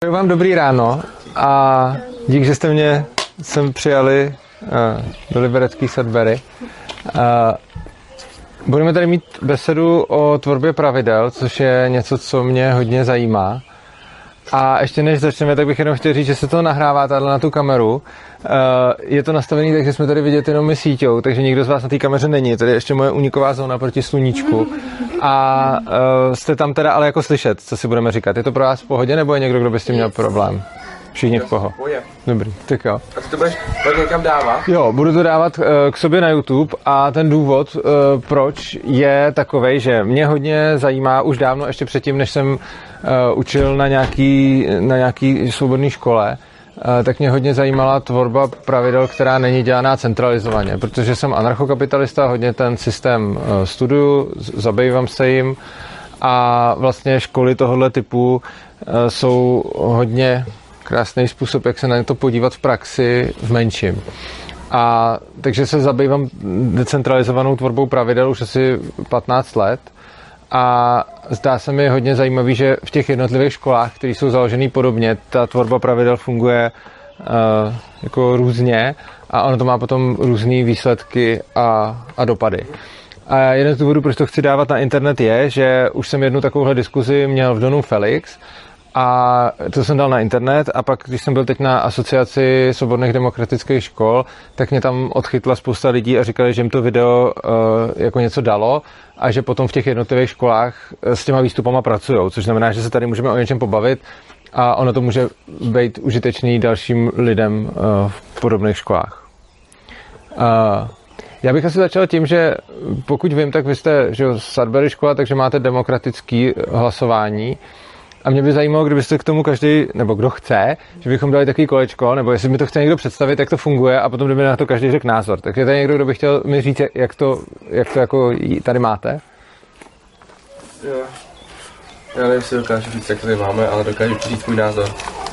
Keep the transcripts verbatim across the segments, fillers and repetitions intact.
Přeju vám dobrý ráno a dík, že jste mě sem přijali uh, do liberecký Sudbury. Uh, budeme tady mít besedu o tvorbě pravidel, což je něco, co mě hodně zajímá. A ještě než začneme, tak bych jenom chtěl říct, že se to nahrává tady na tu kameru. Uh, je to nastavený tak, že jsme tady vidět jenom my síťou, takže nikdo z vás na té kameře není. Tady je ještě moje uniková zóna proti sluníčku. A uh, jste tam teda ale jako slyšet, co si budeme říkat. Je to pro vás v pohodě, nebo je někdo, kdo by s tím měl problém? Všichni v pohodě. Dobrý, tak jo. A ty to budeš někam dávat? Jo, budu to dávat uh, k sobě na YouTube a ten důvod, uh, proč je takovej, že mě hodně zajímá už dávno, ještě předtím, než jsem uh, učil na nějaký, na nějaký svobodné škole, uh, tak mě hodně zajímala tvorba pravidel, která není dělaná centralizovaně, protože jsem anarchokapitalista, hodně ten systém uh, studuju, zabývám se jim a vlastně školy tohohle typu uh, jsou hodně krásný způsob, jak se na to podívat v praxi v menším. A takže se zabývám decentralizovanou tvorbou pravidel už asi patnáct let a zdá se mi hodně zajímavý, že v těch jednotlivých školách, které jsou založené podobně, ta tvorba pravidel funguje uh, jako různě a ono to má potom různé výsledky a, a dopady. A jeden z důvodů, proč to chci dávat na internet, je, že už jsem jednu takovouhle diskuzi měl v Donu Felix. A to jsem dal na internet a pak, když jsem byl teď na asociaci svobodných demokratických škol, tak mě tam odchytla spousta lidí a říkali, že jim to video uh, jako něco dalo a že potom v těch jednotlivých školách s těma výstupama pracujou, což znamená, že se tady můžeme o něčem pobavit a ono to může být užitečný dalším lidem uh, v podobných školách. Uh, Já bych asi začal tím, že pokud vím, tak vy jste že Sudbury škola, takže máte demokratické hlasování. A mě by zajímalo, kdybyste k tomu každý, nebo kdo chce, že bychom dali takový kolečko, nebo jestli mi to chce někdo představit, jak to funguje, a potom kdyby na to každý řekl názor. Tak je tady někdo, kdo by chtěl mi říct, jak to, jak to jako tady máte? Jo. Já nevím, jestli dokážu říct, jak to tady máme, ale dokážu říct můj názor.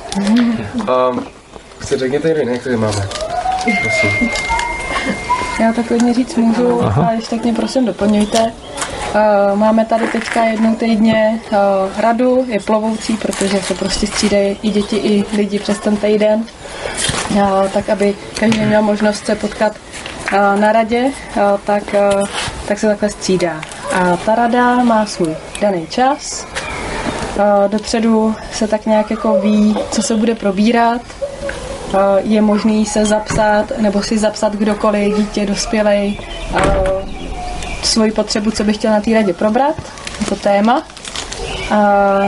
um, chci řekněte jeden, jak to tady máme. Prosím. Já to klidně říct můžu, ale ještě tak mě prosím doplňujte. Uh, máme tady teďka jednou týdně uh, radu, je plovoucí, protože se prostě střídají i děti, i lidi přes ten týden, uh, tak aby každý měl možnost se potkat uh, na radě, uh, tak, uh, tak se takhle střídá. A ta rada má svůj daný čas, uh, dopředu se tak nějak jako ví, co se bude probírat, uh, je možný se zapsat, nebo si zapsat kdokoliv, dítě, dospělej, uh, svoji potřebu, co bych chtěl na té radě probrat, jako téma. A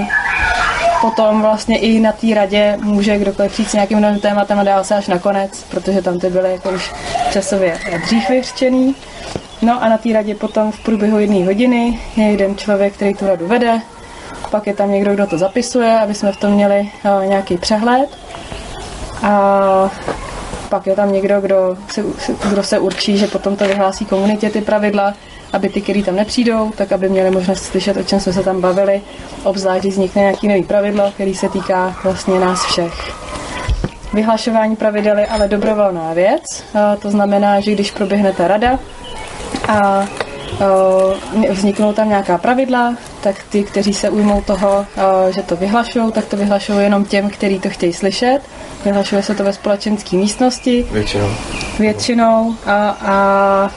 potom vlastně i na té radě může kdokoliv přijít s nějakým novým tématem a dál se až nakonec, protože tam ty byly jako už časově dřív vyřčený. No a na té radě potom v průběhu jedné hodiny je jeden člověk, který tu radu vede, pak je tam někdo, kdo to zapisuje, aby jsme v tom měli uh, nějaký přehled. A pak je tam někdo, kdo se, kdo se určí, že potom to vyhlásí komunitě ty pravidla, aby ty, kteří tam nepřijdou, tak aby měli možnost slyšet, o čem jsme se tam bavili, obzvlášť, když vznikne nějaký nový pravidlo, který se týká vlastně nás všech. Vyhlašování pravidel je ale dobrovolná věc, to znamená, že když proběhne ta rada a vzniknou tam nějaká pravidla, tak ty, kteří se ujmou toho, že to vyhlašují, tak to vyhlašují jenom těm, kteří to chtějí slyšet. Vyhlašuje se to ve společenské místnosti. Většinou. Většinou a, a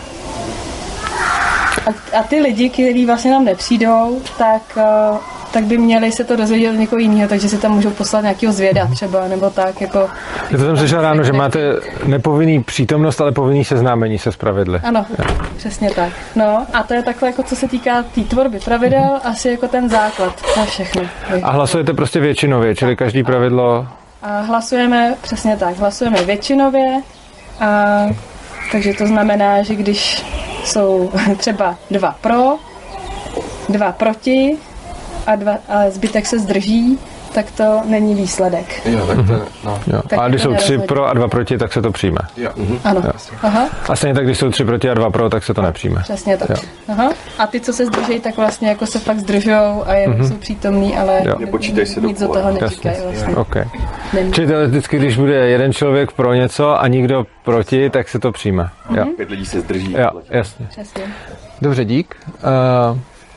A, a ty lidi, kteří vlastně nám nepřijdou, tak, uh, tak by měli se to dozvědět od někoho jiného, takže si tam můžou poslat nějakého zvěda třeba, nebo tak jako... Já to jsem slyšel ráno, že máte nepovinný přítomnost, ale povinný seznámení se s pravidly. Ano, ja. Přesně tak. No a to je takhle, jako co se týká té tý tvorby pravidel, asi jako ten základ na všechno. A hlasujete prostě většinově, čili každý pravidlo... A hlasujeme, přesně tak, hlasujeme většinově, a, takže to znamená, že když jsou třeba dva pro, dva proti a, dva, a zbytek se zdrží, tak to není výsledek. Jo, tak to, no. Jo. Tak a když jsou tři nerozhodí. pro a dva proti, tak se to přijme. Jo. Mhm. Ano. Jo. Aha. A stejně tak, když jsou tři proti a dva pro, tak se to nepřijme. Přesně tak. Jo. Aha. A ty, co se zdrží, tak vlastně jako se fakt zdržujou a jenom mm-hmm. jsou přítomní, ale Jo. Nepočítaj se do nic do pole. toho neříkají vlastně. Okay. Čili teoreticky, když bude jeden člověk pro něco a nikdo proti, tak se to přijme. Mm-hmm. Jo. Pět lidí se zdrží. Jo, jasně. Přesně. Dobře, dík. Uh,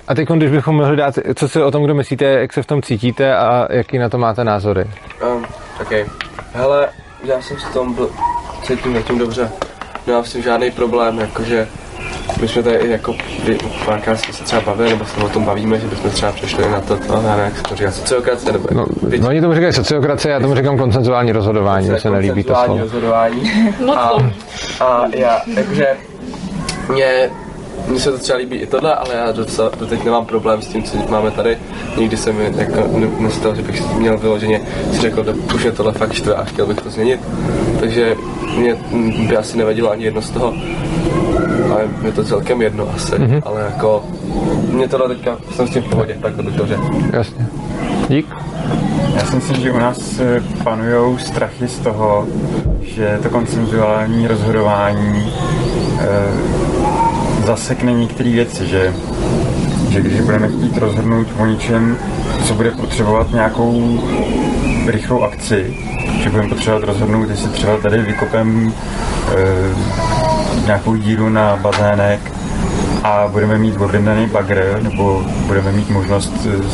A teď, když bychom mohli dát, co si o tom, kdo myslíte, jak se v tom cítíte a jaký na to máte názory? Um, OK. Hele, já jsem s tom byl, cítím zatím dobře. Nemám s tím žádný problém, jakože my jsme tady jako párkrát jsme se třeba bavili, nebo se o tom bavíme, že bychom třeba přešli na to, no, nevím, jak se to říká, sociokracie, nebo... No, no oni tomu říkají sociokracie, já tomu říkám konsenzuální rozhodování, mně se nelíbí to slovo. rozhodování. A, a já, jakože, mě, mně se to třeba líbí i tohle, ale já docela, doteď nemám problém s tím, co máme tady. Nikdy jsem jako nestalo, že bych měl vyloženě si řekl, že už je tohle fakt štve a chtěl bych to změnit. Takže mě by asi nevadilo ani jedno z toho. Ale je to celkem jedno asi, mm-hmm. ale jako mě tohle teďka, jsem s tím v pohodě, tak to bych to řekl. Jasně. Dík. Já si myslím, že u nás panujou strachy z toho, že to konsenzuální rozhodování e, zasekne některé věci, že, že když budeme chtít rozhodnout o něčem, co bude potřebovat nějakou rychlou akci, že budeme potřebovat rozhodnout, jestli třeba tady vykopem e, nějakou díru na bazének a budeme mít objednaný bagr, nebo budeme mít možnost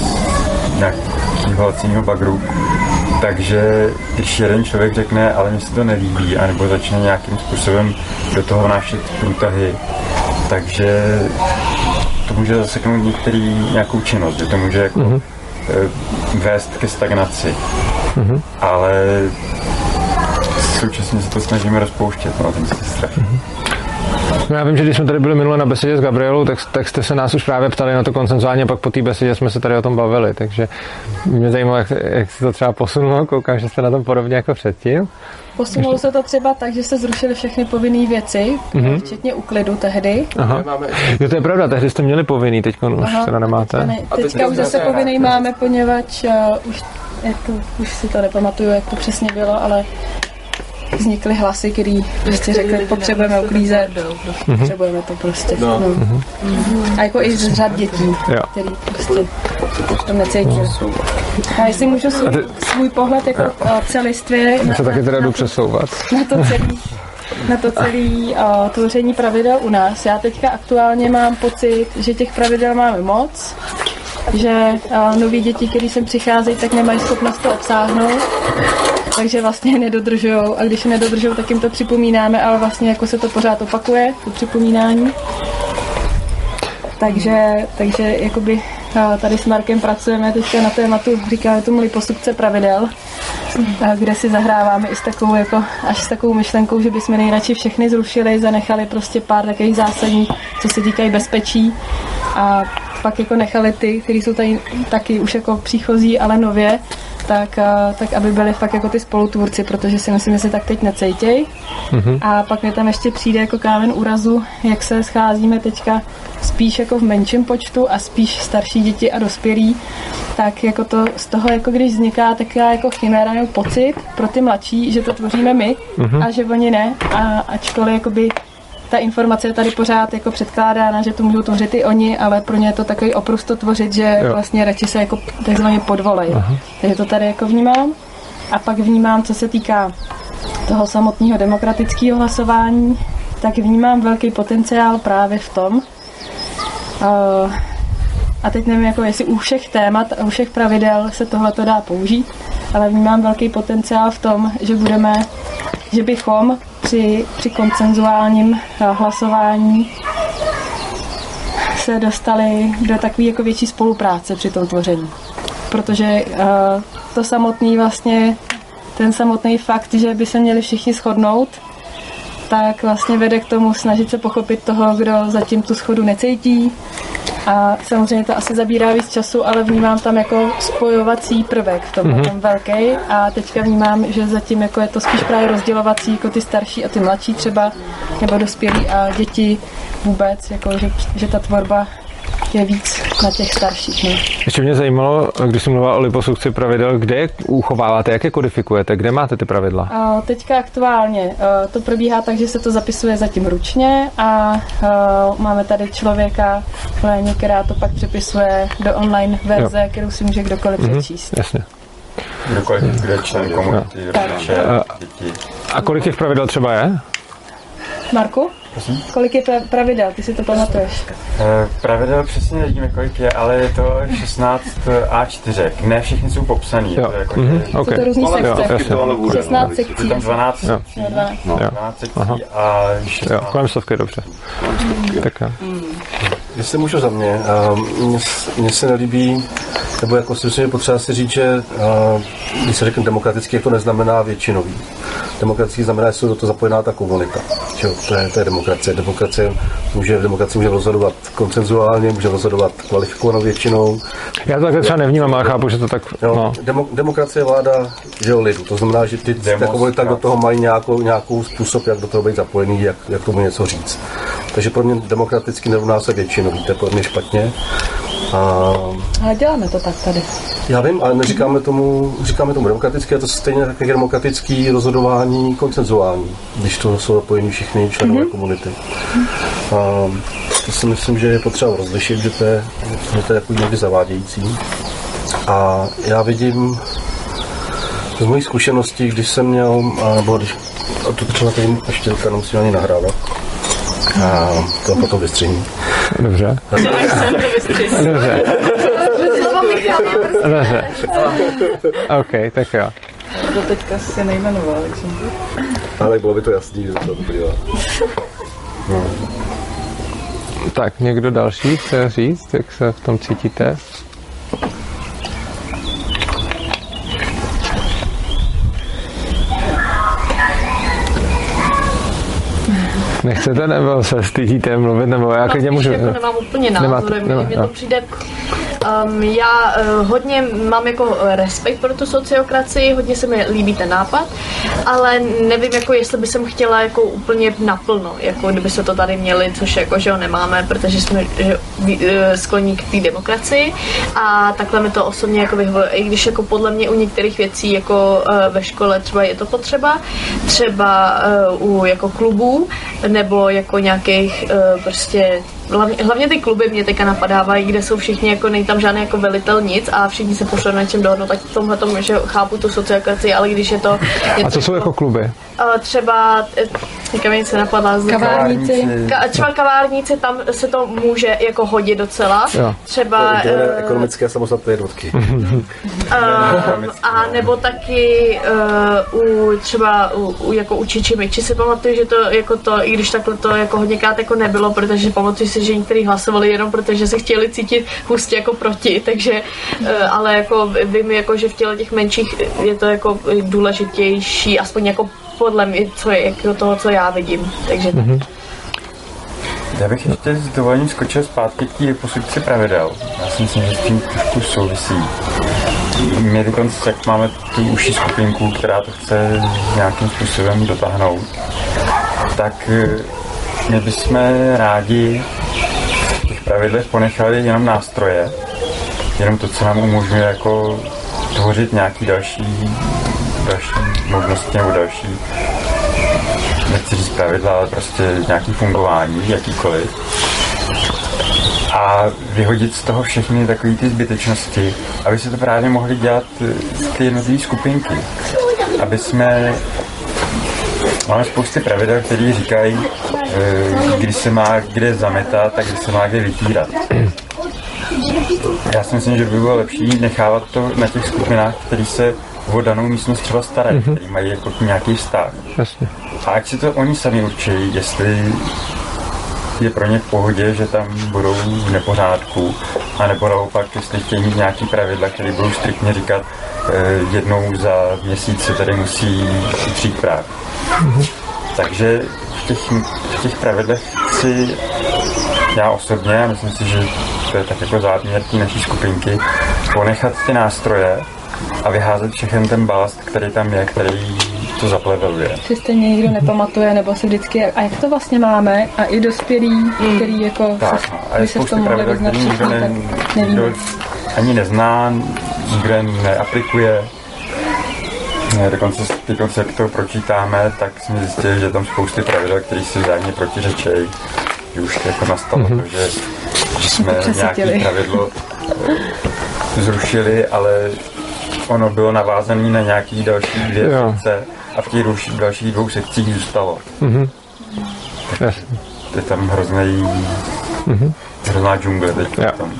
nějakého laciného bagru. Takže když jeden člověk řekne, ale mně se to nelíbí, anebo začne nějakým způsobem do toho vnášet průtahy, takže to může zaseknout některý, nějakou činnost, že to může jako mm-hmm. vést ke stagnaci. Mm-hmm. Ale současně se to snažíme rozpouštět, no, ten strach. Mm-hmm. No já vím, že když jsme tady byli minule na besedě s Gabrielou, tak, tak jste se nás už právě ptali na to konsenzuálně, pak po té besedě jsme se tady o tom bavili, takže mě zajímalo, jak, jak se to třeba posunulo, koukám, že jste na tom podobně jako předtím. Posunulo se to třeba tak, že se zrušily všechny povinné věci, mm-hmm. včetně úklidu tehdy. Aha. Jo, to je pravda, tehdy jste měli povinný, teď už teda nemáte. Teďka, ne, teďka už zase povinný máme, poněvadž uh, už, to, už si to nepamatuju, jak to přesně bylo, ale vznikly hlasy, který prostě řekli, potřebujeme uklízet, potřebujeme to prostě. No. No. A jako i z řad dětí, který prostě to necítí. A jestli můžu svůj, svůj pohled jako celistvě já se taky teda jdu přesouvat. Na to celý, na to celý uh, tvoření pravidel u nás. Já teďka aktuálně mám pocit, že těch pravidel máme moc, že uh, noví děti, který sem přicházejí, tak nemají schopnost to obsáhnout. Takže vlastně je nedodržujou a když je nedodržujou, tak jim to připomínáme, ale vlastně jako se to pořád opakuje, to připomínání. Takže, takže jakoby tady s Markem pracujeme teďka na tématu, říkáme tomu liposukce pravidel, kde si zahráváme i s takovou, jako, až s takovou myšlenkou, že bychom nejradši všechny zrušili, zanechali prostě pár takových zásadních, co se týkají bezpečí a pak jako nechali ty, kteří jsou tady taky už jako příchozí, ale nově, tak, tak aby byli fakt jako ty spolutvůrci, protože si myslím, že se tak teď necejtěj. Mm-hmm. A pak mi tam ještě přijde jako kámen úrazu, jak se scházíme teďka spíš jako v menším počtu a spíš starší děti a dospělí, tak jako to z toho, jako když vzniká taková jako chiméra nebo pocit pro ty mladší, že to tvoříme my mm-hmm. a že oni ne, a ačkoliv jakoby ta informace je tady pořád jako předkládána, že to můžou tvořit i oni, ale pro ně je to takový oprus to tvořit, že jo. Vlastně radši se jako takzvaně podvolejí. Takže to tady jako vnímám. A pak vnímám, co se týká toho samotného demokratického hlasování, tak vnímám velký potenciál právě v tom, uh, a teď nevím, jako jestli u všech témat a u všech pravidel se tohleto dá použít, ale vnímám velký potenciál v tom, že budeme, že bychom při, při konsenzuálním hlasování se dostali do takové jako větší spolupráce při tom tvoření. Protože uh, to samotný vlastně, ten samotný fakt, že by se měli všichni shodnout, tak vlastně vede k tomu snažit se pochopit toho, kdo zatím tu shodu necítí. A samozřejmě to asi zabírá víc času, ale vnímám tam jako spojovací prvek v tom mm-hmm. tam velký. A teďka vnímám, že zatím jako je to spíš právě rozdělovací, jako ty starší a ty mladší třeba, nebo dospělí a děti vůbec, jako že, že ta tvorba je víc na těch starších. Ne? Ještě mě zajímalo, když jsem mluvila o liposukci pravidel, kde je uchováváte, jak je kodifikujete, kde máte ty pravidla? A teďka aktuálně to probíhá tak, že se to zapisuje zatím ručně a máme tady člověka v Léně, která to pak přepisuje do online verze, jo. kterou si může kdokoliv mm-hmm, přečíst. Jasně. Kdokoliv, kde je člen komunity, rodiče, děti. A kolik těch pravidel třeba je? Marku? Prosím? Kolik je pravidel? Ty si to pamatuješ? Pravidel přesně nevíme, kolik je, ale je to šestnáct á čtyři. Ne všechny jsou popsaný. Jo. To jako, Mm-hmm. Okay. Jsou to různý sekce. šestnáct Je sekcí. tam dvanáct, jo. no, dvanáct sekcí a šestnáct. Jo, kolem stovky, dobře. Tak jo. Jestli můžu za mě, mně se nelíbí, nebo jako si myslím, že potřeba si říct, že když se řekne demokratický, jak to neznamená většinový. Demokratický znamená, že jsou do toho zapojená ta komunita. Čo, to, je, to je demokracie. Demokracie může, v demokracii může rozhodovat konsenzuálně, může rozhodovat kvalifikovanou většinou. Já to takhle třeba nevnímám, ale chápu, že to tak... Jo, no. demo, demokracie je vláda že lidu. To znamená, že ty ta komunita do toho mají nějakou, nějakou způsob, jak do toho být zapojený, jak, jak tomu něco říct. Takže pro mě demokraticky nerovná se většinový, to je pro mě špatně. A... Ale děláme to tak tady. Já vím, ale neříkáme tomu, říkáme tomu demokratické, a to stejně tak, jak je demokratický rozhodování konsenzuální, když to jsou zapojení všichni členové mm-hmm. komunity. A to si myslím, že je potřeba rozlišit, že to je, že to je jako někdy zavádějící. A já vidím z mojí zkušeností, když jsem měl, nebo když, a to třeba tady ještě nemusím ani nahrávat, a to potom vystřihnu. Dobře. Dobře. Dobře. OK, tak jo. To teďka se nejmenoval, takže... Ale bylo by to jasný, že to bylo. No. Tak, někdo další chce říct, jak se v tom cítíte? Nechcete nebo se stydíte mluvit, nebo já klidně můžu... Jako nemám úplně názor, mně to přijde... Um, já uh, hodně mám jako respekt pro tu sociokracii, hodně se mi líbí ten nápad, ale nevím, jako jestli by jsem chtěla jako úplně naplno, jako kdyby se to tady měli, což jako, že ho nemáme, protože jsme že, uh, skloní k té demokracii a takhle mi to osobně jako vyhovuje, i když jako podle mě u některých věcí jako uh, ve škole třeba je to potřeba, třeba uh, u jako klubů, nebo jako nějakých uh, prostě Hlavně, hlavně ty kluby mě teďka napadávají, kde jsou všichni, jako nej tam žádný jako velitel nic a všichni se pošlou na čem dohodnout, tak v tomhle tom, že chápu tu sociokracii, ale když je to... A co jsou jako kluby? Třeba, teďka mi něco napadla. Kavárníci. Ka, třeba kavárníci, tam se to může jako hodit docela. Jo. Třeba... To je ekonomické samostatné jednotky. A nebo taky uh, u třeba u, u, jako u Čiči Miči si pamatuju, že to jako to, i když takhle to jako hodněkrát jako nebylo, protože pamatuju si, že někteří hlasovali jenom protože se chtěli cítit hustě jako proti, takže uh, ale jako vím, jako, že v těle těch menších je to jako důležitější, aspoň jako podle mě, co je, jako toho, co já vidím, takže mm-hmm. Já bych ještě s dovolením skočil zpátky k té posudci pravidel. Já si myslím, že s tím trošku souvisí. My dokonce, jak máme tu užší skupinku, která to chce nějakým způsobem dotáhnout, tak my bychom rádi v těch pravidlech ponechali jenom nástroje, jenom to, co nám umožňuje jako tvořit nějaký další, další možnosti nebo další, nechci říct pravidla, ale prostě nějaký fungování, jakýkoliv. A vyhodit z toho všechny takové ty zbytečnosti, aby se to právě mohli dělat ty jednotlivé skupinky. Aby jsme... Máme spousty pravidel, které říkají, kdy se má kde zametat a kdy se má kde vytírat. Já si myslím, že by bylo lepší nechávat to na těch skupinách, které se o danou místnost třeba starají, mm-hmm. který mají jako nějaký vztah. Jasně. A ať si to oni sami určí, jestli je pro ně v pohodě, že tam budou v nepořádku, a nebo naopak, jestli chtějí mít nějaký pravidla, které budou striktně říkat, eh, jednou za měsíc se tady musí přijít práv. Mm-hmm. Takže v těch, v těch pravidlech si já osobně, a myslím si, že to je tak jako záměr té naší skupinky, ponechat ty nástroje a vyházet všechen ten balast, který tam je, který to zapleveluje. Si stejně nikdo nepamatuje, nebo si vždycky, a jak to vlastně máme, a i dospělí, který jako tak, se, no, a je spoustu pravidel, který nikdo, ne, nikdo ani nezná, nikdo neaplikuje. Dokonce ty koncepty, to pročítáme, tak jsme zjistili, že tam spousty pravidel, které si vzájemně protiřečejí. Že už jako nastalo mm-hmm. to, že, že jsme nějaké pravidlo zrušili, ale ono bylo navázané na nějaký další dvě sekce a v těch dalších dvou sekcích zůstalo. Mm-hmm. Jasně. Je tam hrozný, mm-hmm. hrozná džungle teď tam.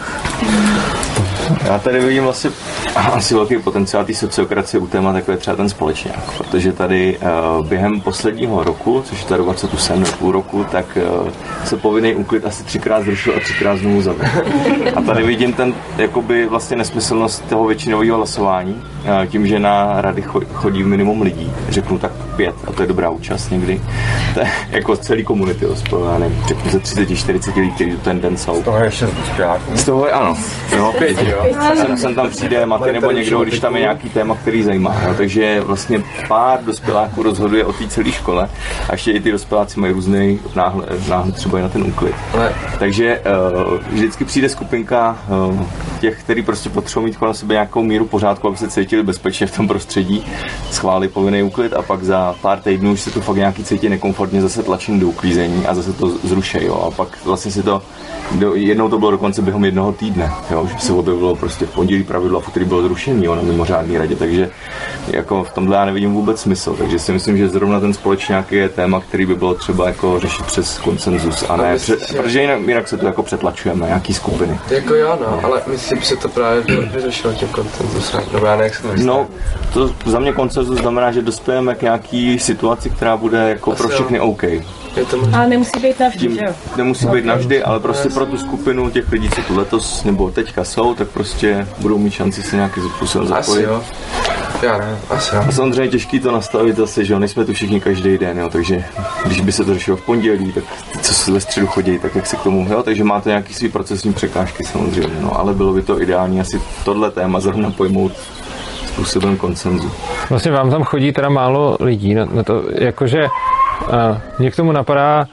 Já tady vidím vlastně asi velký potenciál té sociokracie u témat, jako je třeba ten společňák, protože tady uh, během posledního roku, což je ta doba, co tu jsem, půl roku, tak uh, se povinný úklid asi třikrát zrušil a třikrát znovu zavedl. A tady vidím ten, jakoby vlastně nesmyslnost toho většinového hlasování, uh, tím, že na rady chodí minimum lidí, řeknu tak pět, a to je dobrá účast někdy, to je jako z celé komunity, já nevím, řeknu ze třicet čtyřicet lidí, kteří ten den jsou. Z toho je šest dospěláků. Z toho je, ano, jo, pět, jo. Sem, sem tam přijde Maty nebo někdo, když tam je nějaký téma, který zajímá. Jo. Takže vlastně pár dospěláků rozhoduje o té celé škole a ještě i ty dospěláci mají různý náhle, náhle třeba i na ten úklid. Takže uh, vždycky přijde skupinka uh, těch, kteří prostě potřebují mít kolem sebe nějakou míru pořádku, aby se cítili bezpečně v tom prostředí, schválí povinný úklid a pak za pár týdnů už se tu fakt nějaký cítí nekomfortně, zase tlačím do uklízení a zase to zruší. Jo. A pak vlastně si to, do, jednou to bylo dokonce během jednoho týdne, jo, že se objevilo prostě v pondělí pravidlo, v úterý bylo zrušený, jo, na mimořádný radě, takže jako v tomhle já nevidím vůbec smysl, takže si myslím, že zrovna ten společňák je téma, který by bylo třeba jako řešit přes konsenzus a ne, před, protože jinak, jinak se tu jako přetlačujeme, nějaký skupiny. Jako jo, no, ale myslím, že se to právě vyřešilo tím konsenzusem, nebo já nejak se No, to za mě konsenzus znamená, že dospějeme k nějaký situaci, která bude jako asi pro všechny jo. OK. Ale nemusí být navždy, tím, že jo? Nemusí být navždy, ale prostě pro tu skupinu těch lidí, co tu letos nebo teďka jsou, tak prostě budou mít šanci se nějaký způsobem zapojit. Asi jo. Já ne, asi jo. A samozřejmě těžký to nastavit zase, že jo, nejsme tu všichni každý den, jo, takže když by se to řešilo v pondělí, tak co se ve středu chodí, tak jak se k tomu, jo, takže má to nějaký svý procesní překážky samozřejmě, no, ale bylo by to ideální asi tohle téma zrovna pojmout způsobem konsenzu. Vlastně vám tam chodí teda málo lidí na, na to, jakože uh, mě k tomu napadá,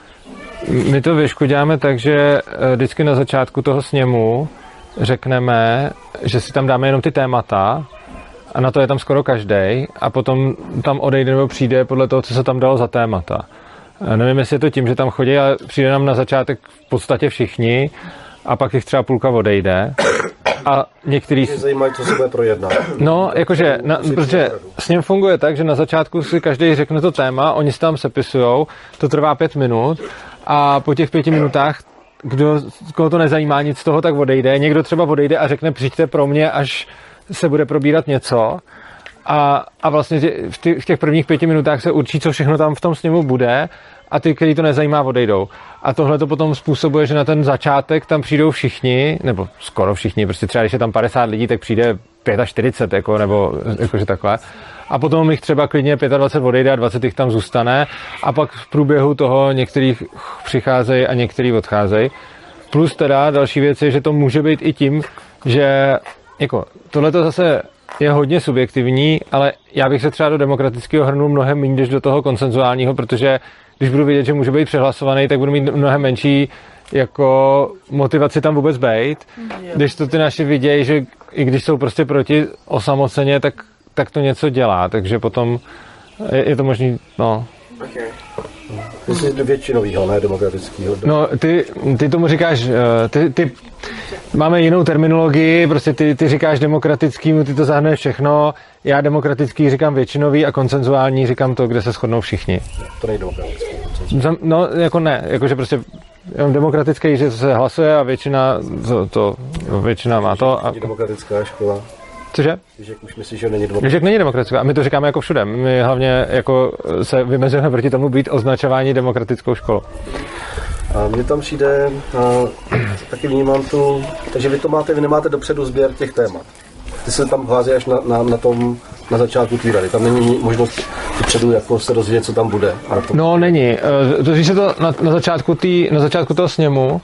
my to věšku děláme tak, že uh, vždycky na začátku toho sněmu řekneme, že si tam dáme jenom ty témata a na to je tam skoro každej a potom tam odejde nebo přijde podle toho, co se tam dalo za témata. Uh, nevím, jestli je to tím, že tam chodí, ale přijde nám na začátek v podstatě všichni a pak jich třeba půlka odejde. A některý... Mě zajímají, co se bude projednat. No, jakože, na, protože s ním funguje tak, že na začátku si každý řekne to téma, oni se tam sepisujou, to trvá pět minut a po těch pěti minutách, kdo, koho to nezajímá nic z toho, tak odejde. Někdo třeba odejde a řekne, přijďte pro mě, až se bude probírat něco. A, a vlastně v, ty, v těch prvních pěti minutách se určí, co všechno tam v tom sněmu bude a ty, který to nezajímá, odejdou. A tohle to potom způsobuje, že na ten začátek tam přijdou všichni, nebo skoro všichni, prostě třeba když je tam padesát lidí, tak přijde čtyřicet pět, jako, nebo jakože takhle. A potom jich třeba klidně dvacet pět odejde a dvacet jich tam zůstane a pak v průběhu toho některých přicházejí a některý odcházejí. Plus teda další věc je, že to může být i tím, že jako tohle to zase je hodně subjektivní, ale já bych se třeba do demokratického hrnul mnohem méně než do toho konsenzuálního, protože když budu vědět, že může být přehlasovaný, tak budu mít mnohem menší jako motivaci tam vůbec být. Když to ty naši vidějí, že i když jsou prostě proti osamoceně, tak, tak to něco dělá, takže potom je, je to možný, no. Okay. Jsi většinovýho, ne demokratického. No, ty, ty tomu říkáš, ty, ty máme jinou terminologii, prostě ty, ty říkáš demokratickýmu, ty to zahrnuje všechno, já demokratický říkám většinový a konsenzuální říkám to, kde se shodnou všichni. To nejde demokratický. No, jako ne, jakože prostě jenom demokratický, že se hlasuje a většina to, to většina má to. A... Demokratická škola. Cože? Když už myslíš, že není demokratická. Že není demokratická. A my to říkáme jako všude. My hlavně jako se vymezujeme proti tomu být označování demokratickou školou. A mně tam přijde, a taky vnímám tu, takže vy to máte, vy nemáte dopředu sběr těch témat. Ty se tam hlásí až na, na, na tom, na začátku té rady. Tam není možnost dopředu jako se dozvědět, co tam bude. To... No není. Dozví se to na, na, začátku tý, na začátku toho sněmu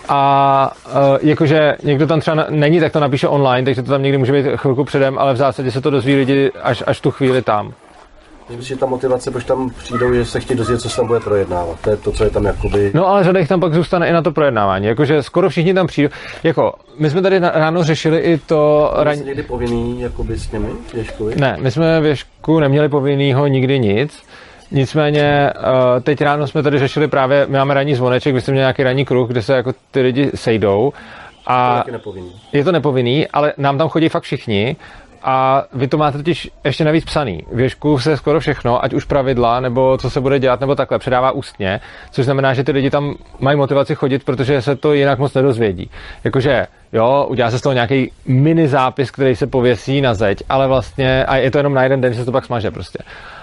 a uh, jakože někdo tam třeba není, tak to napíše online, takže to tam někdy může být chvilku předem, ale v zásadě se to dozví lidi až, až tu chvíli tam. Myslím, že ta motivace, proč tam přijdou, že se chtějí dozvědět, co se tam bude projednávat. To je to, co je tam jakoby... No ale řada jich tam pak zůstane i na to projednávání. Jakože skoro všichni tam přijdou. Jako, my jsme tady ráno řešili i to... Ran... Jsi někdy povinný jakoby s těmi věškovi? Ne, my jsme věšku neměli povinnýho nikdy nic. Nicméně teď ráno jsme tady řešili právě, my máme ranní zvoneček, my jsme měli nějaký ranní kruh, kde se jako ty lidi sejdou. A to je nepovinný. Je to nepovinný, ale nám tam chodí fakt všichni. a vy to máte totiž ještě navíc psaný. Věžku se skoro všechno, ať už pravidla, nebo co se bude dělat, nebo takhle, předává ústně, což znamená, že ty lidi tam mají motivaci chodit, protože se to jinak moc nedozvědí. Jakože, jo, udělá se z toho nějaký mini zápis, který se pověsí na zeď, ale vlastně, a je to jenom na jeden den, že se to pak smaže prostě.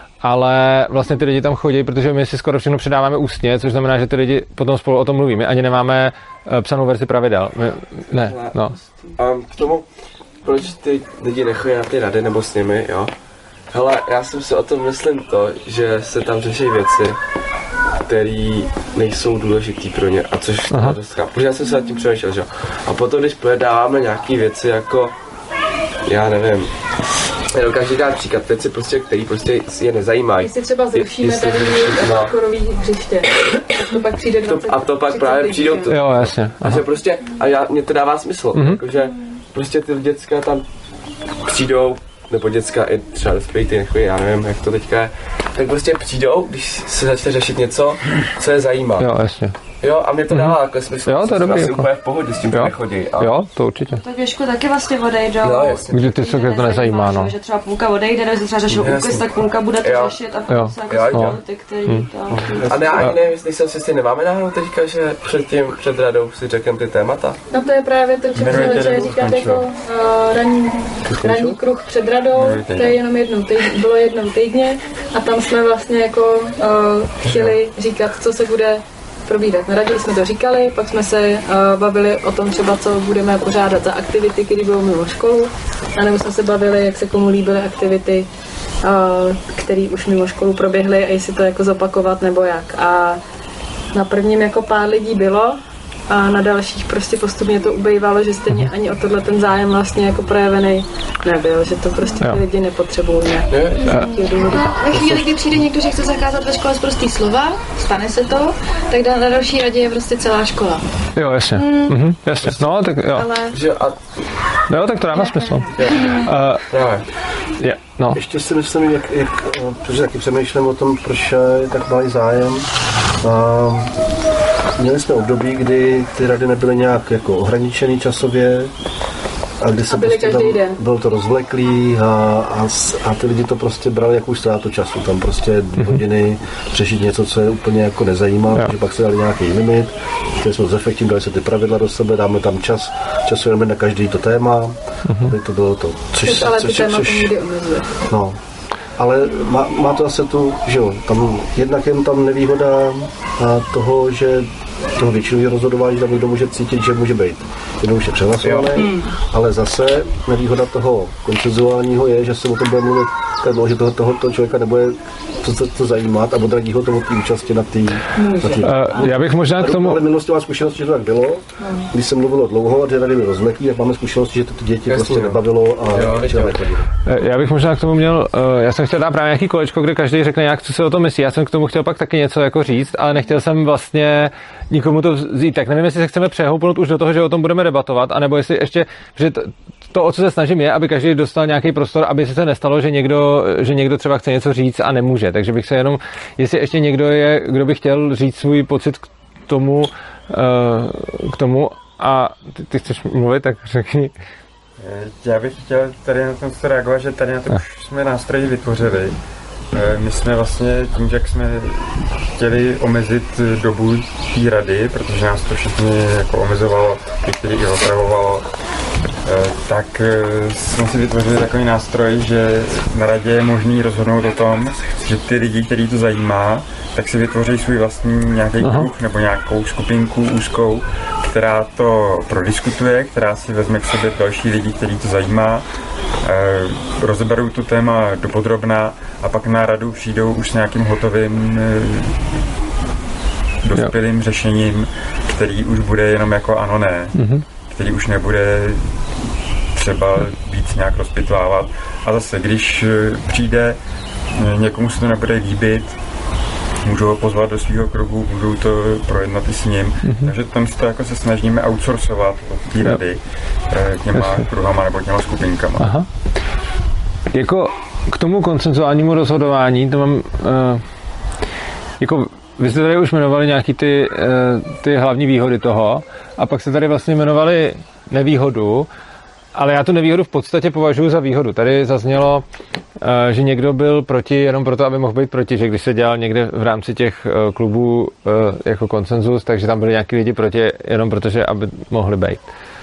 Ale vlastně ty lidi tam chodí, protože my si skoro všechno předáváme ústně, což znamená, že ty lidi potom spolu o tom mluví. My ani nemáme psanou verzi pravidel. My, ne, no. A k tomu, proč ty lidi nechodí na ty rady nebo s nimi, jo? Hele, já jsem si o tom myslím to, že se tam řeší věci, které nejsou důležitý pro ně, a což je dost chápu. Protože já jsem se nad tím přemýšlel, že jo? A potom, když pojedáváme nějaké věci jako, já nevím, jenom každý dá příklad, věci prostě, který prostě je nezajímají. Jestli třeba zrušíme Jestli tady no. korový hřiště, tak to pak přijde dvacet, A to pak právě přijdou to. Jo, jasně. A že prostě, a já, mě to dává smysl, Mhm. jakože prostě ty děcka tam přijdou, nebo děcka i třeba dospělí, ty nechodí, já nevím, jak to teďka je, tak prostě přijdou, když se začne řešit něco, co je zajímá. Jo, jasně. Jo, a mě to dává takhle smysl. Jo, to je dobrý. Jsem Jako. úplně v pohodě s tím, že nechodí. A... Jo, to určitě. Tak Věžku taky vlastně odejdou. No, jasně. Kdy ty se to nezajímá, no. Že třeba půlka odejde, nebo třeba řešil úkaz, tak půlka bude to Jo. řešit a Jo. potom se Jo, jako jo. ty, který Hmm. to... A ne, ani nevím, jestli jsem si nemáme náhodou teďka, že před tím, před radou si řekneme ty témata. No to je právě to, čemu se začali říkat jako uh, ranní, ranní kruh před radou, to je jenom jednou týdně, bylo jednou týdně a tam jsme vlastně jako uh, chtěli říkat, co se bude probírat. Na radě jsme to říkali, pak jsme se uh, bavili o tom třeba, co budeme pořádat za aktivity, které budou mimo školu, a nebo jsme se bavili, jak se komu líbily aktivity, uh, které už mimo školu proběhly a jestli to jako zopakovat nebo jak. A na prvním jako pár lidí bylo, a na dalších prostě postupně to ubejvalo, že stejně ani o tohle ten zájem vlastně jako projevený nebyl, že to prostě ty lidi nepotřebují nějaký důvody. Ve chvíli, kdy přijde někdo, že chce zakázat ve škole prostý slova, stane se to, tak na další radě je prostě celá škola. Jo, jasně. Mm. Mhm, jasně. No, tak jo. Ale... Že a... Jo, tak to dává smysl. Uh, je, no. Ještě si myslím, jak, jak, protože taky přemýšlím o tom, proč je tak malý zájem. A měli jsme období, kdy ty rady nebyly nějak jako ohraničený časově a kdy se a byly prostě každý tam, den. bylo to rozvleklý a, a, a ty lidi to prostě brali jako už ztrátu času. Tam prostě dvě hodiny řešit něco, co je úplně jako nezajímá, Jo. protože pak se dali nějaký limit, který jsme zefektím, dali se ty pravidla do sebe, dáme tam čas, časujeme na každý to téma, Mhm. aby to bylo to. Což, ale ty což, téma to což, nikdy omezuje. no. Ale má, má to zase tu, že jo, tam jednak jen tam nevýhoda a toho, že toho většinového rozhodování tam někdo může cítit, že může být jednou už je přehlasovaný, ale zase nevýhoda toho konsenzuálního je, že se o tom bude mluvit tak dlouho, že toho, toho, toho člověka nebude to, to, to zajímat a odradí ho toho té účasti na té. Uh, já bych možná k tomu... Ale minulosti mám zkušenost, že to tak bylo, když se mluvilo dlouho a ty rady byly rozvleklý, tak máme zkušenosti, že to ty děti Jasně, prostě no. nebavilo a Jo, chtěli nechodit. Já bych možná k tomu měl, uh, já jsem chtěl dát právě nějaký kolečko, kde každý řekne nějak, co si o tom myslí. Já jsem k tomu chtěl pak taky něco jako říct, ale nechtěl jsem vlastně nikomu to vzít. Tak nevím, jestli se chceme přehoupnout už do toho, že o tom budeme debatovat, anebo jestli ještě, že to, to, o co se snažím, je, aby každý dostal nějaký prostor, aby se nestalo, že někdo, že někdo třeba chce něco říct a nemůže. Takže bych se jenom, jestli ještě někdo je, kdo by chtěl říct svůj pocit k tomu, uh, k tomu a ty, ty chceš mluvit, tak řekni. Já bych chtěl tady na tom reagovat, že tady na to už jsme nástroje vytvořili. My jsme vlastně tím, jak jsme chtěli omezit dobu té rady, protože nás to všechny jako omezovalo, některý i opravovalo, tak jsme si vytvořili takový nástroj, že na radě je možný rozhodnout o tom, že ty lidi, který to zajímá, tak si vytvoří svůj vlastní nějaký kruh nebo nějakou skupinku úzkou, která to prodiskutuje, která si vezme k sobě další lidi, který to zajímá, e, rozeberou tu téma dopodrobna a pak na radu přijdou už s nějakým hotovým e, dospělým řešením, který už bude jenom jako ano ne, mm-hmm. který už nebude třeba víc nějak rozpitvávat. A zase, když přijde, někomu se to nebude líbit, můžou ho pozvat do svého kruhu, můžou to projednat i s ním. Mm-hmm. Takže tam se to jako se snažíme outsourcovat od té rady k těma kruhama nebo těma skupinkama. Aha. Jako k tomu konsenzuálnímu rozhodování, to mám uh, jako vy jste tady už jmenovali nějaký ty, uh, ty hlavní výhody toho a pak jste tady vlastně jmenovali nevýhodu ale já tu nevýhodu v podstatě považuji za výhodu. Tady zaznělo, že někdo byl proti jenom proto, aby mohl být proti, že když se dělal někde v rámci těch klubů jako konsenzus, takže tam byli nějaký lidi proti jenom protože, aby mohli být.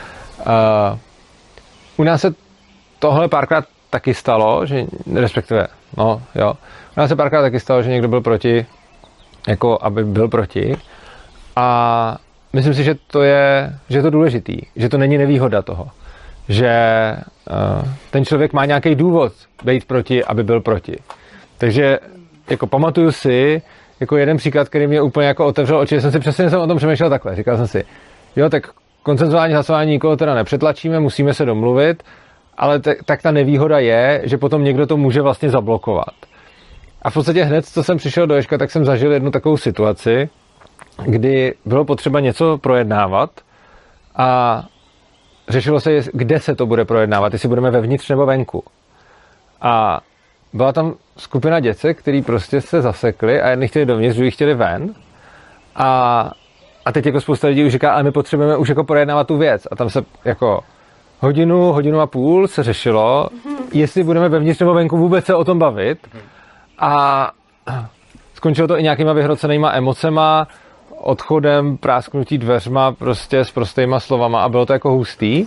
U nás se tohle párkrát taky stalo, že respektive, no jo, u nás se párkrát taky stalo, že někdo byl proti, jako aby byl proti a myslím si, že to je, že je to důležitý, že to není nevýhoda toho, že uh, ten člověk má nějaký důvod být proti, aby byl proti. Takže jako pamatuju si jako jeden příklad, který mě úplně jako otevřel oči, jsem si přesně jsem o tom přemýšlel takhle, říkal jsem si, jo, tak konsenzuální hlasování nikoho teda nepřetlačíme, musíme se domluvit, ale te, tak ta nevýhoda je, že potom někdo to může vlastně zablokovat. A v podstatě hned, co jsem přišel do Ježka, tak jsem zažil jednu takovou situaci, kdy bylo potřeba něco projednávat a řešilo se, kde se to bude projednávat, jestli budeme vevnitř nebo venku. A byla tam skupina děcek, který prostě se zasekli a jedni chtěli dovnitř, druhý chtěli ven. A, a teď jako spousta lidí už říká, ale my potřebujeme už jako projednávat tu věc. A tam se jako hodinu, hodinu a půl se řešilo, jestli budeme vevnitř nebo venku vůbec se o tom bavit. A skončilo to i nějakýma vyhrocenýma emocema, odchodem, prásknutí dveřma, prostě s prostýma slovama a bylo to jako hustý.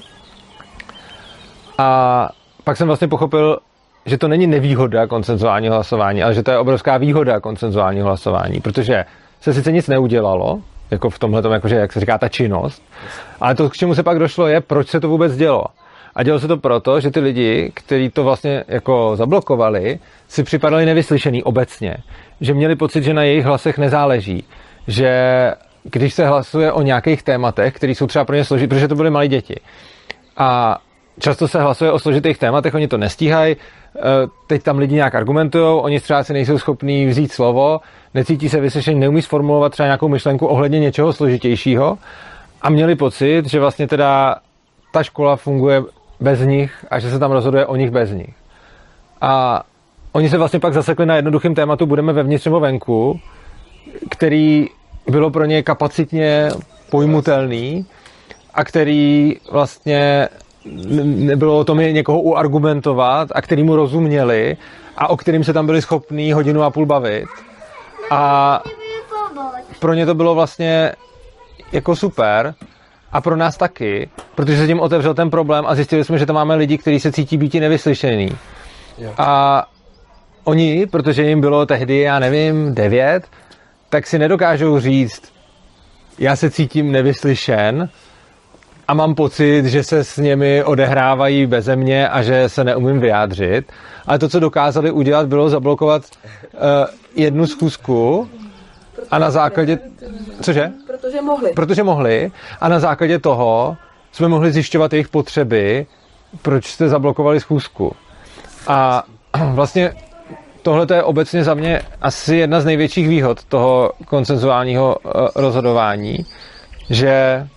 A pak jsem vlastně pochopil, že to není nevýhoda konsenzuálního hlasování, ale že to je obrovská výhoda konsenzuálního hlasování, protože se sice nic neudělalo, jako v tomhletom, jakože, jak se říká, ta činnost, ale to, k čemu se pak došlo, je, proč se to vůbec dělo. A dělo se to proto, že ty lidi, kteří to vlastně jako zablokovali, si připadali nevyslyšený obecně, že měli pocit, že na jejich hlasech nezáleží, že když se hlasuje o nějakých tématech, které jsou třeba pro ně složité, protože to byly malé děti. A často se hlasuje o složitých tématech, oni to nestíhají, teď tam lidi nějak argumentujou, oni třeba si nejsou schopní vzít slovo, necítí se vyslyšení, neumí sformulovat třeba nějakou myšlenku ohledně něčeho složitějšího a měli pocit, že vlastně teda ta škola funguje bez nich a že se tam rozhoduje o nich bez nich. A oni se vlastně pak zasekli na jednoduchém tématu budeme vevnitř nebo venku, který bylo pro ně kapacitně pojmutelný a který vlastně nebylo o tom je někoho uargumentovat a kterýmu rozuměli a o kterým se tam byli schopní hodinu a půl bavit. A pro ně to bylo vlastně jako super a pro nás taky, protože se tím otevřel ten problém a zjistili jsme, že tam máme lidi, kteří se cítí býti nevyslyšený. A oni, protože jim bylo tehdy, já nevím, devět, tak si nedokážou říct, já se cítím nevyslyšen a mám pocit, že se s nimi odehrávají beze mě a že se neumím vyjádřit. Ale to, co dokázali udělat, bylo zablokovat uh, jednu schůzku a na základě... Cože? Protože mohli. Protože mohli a na základě toho jsme mohli zjišťovat jejich potřeby, proč jste zablokovali schůzku. A vlastně tohle je obecně za mě asi jedna z největších výhod toho konsenzuálního uh, rozhodování, že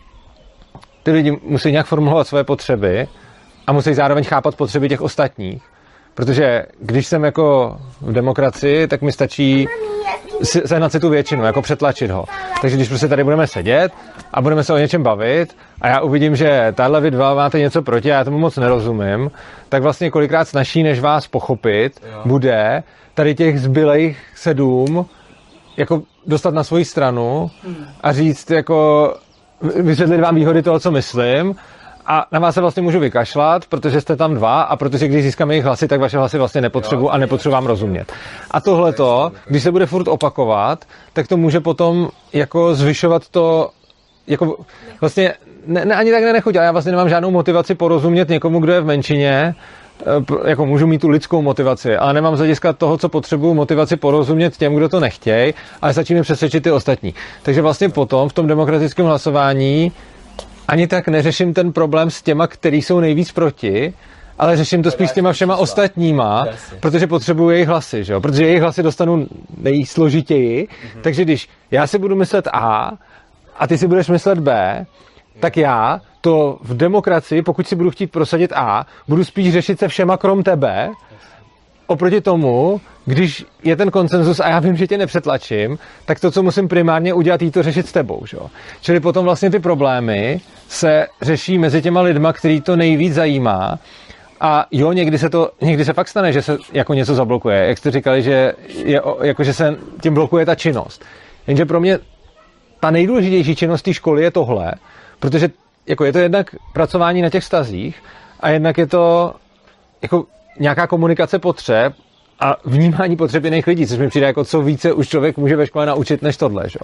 ty lidi musí nějak formulovat své potřeby a musí zároveň chápat potřeby těch ostatních. Protože když jsem jako v demokracii, tak mi stačí sehnat si tu většinu, jako přetlačit ho. Takže když prostě tady budeme sedět a budeme se o něčem bavit a já uvidím, že tahle vy dva máte něco proti a já tomu moc nerozumím, tak vlastně kolikrát snaží, než vás pochopit, bude tady těch zbylejch sedm jako dostat na svoji stranu a říct jako vysvětlit vám výhody toho, co myslím a na vás se vlastně můžu vykašlat, protože jste tam dva a protože když získám jejich hlasy, tak vaše hlasy vlastně nepotřebuji a nepotřebuji vám rozumět. A tohleto, když se bude furt opakovat, tak to může potom jako zvyšovat to, jako vlastně ne, ne, ani tak nenechuť, ale já vlastně nemám žádnou motivaci porozumět někomu, kdo je v menšině, jako můžu mít tu lidskou motivaci, ale nemám z hlediska toho, co potřebuju, motivaci porozumět těm, kdo to nechtějí, ale stačí mi přesvědčit ty ostatní. Takže vlastně potom v tom demokratickém hlasování ani tak neřeším ten problém s těma, který jsou nejvíc proti, ale řeším to spíš s těma všema ostatníma, protože potřebuju jejich hlasy, že jo? Protože jejich hlasy dostanu nejsložitěji, mm-hmm. takže když já si budu myslet A a ty si budeš myslet B, tak já to v demokracii, pokud si budu chtít prosadit A, budu spíš řešit se všema krom tebe, oproti tomu, když je ten konsenzus a já vím, že tě nepřetlačím, tak to, co musím primárně udělat, je to řešit s tebou. Že? Čili potom vlastně ty problémy se řeší mezi těma lidma, který to nejvíc zajímá. A jo, někdy se to, někdy se fakt stane, že se jako něco zablokuje. Jak jste říkali, že, je, jako, že se tím blokuje ta činnost. Jenže pro mě ta nejdůležitější činnost té školy je tohle, protože jako je to jednak pracování na těch vztazích a jednak je to jako nějaká komunikace potřeb a vnímání potřeb jiných lidí, což mi přijde jako co více už člověk může ve škole naučit než tohle. Že?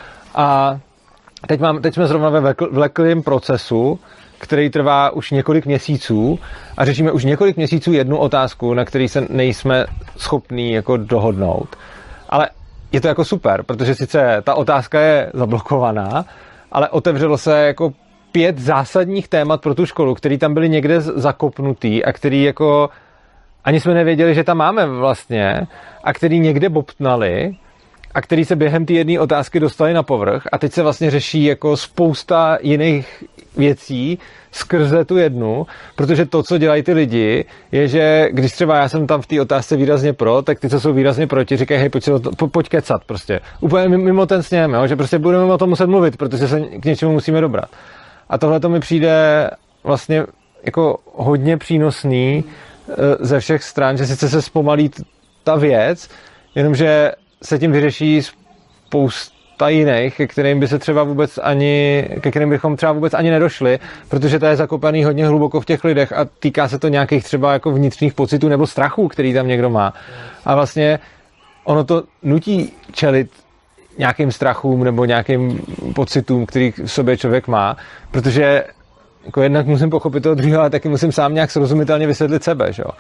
A teď, mám, teď jsme zrovna ve vleklém procesu, který trvá už několik měsíců a řešíme už několik měsíců jednu otázku, na který se nejsme schopní jako dohodnout. Ale je to jako super, protože sice ta otázka je zablokovaná, ale otevřelo se jako pět zásadních témat pro tu školu, který tam byly někde zakopnutý a který jako ani jsme nevěděli, že tam máme vlastně a který někde bobtnali a který se během té jedné otázky dostali na povrch a teď se vlastně řeší jako spousta jiných věcí skrze tu jednu, protože to, co dělají ty lidi, je, že když třeba já jsem tam v té otázce výrazně pro, tak ty, co jsou výrazně proti, říkají, hej, pojď, po, pojď kecat prostě. Úplně mimo ten sněm, jo? Že prostě budeme o tom muset mluvit, protože se k něčemu musíme dobrat. A tohle to mi přijde vlastně jako hodně přínosný ze všech stran, že sice se zpomalí ta věc, jenomže se tím vyřeší spousta jiných, ke kterým by se třeba vůbec ani, ke kterým bychom třeba vůbec ani nedošli, protože to je zakopaný hodně hluboko v těch lidech a týká se to nějakých třeba jako vnitřních pocitů nebo strachů, který tam někdo má. A vlastně ono to nutí čelit nějakým strachům nebo nějakým pocitům, který v sobě člověk má, protože jako jednak musím pochopit toho druhého, ale taky musím sám nějak srozumitelně vysvětlit sebe, že?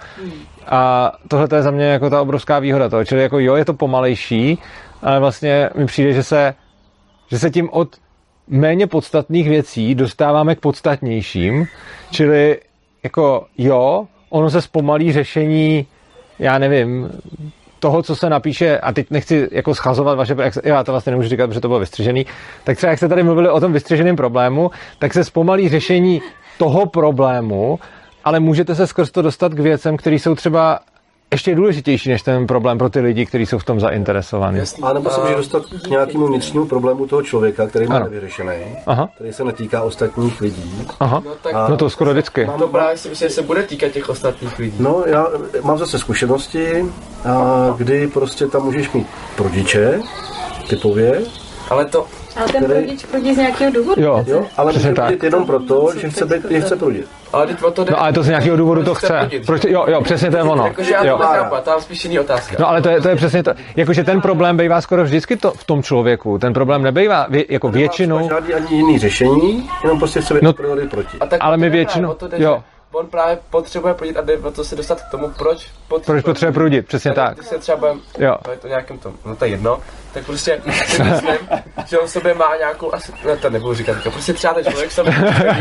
A tohle to je za mě jako ta obrovská výhoda toho, čili jako jo, je to pomalejší, ale vlastně mi přijde, že se, že se tím od méně podstatných věcí dostáváme k podstatnějším, čili jako jo, ono se zpomalí řešení, já nevím, toho, co se napíše, a teď nechci jako schazovat vaše, jo, já to vlastně nemůžu říkat, protože to bylo vystřižený, tak třeba jak jste tady mluvili o tom vystřiženém problému, tak se zpomalí řešení toho problému, ale můžete se skrz to dostat k věcem, které jsou třeba ještě důležitější než ten problém pro ty lidi, kteří jsou v tom zainteresovaní. A nebo se může dostat k nějakému vnitřnímu problému toho člověka, který má nevyřešený, který se netýká ostatních lidí. Aha. No, tak, no to skoro vždycky. No právě si myslím, že se bude týkat těch ostatních lidí. No já mám zase zkušenosti, a kdy prostě tam můžeš mít rodiče, typově. Ale to... Ale ten který... rodič prudí z nějakého důvodu. Jo, jo ale může prudit jenom proto, že chce, být, že chce prudit. Ale to no ale to z nějakého důvodu to chce. Proč, jo, jo, přesně to je ono. Jakože já to nechápu, tam spíš jiný otázka. No ale to je, to je přesně to. Jakože ten problém bývá skoro vždycky to v tom člověku. Ten problém nebývá vě, jako to většinou. Žádný ani jiný řešení, jenom prostě chce být no, proti. Ale my většinou, jo. On právě potřebuje prudit a jde o to se dostat k tomu, proč potřebuje, proč potřebuje prudit, přesně tak. Když se třeba budeme to nějakým tom, no to je jedno, tak prostě si myslím, že on v sobě má nějakou, asi, no to nebudu říkat, prostě třeba ten člověk sobě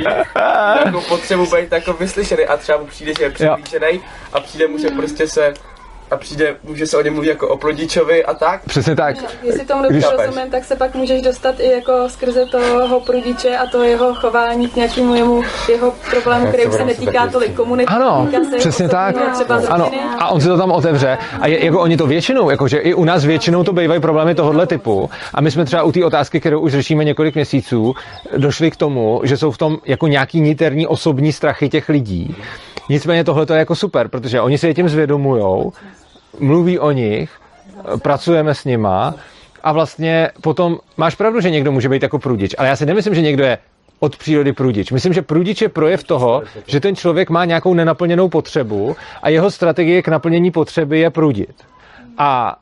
nějakou potřebu být jako vyslyšený a třeba mu přijde, že je překlíčený a přijde mu, že prostě se a přijde, může se o něm mluvit jako o plodičovi a tak. Přesně tak. Jestli tomu dobře rozumím, tak se pak můžeš dostat i jako skrze toho prodiče a to jeho chování k nějakému jemu, jeho problému, který už se netýká tolik komunity. Ano, přesně tak. Ano, a on si to tam otevře. A je, jako oni to většinou, jakože i u nás většinou to bývají problémy tohohle typu. A my jsme třeba u té otázky, kterou už řešíme několik měsíců, došli k tomu, že jsou v tom jako nějaký niterní osobní strachy těch lidí. Nicméně tohle je jako super, protože oni se je tím zvědomujou, mluví o nich, pracujeme s nima a vlastně potom máš pravdu, že někdo může být jako prudič, ale já si nemyslím, že někdo je od přírody prudič. Myslím, že prudič je projev toho, že ten člověk má nějakou nenaplněnou potřebu a jeho strategie k naplnění potřeby je prudit. A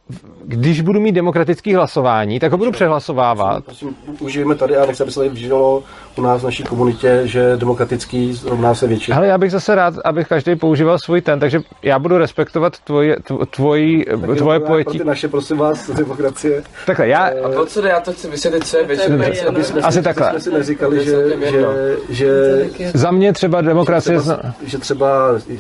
když budu mít demokratické hlasování, tak ho budu přehlasovávat. Prosím, užijeme tady a nechci, aby se tady vžilo u nás v naší komunitě, že demokratický rovná se většina. Ale já bych zase rád, abych každý používal svůj ten, takže já budu respektovat tvoje, tvoji, tvoje pojetí. Ty naše, prosím vás, demokracie. Takhle, já... A to, co já to chci vysvětlit, co je většina. Asi takhle. Jsme si neříkali, že, že, že... Za mě třeba demokracie... Že třeba, že třeba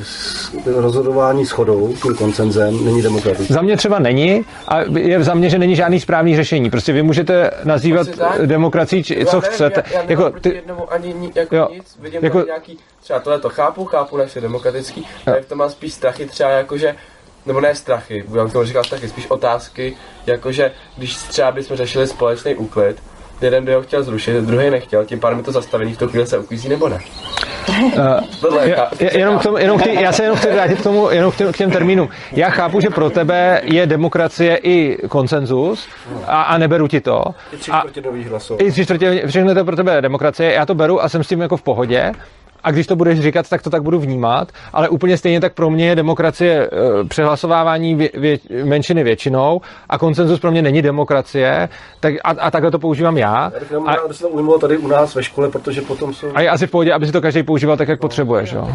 rozhodování shodou, tím koncenzem, není demokratické. Za mě třeba není, a je za mě, že není žádný správný řešení. Prostě vy můžete nazývat demokracii, co chcete. Já, já jako ty jednomu ani jako jo, nic, vidím jako, nějaký, třeba tohle to chápu, chápu naše demokratický, ale to mám spíš strachy třeba jako, že nebo ne strachy, budeme tomu říkat strachy, spíš otázky, jakože když třeba bychom řešili společný úklid, jeden by ho chtěl zrušit, druhý nechtěl, tím pádem je to zastavený, v tu chvíli se uklízí nebo ne? Uh, je, jenom k tomu, jenom k tý, já se jenom chci vrátit k tomu, jenom k těm, k těm termínům. Já chápu, že pro tebe je demokracie i konsenzus a, a neberu ti to. I tři čtvrtinový hlasů. I tři čtvrtinový, všechno to pro tebe je demokracie, já to beru a jsem s tím jako v pohodě. A když to budeš říkat, tak to tak budu vnímat, ale úplně stejně tak pro mě je demokracie e, přehlasovávání vě, vě, menšiny většinou a konsenzus pro mě není demokracie, tak a, a takhle to používám já. Já bych jenom rád, aby se to ujmulo tady u nás ve škole, protože potom jsou... A je asi v pohodě, aby si to každý používal tak, jak potřebuješ, jo.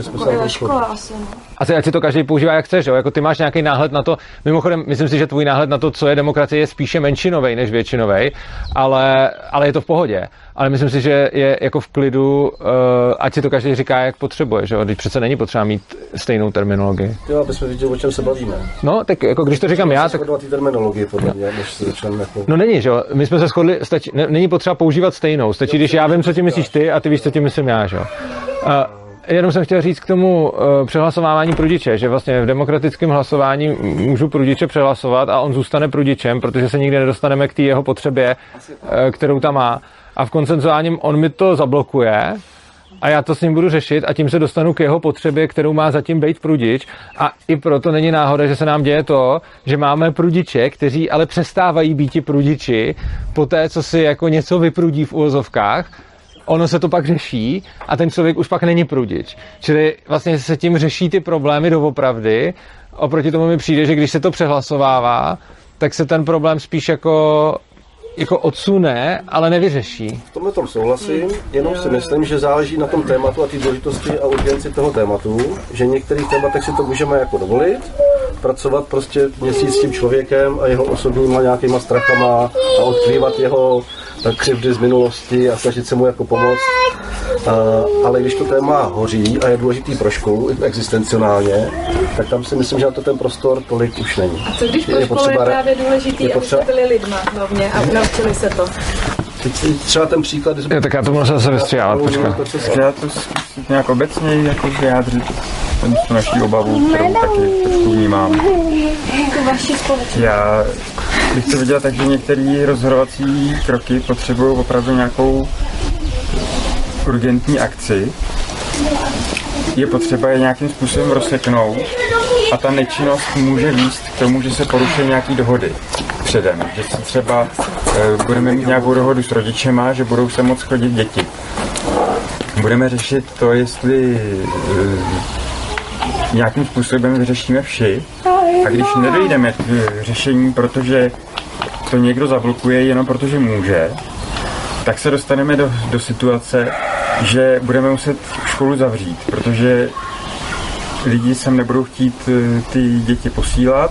Asi ať si to každý používá, jak chceš, jo. Jako ty máš nějaký náhled na to, mimochodem, myslím si, že tvůj náhled na to, co je demokracie, je spíše menšinovej než většinovej, ale, ale je to v pohodě. Ale myslím si, že je jako v klidu, uh, ať si to každý říká, jak potřebuje, že jo? Když přece není potřeba mít stejnou terminologii. Jo, aby jsme viděli, o čem se bavíme. No, tak jako když to říkám já, tak... terminologii, podle mě, než se začneme jako... No není, že jo? My jsme se shodli, stačí, ne, není potřeba používat stejnou. Stačí, když já vím, co ti myslíš ty a ty víš, co ti myslím já, že jo? Uh, jenom jsem chtěl říct k tomu uh, přehlasovávání prudiče, že vlastně v demokratickém hlasování můžu prudiče přehlasovat a on zůstane prudičem, protože se nikdy nedostaneme k té jeho potřebě, uh, kterou tam má. A v konsenzuálním on mi to zablokuje a já to s ním budu řešit a tím se dostanu k jeho potřebě, kterou má zatím být prudič. A i proto není náhoda, že se nám děje to, že máme prudiče, kteří ale přestávají být ti prudiči po té, co si jako něco vyprudí v uvozovkách. Ono se to pak řeší a ten člověk už pak není prudič. Čili vlastně se tím řeší ty problémy doopravdy. Oproti tomu mi přijde, že když se to přehlasovává, tak se ten problém spíš jako... jako odsune, ale nevyřeší. V tomhle tom souhlasím, jenom si myslím, že záleží na tom tématu a té důležitosti a urgenci toho tématu, že v některých tématech si to můžeme jako dovolit, pracovat prostě měsíc s tím člověkem a jeho osobníma nějakýma strachama a odkrývat jeho křivdy z minulosti a snažit se mu jako pomoct. A, ale když to téma hoří a je důležitý pro školu, existenciálně, tak tam si myslím, že na to ten prostor tolik už není. A co když pro školu je právě důležitý, je potřeba... aby byli lidma hlavně a naučili se to? Třeba ten příklad... Je, tak já to můžu zase vystříhávat, počkej. Já to nějak obecně jako vyjádřit tu naši obavu, kterou taky trošku vnímám. Já bych to viděl tak, že některé rozhodovací kroky potřebují opravdu nějakou urgentní akci. Je potřeba je nějakým způsobem rozseknout a ta nečinnost může vést k tomu, že se poruší nějaký dohody předem. Že se třeba e, budeme mít nějakou dohodu s rodičema, že budou se moc chodit děti. Budeme řešit to, jestli e, nějakým způsobem vyřešíme vši a když nedojdeme k řešení, protože to někdo zablokuje jenom protože může, tak se dostaneme do, do situace, že budeme muset školu zavřít, protože lidi sem nebudou chtít ty děti posílat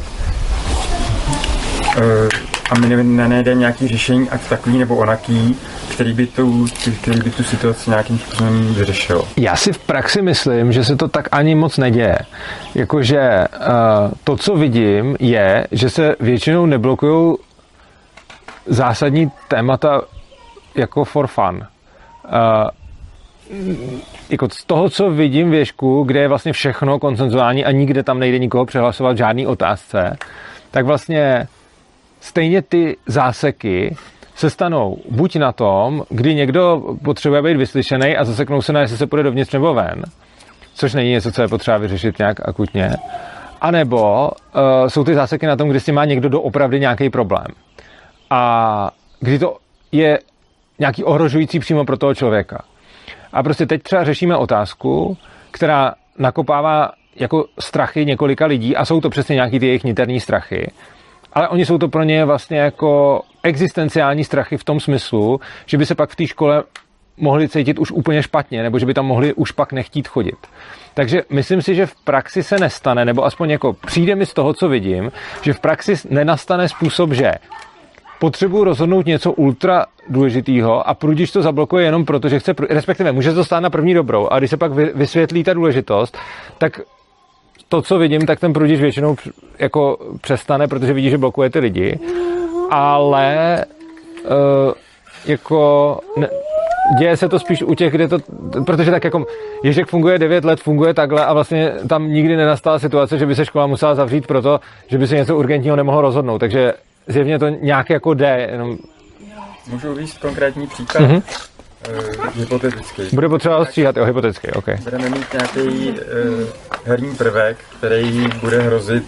a my nenajdeme nějaký řešení, ať takový nebo onaký, který by, tu, který by tu situaci nějakým způsobem vyřešil. Já si v praxi myslím, že se to tak ani moc neděje. Jakože uh, to, co vidím, je, že se většinou neblokují zásadní témata jako for fun. Uh, jako z toho, co vidím věšku, kde je vlastně všechno konsenzuální a nikde tam nejde nikoho přehlasovat žádný otázce, tak vlastně stejně ty záseky se stanou buď na tom, kdy někdo potřebuje být vyslyšený a zaseknou se na, jestli se půjde dovnitř nebo ven, což není něco, co je potřeba vyřešit nějak akutně, anebo uh, jsou ty záseky na tom, kdy s tím má někdo doopravdy nějaký problém. A kdy to je nějaký ohrožující přímo pro toho člověka. A prostě teď třeba řešíme otázku, která nakopává jako strachy několika lidí a jsou to přesně nějaký ty jejich niterní strachy, ale oni jsou to pro ně vlastně jako existenciální strachy v tom smyslu, že by se pak v té škole mohli cítit už úplně špatně, nebo že by tam mohli už pak nechtít chodit. Takže myslím si, že v praxi se nestane, nebo aspoň jako přijde mi z toho, co vidím, že v praxi nenastane způsob, že potřebuji rozhodnout něco ultra důležitého a prudič to zablokuje jenom proto, že chce, respektive může to stát na první dobrou a když se pak vysvětlí ta důležitost, tak to, co vidím, tak ten prudič většinou jako přestane, protože vidí, že blokuje ty lidi, ale uh, jako ne, děje se to spíš u těch, kde to, protože tak jako Ježek funguje devět let, funguje takhle a vlastně tam nikdy nenastala situace, že by se škola musela zavřít proto, že by se něco urgentního nemohlo rozhodnout, takže zjevně to nějak jako jde, jenom... Můžu říct konkrétní příklad? Mm-hmm. Uh, hypotetický. Bude potřeba stříhat, jo, hypotetický, ok. Budeme mít nějaký uh, herní prvek, který bude hrozit,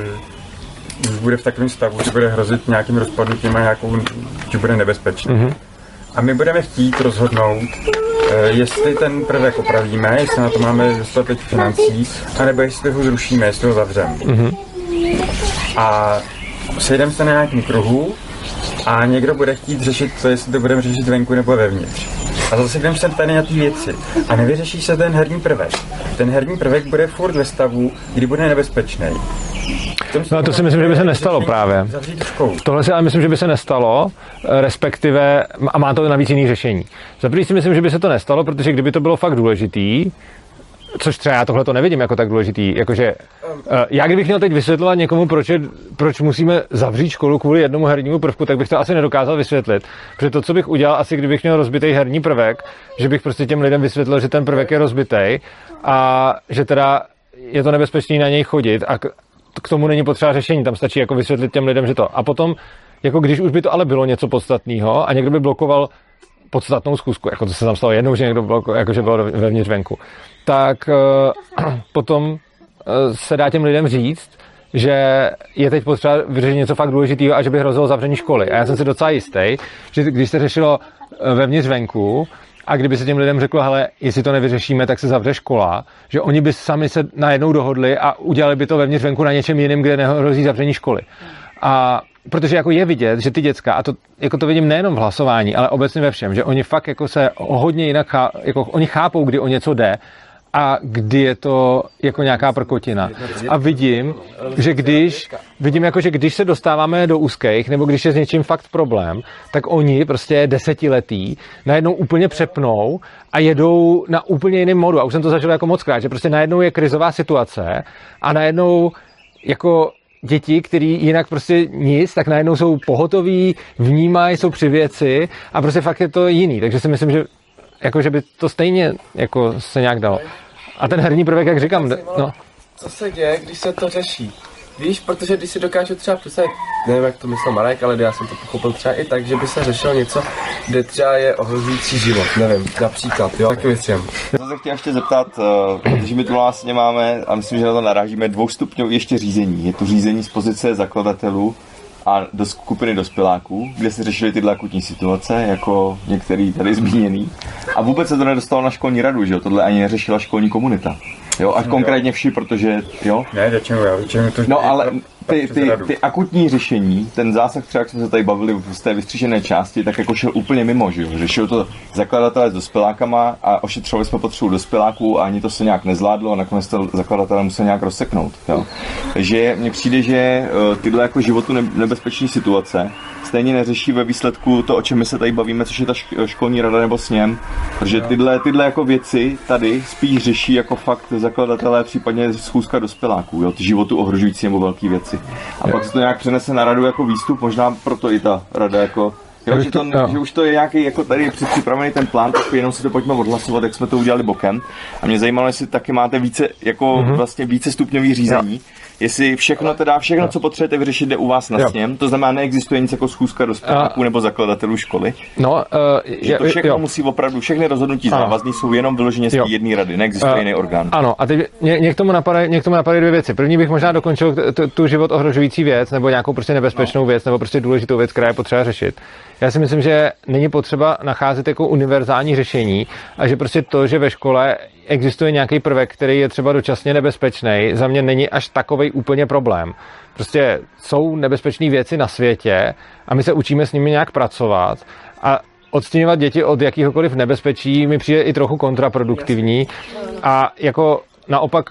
uh, bude v takovém stavu, že bude hrozit nějakým rozpadnutím a nějakou, že bude nebezpečný. Mm-hmm. A my budeme chtít rozhodnout, uh, jestli ten prvek opravíme, jestli na to máme dostatek financí, anebo jestli ho zrušíme, jestli ho zavřeme. Mm-hmm. A sejdeme se na nějakém kruhu a někdo bude chtít řešit to, jestli to budeme řešit venku nebo vevnitř. A zase jdeme se tady na ty věci. A nevyřeší se ten herní prvek. Ten herní prvek bude furt ve stavu, kdy bude nebezpečný. No to si myslím, že by se nestalo právě. Tohle si ale myslím, že by se nestalo, respektive, a má to navíc jiný řešení. Za první si myslím, že by se to nestalo, protože kdyby to bylo fakt důležitý, což třeba já tohle to nevidím jako tak důležitý, jakože já kdybych měl teď vysvětlovat někomu, proč, je, proč musíme zavřít školu kvůli jednomu hernímu prvku, tak bych to asi nedokázal vysvětlit. Protože to, co bych udělal, asi kdybych měl rozbitý herní prvek, že bych prostě těm lidem vysvětlil, že ten prvek je rozbitý a že teda je to nebezpečný na něj chodit a k, k tomu není potřeba řešení, tam stačí jako vysvětlit těm lidem, že to. A potom, jako když už by to ale bylo něco podstatného a někdo by blokoval podstatnou schůzku, jako to se tam stalo jednou, že někdo blokoval, jakože bylo vevnitř venku, tak uh, potom uh, se dá těm lidem říct, že je teď potřeba vyřešit něco fakt důležitého a že by hrozilo zavření školy. A já jsem si docela jistý, že když se řešilo vevnitř venku a kdyby se těm lidem řeklo, hele, jestli to nevyřešíme, tak se zavře škola, že oni by sami se najednou dohodli a udělali by to vevnitř venku na něčem jiném, kde nehrozí zavření školy. A protože jako je vidět, že ty děcka, a to, jako to vidím nejenom v hlasování, ale obecně ve všem, že oni fakt jako se hodně jinak, chá, jako oni chápou, kdy o něco jde a kdy je to jako nějaká prkotina. A vidím, že když, vidím jako, že když se dostáváme do úzkých, nebo když je s něčím fakt problém, tak oni prostě desetiletí najednou úplně přepnou a jedou na úplně jiném modu. A už jsem to zažil jako moc krát, že prostě najednou je krizová situace a najednou jako děti, který jinak prostě nic, tak najednou jsou pohotoví, vnímají, jsou při věci a prostě fakt je to jiný. Takže si myslím, že, jako, že by to stejně jako se nějak dalo. A ten herní prvek, jak říkám, no. Co se děje, když se to řeší? Víš, protože když si dokážu třeba představit, nevím, jak to myslel Marek, ale já jsem to pochopil třeba i tak, že by se řešilo něco, kde třeba je ohrožující život, nevím, například, jo, taky věcem. Já jsem se chtěl ještě zeptat, protože my tu vlastně máme, a myslím, že na to narážíme, dvoustupňový ještě řízení. Je to řízení z pozice zakladatelů a do skupiny dospěláků, kde se řešily tyhle akutní situace, jako některý tady zmíněný. A vůbec se to nedostalo na školní radu, že jo, tohle ani neřešila školní komunita. Jo, a konkrétně vši, protože, jo? Ne, většinou já, většinou to... No, ale ty, ty, ty akutní řešení, ten zásah třeba, jak jsme se tady bavili z té vystřížené části, tak jako šel úplně mimo, že jo? Řešil to zakladatelé s dospělákama a ošetřovali jsme potřebu dospěláků a ani to se nějak nezvládlo a nakonec to zakladatelé musel nějak rozseknout, jo? Takže mně přijde, že tyhle jako životu nebezpečné situace stejně neřeší ve výsledku to, o čem my se tady bavíme, což je ta školní rada nebo sněm, protože tyhle, tyhle jako věci tady spíš řeší jako fakt zakladatelé, případně schůzka dospěláků, jo, ty životu ohrožující nebo velké věci. A jo. Pak se to nějak přenese na radu jako výstup, možná proto i ta rada jako, jo, že, to, že už to je nějaký, jako tady připravený ten plán, tak jenom si to pojďme odhlasovat, jak jsme to udělali bokem. A mě zajímalo, jestli taky máte více, jako mm-hmm. vlastně více stupňový řízení, jo. Jestli všechno teda, všechno, co potřebujete vyřešit, jde u vás na jo. sněm, to znamená, neexistuje nic jako schůzka dospěláků nebo zakladatelů školy. No, uh, že to všechno jo. musí opravdu, všechny rozhodnutí závazný jsou jenom vyloženě z jedné rady, neexistuje uh, jiný orgán. Ano, a teď mě k tomu napadají napadají dvě věci. První bych možná dokončil t- tu život ohrožující věc, nebo nějakou prostě nebezpečnou no. věc, nebo prostě důležitou věc, která je potřeba řešit. Já si myslím, že není potřeba nacházet jako univerzální řešení a že prostě to, že ve škole existuje nějaký prvek, který je třeba dočasně nebezpečný, za mě není až takovej úplně problém. Prostě jsou nebezpečné věci na světě a my se učíme s nimi nějak pracovat a odstěňovat děti od jakýhokoliv nebezpečí mi přijde i trochu kontraproduktivní a jako naopak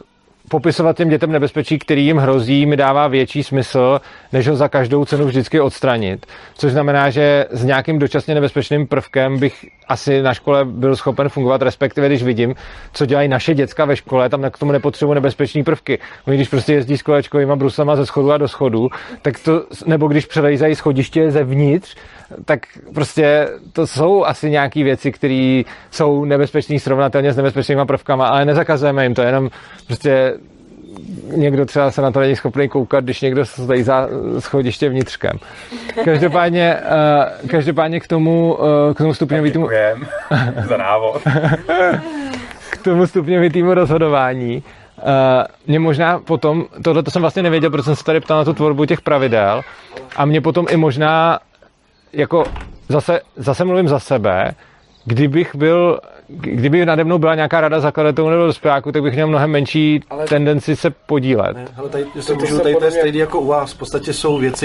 popisovat těm dětem nebezpečí, který jim hrozí, mi dává větší smysl, než ho za každou cenu vždycky odstranit. Což znamená, že s nějakým dočasně nebezpečným prvkem bych asi na škole byl schopen fungovat, respektive když vidím, co dělají naše děcka ve škole, tam k tomu nepotřebují nebezpečný prvky. Oni když prostě jezdí s kolečkovýma bruslama ze schodu a do schodu, tak to, nebo když přelejzají schodiště zevnitř, tak prostě to jsou asi nějaké věci, které jsou nebezpečné srovnatelně s nebezpečnýma prvkama, ale nezakazujeme jim to, jenom prostě někdo třeba se na to není schopný koukat, když někdo stojí za schodiště vnitřkem. Každopádně, uh, každopádně k tomu, uh, k tomu stupňovitému za návod. K tomu stupňovitému rozhodování. Uh, mě možná potom, tohle to jsem vlastně nevěděl, protože jsem se tady ptal na tu tvorbu těch pravidel a mě potom i možná jako zase, zase mluvím za sebe, kdybych byl, kdyby nade mnou byla nějaká rada zakladatelů nebo dospěláků, tak bych měl mnohem menší ale tendenci se podílet. Ne, hele, tady, jestli můžu, tady to je stejný jako u vás. V podstatě jsou věci,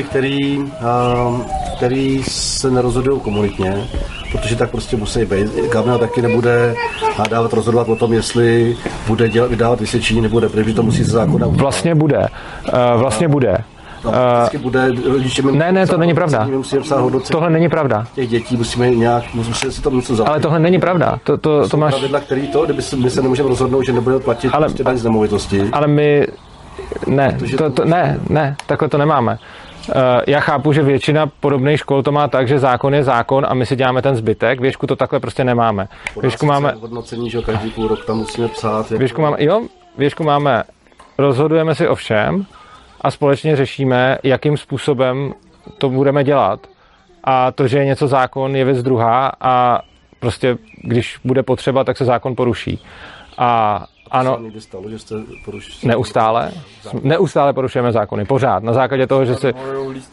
které se nerozhodují komunitně, protože tak prostě musí být. Kamila taky nebude hádávat, rozhodovat o tom, jestli bude dělat, vydávat vysvědčení, nebude, protože to musí se zákona udělat. Vlastně bude. Uh, vlastně bude. No, uh, bude ne, ne, to není pravda. Tohle není pravda. Těch dětí musíme nějak, musíme si tam něco zapít. Ale tohle není pravda. To, to, to, to máš... pravidla, který to, kdyby se, my se nemůžeme rozhodnout, že nebudeme platit ale, prostě daň z nemovitosti. Ale my, ne, to, to, ne, ne, takhle to nemáme. Uh, já chápu, že většina podobných škol to má tak, že zákon je zákon a my si děláme ten zbytek. Věšku to takhle prostě nemáme. Věšku máme hodnocení, že každý půl rok tam musíme psát. Věšku máme, jo, věšku máme, rozhodujeme si o všem a společně řešíme, jakým způsobem to budeme dělat. A to, že je něco zákon, je věc druhá a prostě, když bude potřeba, tak se zákon poruší. A ano, stalo, že jste porušili? Neustále. Neustále porušujeme zákony. Pořád. Na základě toho, že si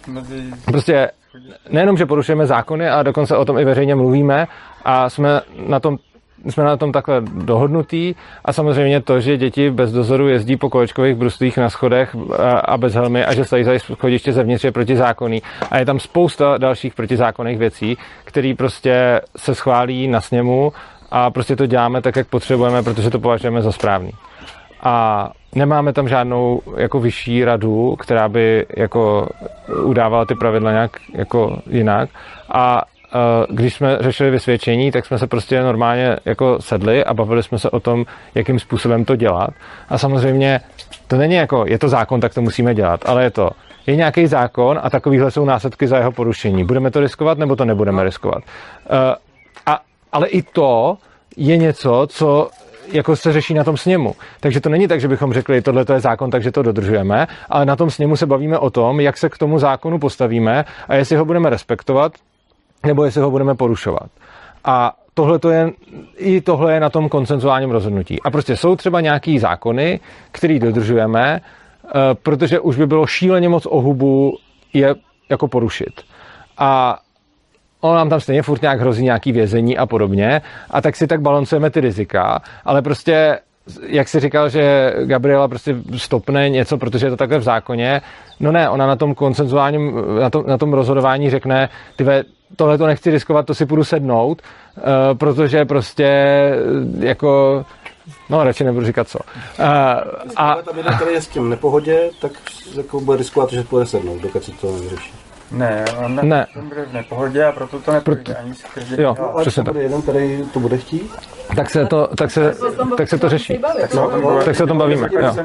prostě nejenom, že porušujeme zákony, a dokonce o tom i veřejně mluvíme a jsme na tom jsme na tom takhle dohodnutí a samozřejmě to, že děti bez dozoru jezdí po kolečkových bruslích na schodech a bez helmy a že stojí za schodiště zevnitř je protizákonný. A je tam spousta dalších protizákonných věcí, které prostě se schválí na sněmu a prostě to děláme tak, jak potřebujeme, protože to považujeme za správný. A nemáme tam žádnou jako vyšší radu, která by jako udávala ty pravidla nějak jako jinak. A když jsme řešili vysvědčení, tak jsme se prostě normálně jako sedli a bavili jsme se o tom, jakým způsobem to dělat. A samozřejmě to není jako, je to zákon, tak to musíme dělat, ale je to, je nějaký zákon a takovýhle jsou následky za jeho porušení. Budeme to riskovat, nebo to nebudeme riskovat? A, ale i to je něco, co jako se řeší na tom sněmu. Takže to není tak, že bychom řekli, tohle je zákon, takže to dodržujeme, ale na tom sněmu se bavíme o tom, jak se k tomu zákonu postavíme a jestli ho budeme respektovat, nebo jestli ho budeme porušovat. A tohle to je, i tohle je na tom konsenzuálním rozhodnutí. A prostě jsou třeba nějaký zákony, který dodržujeme, protože už by bylo šíleně moc ohubu je jako porušit. A ono nám tam stejně furt nějak hrozí nějaký vězení a podobně, a tak si tak balancujeme ty rizika, ale prostě jak jsi říkal, že Gabriela prostě stopne něco, protože je to takhle v zákoně, no ne, ona na tom konsenzuálním, na tom, na tom rozhodování řekne, tyve, tohle to nechci riskovat, to si půjdu sednout, uh, protože prostě jako, no radši nebudu říkat co. Uh, a tam jeden, který je s tím nepohodě, tak jako bude riskovat, že půjde sednout, dokud se to vyřeší. Ne, on ne, ne. bude v nepohodě a proto to nepůjde proto, ani si jo, no, přesně tak. Jeden, který to bude chtít, tak se to, tak se, tak se to řeší. Tak, no, no, tak se o tom bavíme.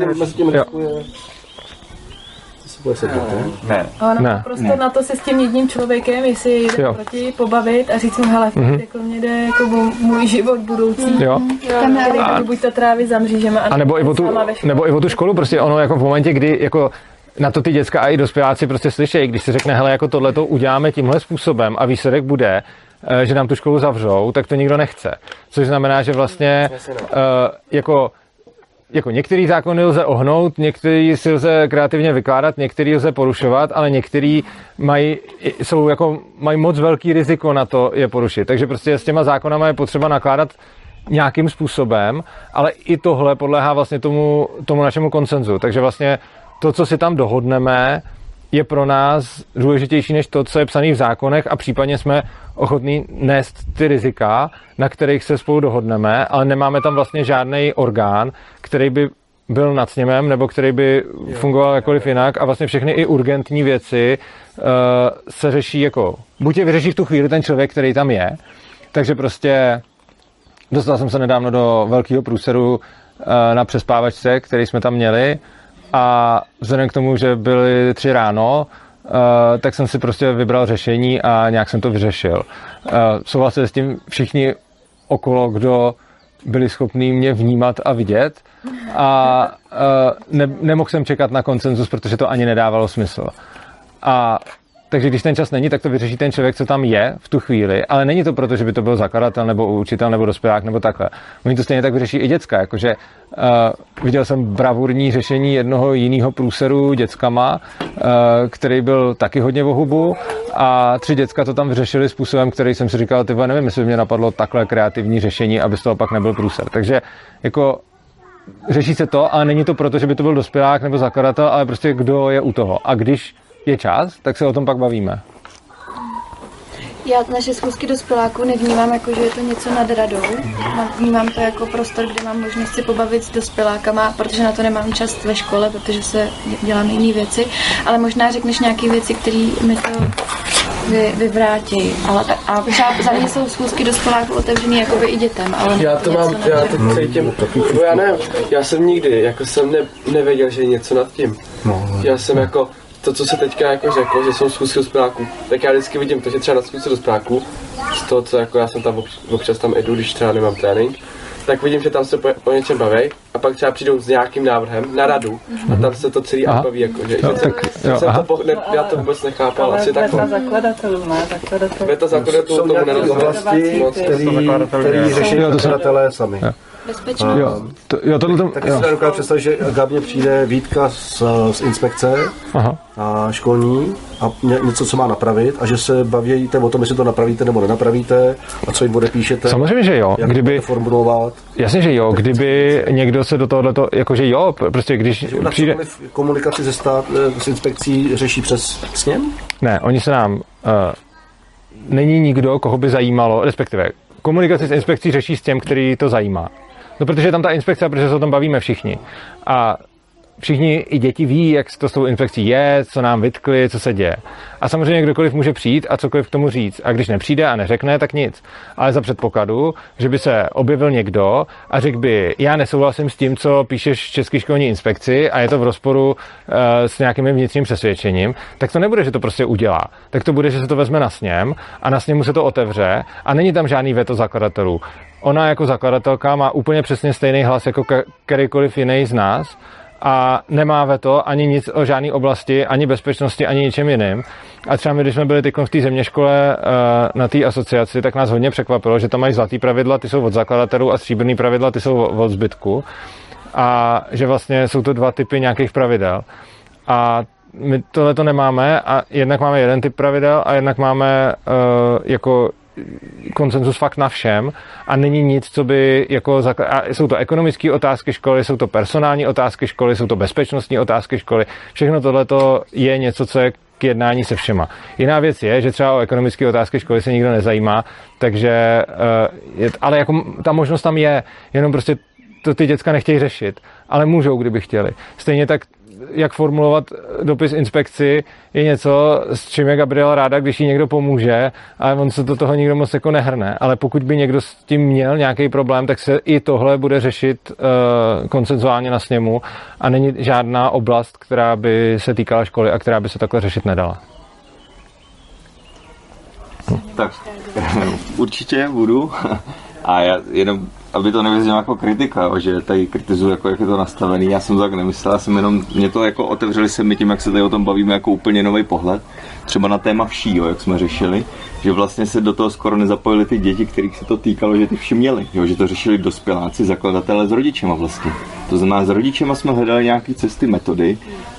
Ne. Ono ne. Prostě ne. Na to se s tím jedním člověkem, jestli jde jo. proti, pobavit a říct mu, hele, mm-hmm. jako mě jde jako můj život budoucí, jo. který a, buď to tráví za mřížema. A, a nebo, i o tu, nebo i o tu školu, prostě ono jako v momentě, kdy jako na to ty děcka a i dospěláci prostě slyšejí, když se řekne, hele, jako tohleto uděláme tímhle způsobem a výsledek bude, že nám tu školu zavřou, tak to nikdo nechce. Což znamená, že vlastně uh, jako, jako některý zákony lze ohnout, některý si lze kreativně vykládat, některý lze porušovat, ale některý mají, jsou jako, mají moc velký riziko na to je porušit. Takže prostě s těma zákonama je potřeba nakládat nějakým způsobem, ale i tohle podléhá vlastně tomu, tomu našemu konsenzu. Takže vlastně to, co si tam dohodneme, je pro nás důležitější než to, co je psané v zákonech a případně jsme ochotní nést ty rizika, na kterých se spolu dohodneme, ale nemáme tam vlastně žádný orgán, který by byl nad sněmem, nebo který by fungoval jakkoliv jinak a vlastně všechny i urgentní věci uh, se řeší jako, buď je vyřeší v tu chvíli ten člověk, který tam je, takže prostě dostal jsem se nedávno do velkého průseru uh, na přespávačce, který jsme tam měli a vzhledem k tomu, že byly tři ráno, uh, tak jsem si prostě vybral řešení a nějak jsem to vyřešil. Uh, souhlasili s tím všichni okolo, kdo byli schopní mě vnímat a vidět a uh, ne, nemohl jsem čekat na konsenzus, protože to ani nedávalo smysl. A takže když ten čas není, tak to vyřeší ten člověk, co tam je v tu chvíli, ale není to proto, že by to byl zakladatel nebo učitel nebo dospělák nebo takhle. Oni to stejně tak vyřeší i děcka, jakože uh, viděl jsem bravurní řešení jednoho jiného průseru děckama, uh, který byl taky hodně v hubu a tři děcka to tam vyřešili způsobem, který jsem si říkal, tyhle, nevím, jestli by mě napadlo takhle kreativní řešení, aby z toho pak nebyl průser. Takže jako řeší se to, ale není to proto, že by to byl dospělák nebo zakladatel, ale prostě kdo je u toho. A když je čas, tak se o tom pak bavíme. Já naše schůzky dospěláků nevnímám jako, že je to něco nad radou. Vnímám to jako prostor, kde mám možnost si pobavit s dospělákama, protože na to nemám čas ve škole, protože se dělám jiné věci, ale možná řekneš nějaké věci, které mi to vy, vyvrátí. Ale ta, a třeba za mě jsou schůzky dospěláků otevřený jakoby i dětem. Ale já to mám, já to cítím, no já nevím, já jsem nikdy, jako jsem ne, nevěděl, že je něco nad tím. Já jsem jako, to, co se teďka jako řekl, že jsou schůzky dospěláků, tak já vždycky vidím to, že třeba na schůzce dospěláků, z toho, co jako já jsem tam občas tam jdu, když třeba nemám trénink, tak vidím, že tam se po, o něčem baví a pak třeba přijdou s nějakým návrhem na radu a tam se to celý odbaví, jako, že, že, tak, že jo, jsem to po, ne, já to vůbec nechápal. Ale asi beta tak zakladatelů, ne? Zakladatelů. Beta zakladatelů tomu nerozumím. Který řeší zakladatelé sami. Bezpečnost. Jo, to, jo, tohle to, tak si dokážu představit, že Gabně přijde Vítka z, z inspekce Aha. a školní a ně, něco, co má napravit a že se bavíte o tom, jestli to napravíte nebo nenapravíte a co jim odepíšete. Samozřejmě, že jo. Jak kdyby, to formulovat. Jasně, že jo. Kdyby někdo se do tohoto, jakože jo, prostě když že přijde... komunikaci ze stát, s inspekcí řeší přes sněm? Ne, oni se nám... Uh, není nikdo, koho by zajímalo, respektive komunikaci s inspekcí řeší s těm, který to zajímá. No, protože je tam ta inspekce, protože se o tom bavíme všichni. A všichni i děti ví, jak to s tou infekcí je, co nám vytkli, co se děje. A samozřejmě kdokoliv může přijít a cokoliv k tomu říct. A když nepřijde a neřekne, tak nic. Ale za předpokladu, že by se objevil někdo a řekl by, já nesouhlasím s tím, co píšeš v České školní inspekci a je to v rozporu uh, s nějakým vnitřním přesvědčením, tak to nebude, že to prostě udělá. Tak to bude, že se to vezme na sněm a na sněmu se to otevře a není tam žádný veto zakladatelů. Ona jako zakladatelka má úplně přesně stejný hlas jako kterýkoliv jiný z nás a nemá veto ani nic o žádné oblasti, ani bezpečnosti, ani ničem jiným. A třeba my, když jsme byli teď v té zeměškole na té asociaci, tak nás hodně překvapilo, že tam mají zlatý pravidla, ty jsou od zakladatelů a stříbrný pravidla, ty jsou od zbytku. A že vlastně jsou to dva typy nějakých pravidel. A my tohle to nemáme a jednak máme jeden typ pravidel a jednak máme uh, jako konsenzus fakt na všem a není nic, co by jako zakl... a jsou to ekonomické otázky školy, jsou to personální otázky školy, jsou to bezpečnostní otázky školy. Všechno tohleto je něco, co je k jednání se všema. Jiná věc je, že třeba o ekonomické otázky školy se nikdo nezajímá, takže uh, je, ale jako ta možnost tam je, jenom prostě to ty děcka nechtějí řešit, ale můžou, kdyby chtěli. Stejně tak jak formulovat dopis inspekci, je něco, s čím je Gabriela ráda, když jí někdo pomůže, ale on se do toho nikdo moc jako nehrne. Ale pokud by někdo s tím měl nějaký problém, tak se i tohle bude řešit uh, konsenzuálně na sněmu a není žádná oblast, která by se týkala školy a která by se takhle řešit nedala. Hm. Tak, určitě budu. A já jenom, aby to nevyznělo jako kritika, že tady kritizuju, jako, jak je to nastavený, já jsem to tak nemyslel, já jsem jenom, mě to jako otevřeli se mi tím, jak se tady o tom bavíme, jako úplně nový pohled, třeba na téma vší, jo, jak jsme řešili, že vlastně se do toho skoro nezapojili ty děti, kterých se to týkalo, že ty vši měli, jo, že to řešili dospěláci, zakladatelé s rodičema vlastně. To znamená, s rodičema jsme hledali nějaké cesty, metody,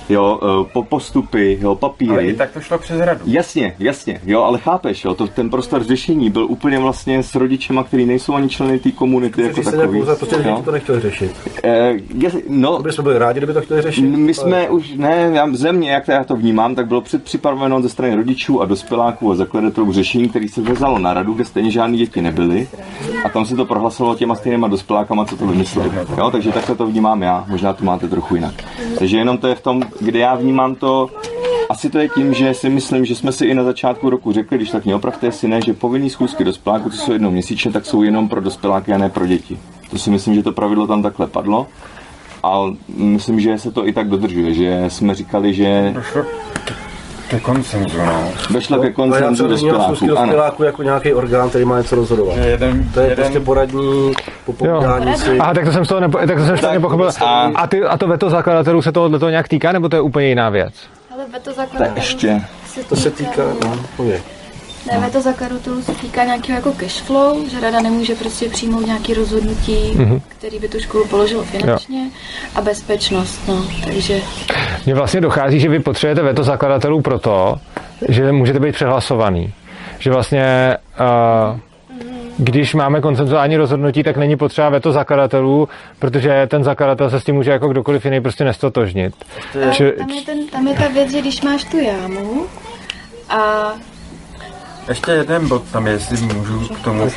jo, po postupy, jo, papíry. Ale i tak to šlo přes radu. Jasně, jasně, jo, ale chápeš, jo, to, ten prostor řešení byl úplně vlastně s rodičema, který nejsou ani členy té komunity jako takový. Prostě lidi to nechtěli řešit. Eh, no, my jsme byli rádi, kdyby to chtěli řešit. My jsme ale... už, ne, já, země, jak to já to vnímám, tak bylo předpřipraveno ze strany rodičů a dospěláků a zakladatelů řešení, který se vezalo na radu, kde stejně žádný děti nebyly. A tam se to prohlasovalo těma stejnýma dospělákama, co to vymysleli. Jo, takže takhle to vnímám já, možná to máte trochu jinak. Takže jenom to je v tom, kde já vnímám to, asi to je tím, že si myslím, že jsme si i na začátku roku řekli, když tak mě opravte, jestli ne, že povinný schůzky dospěláků, co jsou jednou měsíčně, tak jsou jenom pro dospěláky a ne pro děti. To si myslím, že to pravidlo tam takhle padlo. A myslím, že se to i tak dodržuje, že jsme říkali, že... Došlo ke konsenzu, no. Došlo ke konsenzu dospěláků, ano. Dospěláků jako nějaký orgán, který má něco rozhodovat. Jeden, to je jeden... prostě poradní, popovídání si. Aha, tak to jsem z toho nepo, tak to jsem tak, nepochopil. A... A, ty, a to veto zakladatelů se toho, toho nějak týká, nebo to je úplně jiná věc? Ale veto zakladatelů ještě. se týká... To se týká, no, pově. Ne, veto zakladatelů se týká nějakého jako cash flow, že rada nemůže prostě přijmout nějaké rozhodnutí, mm-hmm. který by tu školu položilo finančně, jo. A bezpečnost, no, takže... Mně vlastně dochází, že vy potřebujete veto zakladatelů proto, že můžete být přehlasovaný. Že vlastně, uh, když máme konsenzuální rozhodnutí, tak není potřeba veto zakladatelů, protože ten zakladatel se s tím může jako kdokoliv jiný prostě nestotožnit. Uh, že... tam, je ten, tam je ta věc, že když máš tu jámu a... Ještě jeden bod tam je, jestli můžu k tomu.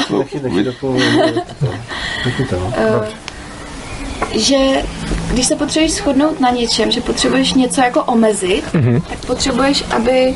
Že když se potřebuješ shodnout na něčem, že potřebuješ něco jako omezit, mm-hmm. tak potřebuješ, aby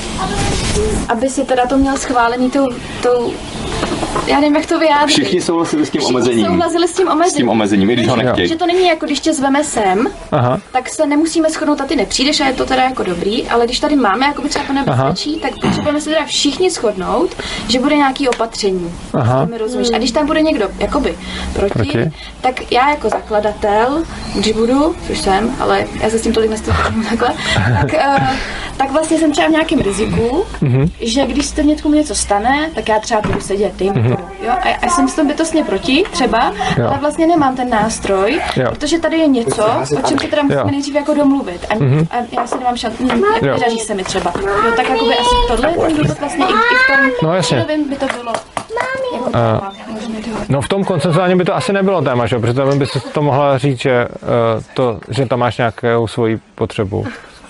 aby si teda to měl schválený tou, tou já nevím, jak to vyjádřit. Všichni souhlasili s tím Všichni omezením. souhlasili s tím omezením. S tím omezením, i když ho nechtějí. Že to není jako, když tě zveme sem, aha. tak se nemusíme shodnout a ty nepřijdeš a je to teda jako dobrý, ale když tady máme jakoby třeba to nebezpečí, tak potřebujeme se teda všichni shodnout, že bude nějaký opatření. Mi rozumíš? A když tam bude někdo jakoby proti, proti, tak já jako zakladatel, když budu, což jsem, ale já se s tím tolik nestotožňuji takhle, tak, uh, tak vlastně jsem třeba v nějakém riziku, mm-hmm. že když se někomu něco stane, tak já třeba budu sedět tím. Mm-hmm. Jo? A já jsem s tom bytostně proti, třeba, jo. ale vlastně nemám ten nástroj, jo. protože tady je něco, o čem se teda musíme nejdřív jako domluvit. A, mm-hmm. a já se nemám šanci, nedaří se mi třeba. Jo, tak jakoby asi tohle ten důvod vlastně i, i v tom, no, jasně. nevím, by to bylo. Jako uh, no v tom konsenzuálně by to asi nebylo téma, že? Protože tam by se to mohla říct, že, uh, to, že tam máš nějakou svoji potřebu.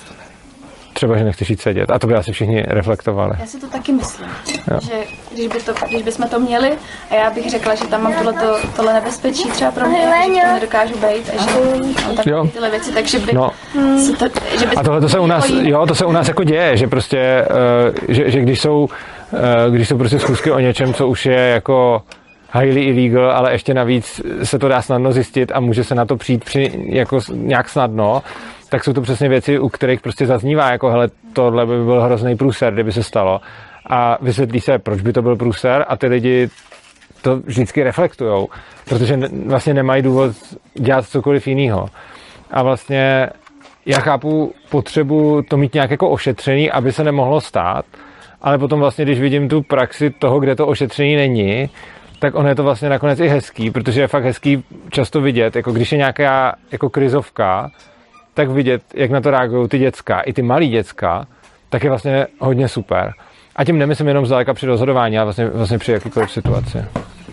Třeba, že nechceš jít sedět. A to by asi všichni reflektovali. Já si to taky myslím, jo. že když, by to, když bychom to měli a já bych řekla, že tam mám tohleto, tohle nebezpečí třeba pro mě, že to nedokážu být a že mám takové tyhle věci, takže by no. se to, že by a tohle to se u nás, jo, to se u nás jako děje, že prostě, uh, že, že když jsou, uh, když jsou prostě schůzky o něčem, co už je jako highly illegal, ale ještě navíc se to dá snadno zjistit a může se na to přijít při, jako nějak snadno, tak jsou to přesně věci, u kterých prostě zaznívá, jako hele, tohle by byl hrozný průser, kdyby se stalo. A vysvětlí se, proč by to byl průser a ty lidi to vždycky reflektujou, protože ne, vlastně nemají důvod dělat cokoliv jiného. A vlastně já chápu potřebu to mít nějak jako ošetřený, aby se nemohlo stát, ale potom vlastně, když vidím tu praxi toho, kde to ošetření není, tak ono je to vlastně nakonec i hezký, protože je fakt hezký často vidět, jako když je nějaká jako krizovka, tak vidět, jak na to reagují ty děcka, i ty malí děcka, tak je vlastně hodně super. A tím nemyslím jenom zdaleka při rozhodování, ale vlastně, vlastně při jakýkoliv situaci.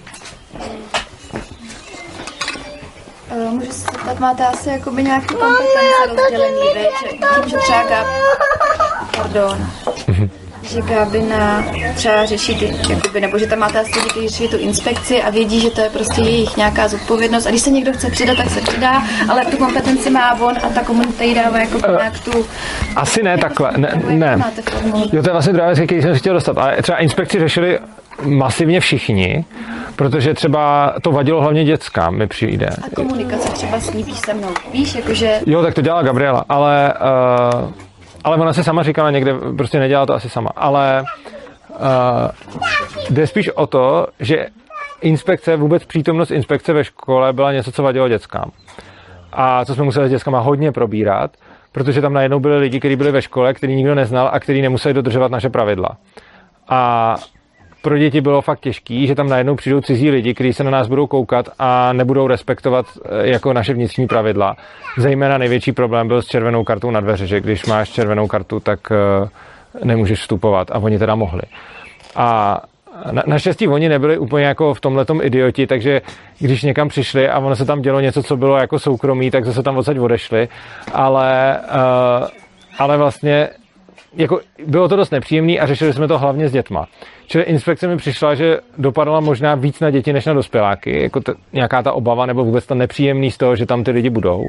Můžu se zeptat, máte asi jakoby nějaké kompetence rozdělený, že tím, že třeba Gab... Pardon. že Gábina třeba řeší ty, jakoby, nebo že tam máte asi lidi, kteří řeší tu inspekci a vědí, že to je prostě jejich nějaká zodpovědnost a když se někdo chce přidat, tak se přidá, ale tu kompetenci má on a ta komunita jí dává jako uh, nějak tu... Asi ne takhle, ne, ne. Jo, to je vlastně druhá věc, který jsem si chtěl dostat, ale třeba inspekci řešili masivně všichni, protože třeba to vadilo hlavně dětskám, mi přijde. A komunikace třeba s ní písemnou, víš, jakože... Jo, tak to dělala Gabriela, ale... Uh, ale ona se sama říkala někde, prostě nedělala to asi sama, ale uh, jde spíš o to, že inspekce, vůbec přítomnost inspekce ve škole byla něco, co vadilo dětskám. A co jsme museli s dětskama hodně probírat, protože tam najednou byli lidi, kteří byli ve škole, který nikdo neznal a kteří nemuseli dodržovat naše pravidla. A pro děti bylo fakt těžký, že tam najednou přijdou cizí lidi, kteří se na nás budou koukat a nebudou respektovat jako naše vnitřní pravidla. Zejména největší problém byl s červenou kartou na dveře, že když máš červenou kartu, tak nemůžeš vstupovat a oni teda mohli. A na, naštěstí oni nebyli úplně jako v tomhletom idioti, takže když někam přišli a ono se tam dělo něco, co bylo jako soukromí, tak zase tam odsaď odešli, ale, uh, ale vlastně jako bylo to dost nepříjemný a řešili jsme to hlavně s dětma. Čili inspekce mi přišla, že dopadala možná víc na děti než na dospěláky, jako t- nějaká ta obava nebo vůbec ta nepříjemný z toho, že tam ty lidi budou.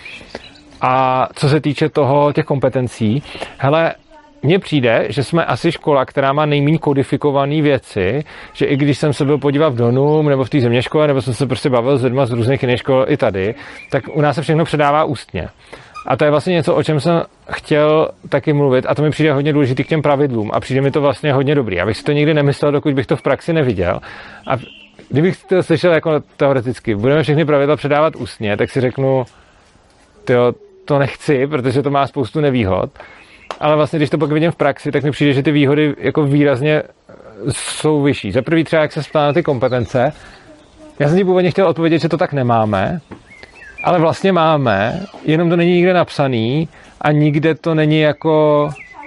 A co se týče toho, těch kompetencí, hele, mně přijde, že jsme asi škola, která má nejméně kodifikované věci, že i když jsem se byl podívat v Donum nebo v té země škole, nebo jsem se prostě bavil s lidma z různých jiných škol i tady, tak u nás se všechno předává ústně. A to je vlastně něco, o čem jsem chtěl taky mluvit a to mi přijde hodně důležitý k těm pravidlům a přijde mi to vlastně hodně dobrý. Já bych si to nikdy nemyslel, dokud bych to v praxi neviděl. A kdybych to slyšel jako teoreticky, budeme všechny pravidla předávat ústně, tak si řeknu, tyjo, to nechci, protože to má spoustu nevýhod. Ale vlastně, když to pak vidím v praxi, tak mi přijde, že ty výhody jako výrazně jsou vyšší. Za prvý třeba, jak se ptá na ty kompetence, já jsem ti původně chtěl odpovědět, že to tak nemáme, ale vlastně máme, jenom to není nikde napsaný a nikde to není jako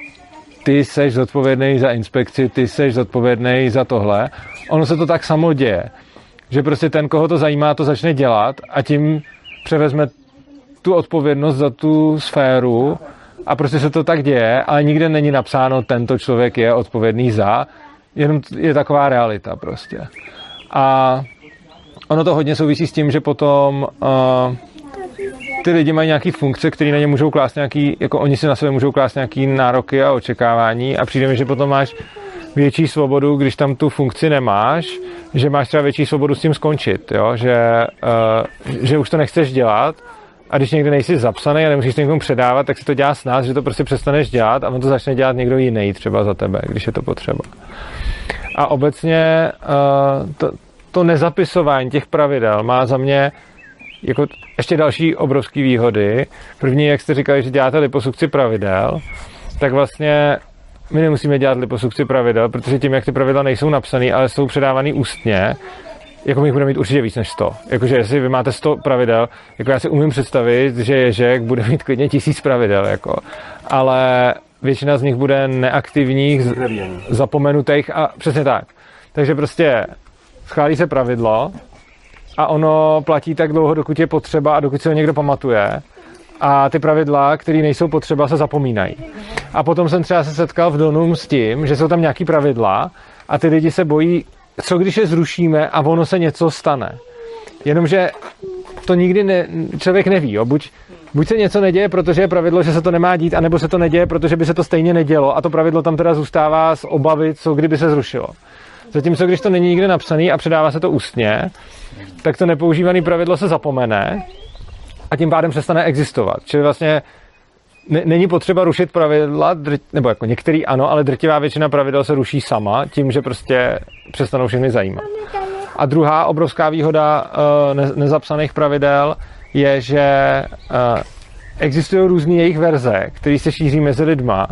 ty seš zodpovědný za inspekci, ty seš zodpovědný za tohle. Ono se to tak samo děje, že prostě ten, koho to zajímá, to začne dělat a tím převezme tu odpovědnost za tu sféru a prostě se to tak děje, ale nikde není napsáno, tento člověk je odpovědný za, jenom je taková realita prostě. A ono to hodně souvisí s tím, že potom uh, ty lidi mají nějaký funkce, které na ně můžou klást nějaký, jako oni si na sebe můžou klást nějaký nároky a očekávání a přijde mi, že potom máš větší svobodu, když tam tu funkci nemáš, že máš třeba větší svobodu s tím skončit, jo? Že, uh, že už to nechceš dělat a když někde nejsi zapsaný a nemusíš to někomu předávat, tak si to dělá s nás, že to prostě přestaneš dělat a on to začne dělat někdo jiný třeba za tebe, když je to potřeba. A obecně uh, to, to nezapisování těch pravidel má za mě jako ještě další obrovské výhody. První, jak jste říkali, že děláte liposukci pravidel, tak vlastně my nemusíme dělat liposukci pravidel, protože tím, jak ty pravidla nejsou napsané, ale jsou předávané ústně, jako my jich budeme mít určitě víc než sto. Jakože jestli vy máte sto pravidel, jako já si umím představit, že Ježek bude mít klidně tisíc pravidel, jako. Ale většina z nich bude neaktivních, zapomenutých a přesně tak. Takže prostě schválí se pravidlo a ono platí tak dlouho, dokud je potřeba a dokud se ho někdo pamatuje. A ty pravidla, které nejsou potřeba, se zapomínají. A potom jsem třeba se setkal v Donum s tím, že jsou tam nějaký pravidla a ty lidi se bojí, co když je zrušíme a ono se něco stane. Jenomže to nikdy ne, člověk neví. Jo? Buď, buď se něco neděje, protože je pravidlo, že se to nemá dít, anebo se to neděje, protože by se to stejně nedělo a to pravidlo tam teda zůstává z obavy, co kdyby se zrušilo. Zatímco když to není nikde napsaný a předává se to ústně, tak to nepoužívané pravidlo se zapomene a tím pádem přestane existovat. Čili vlastně není potřeba rušit pravidla, nebo jako některý ano, ale drtivá většina pravidel se ruší sama, tím, že prostě přestanou všechny zajímat. A druhá obrovská výhoda uh, nezapsaných pravidel je, že uh, existují různé jejich verze, které se šíří mezi lidma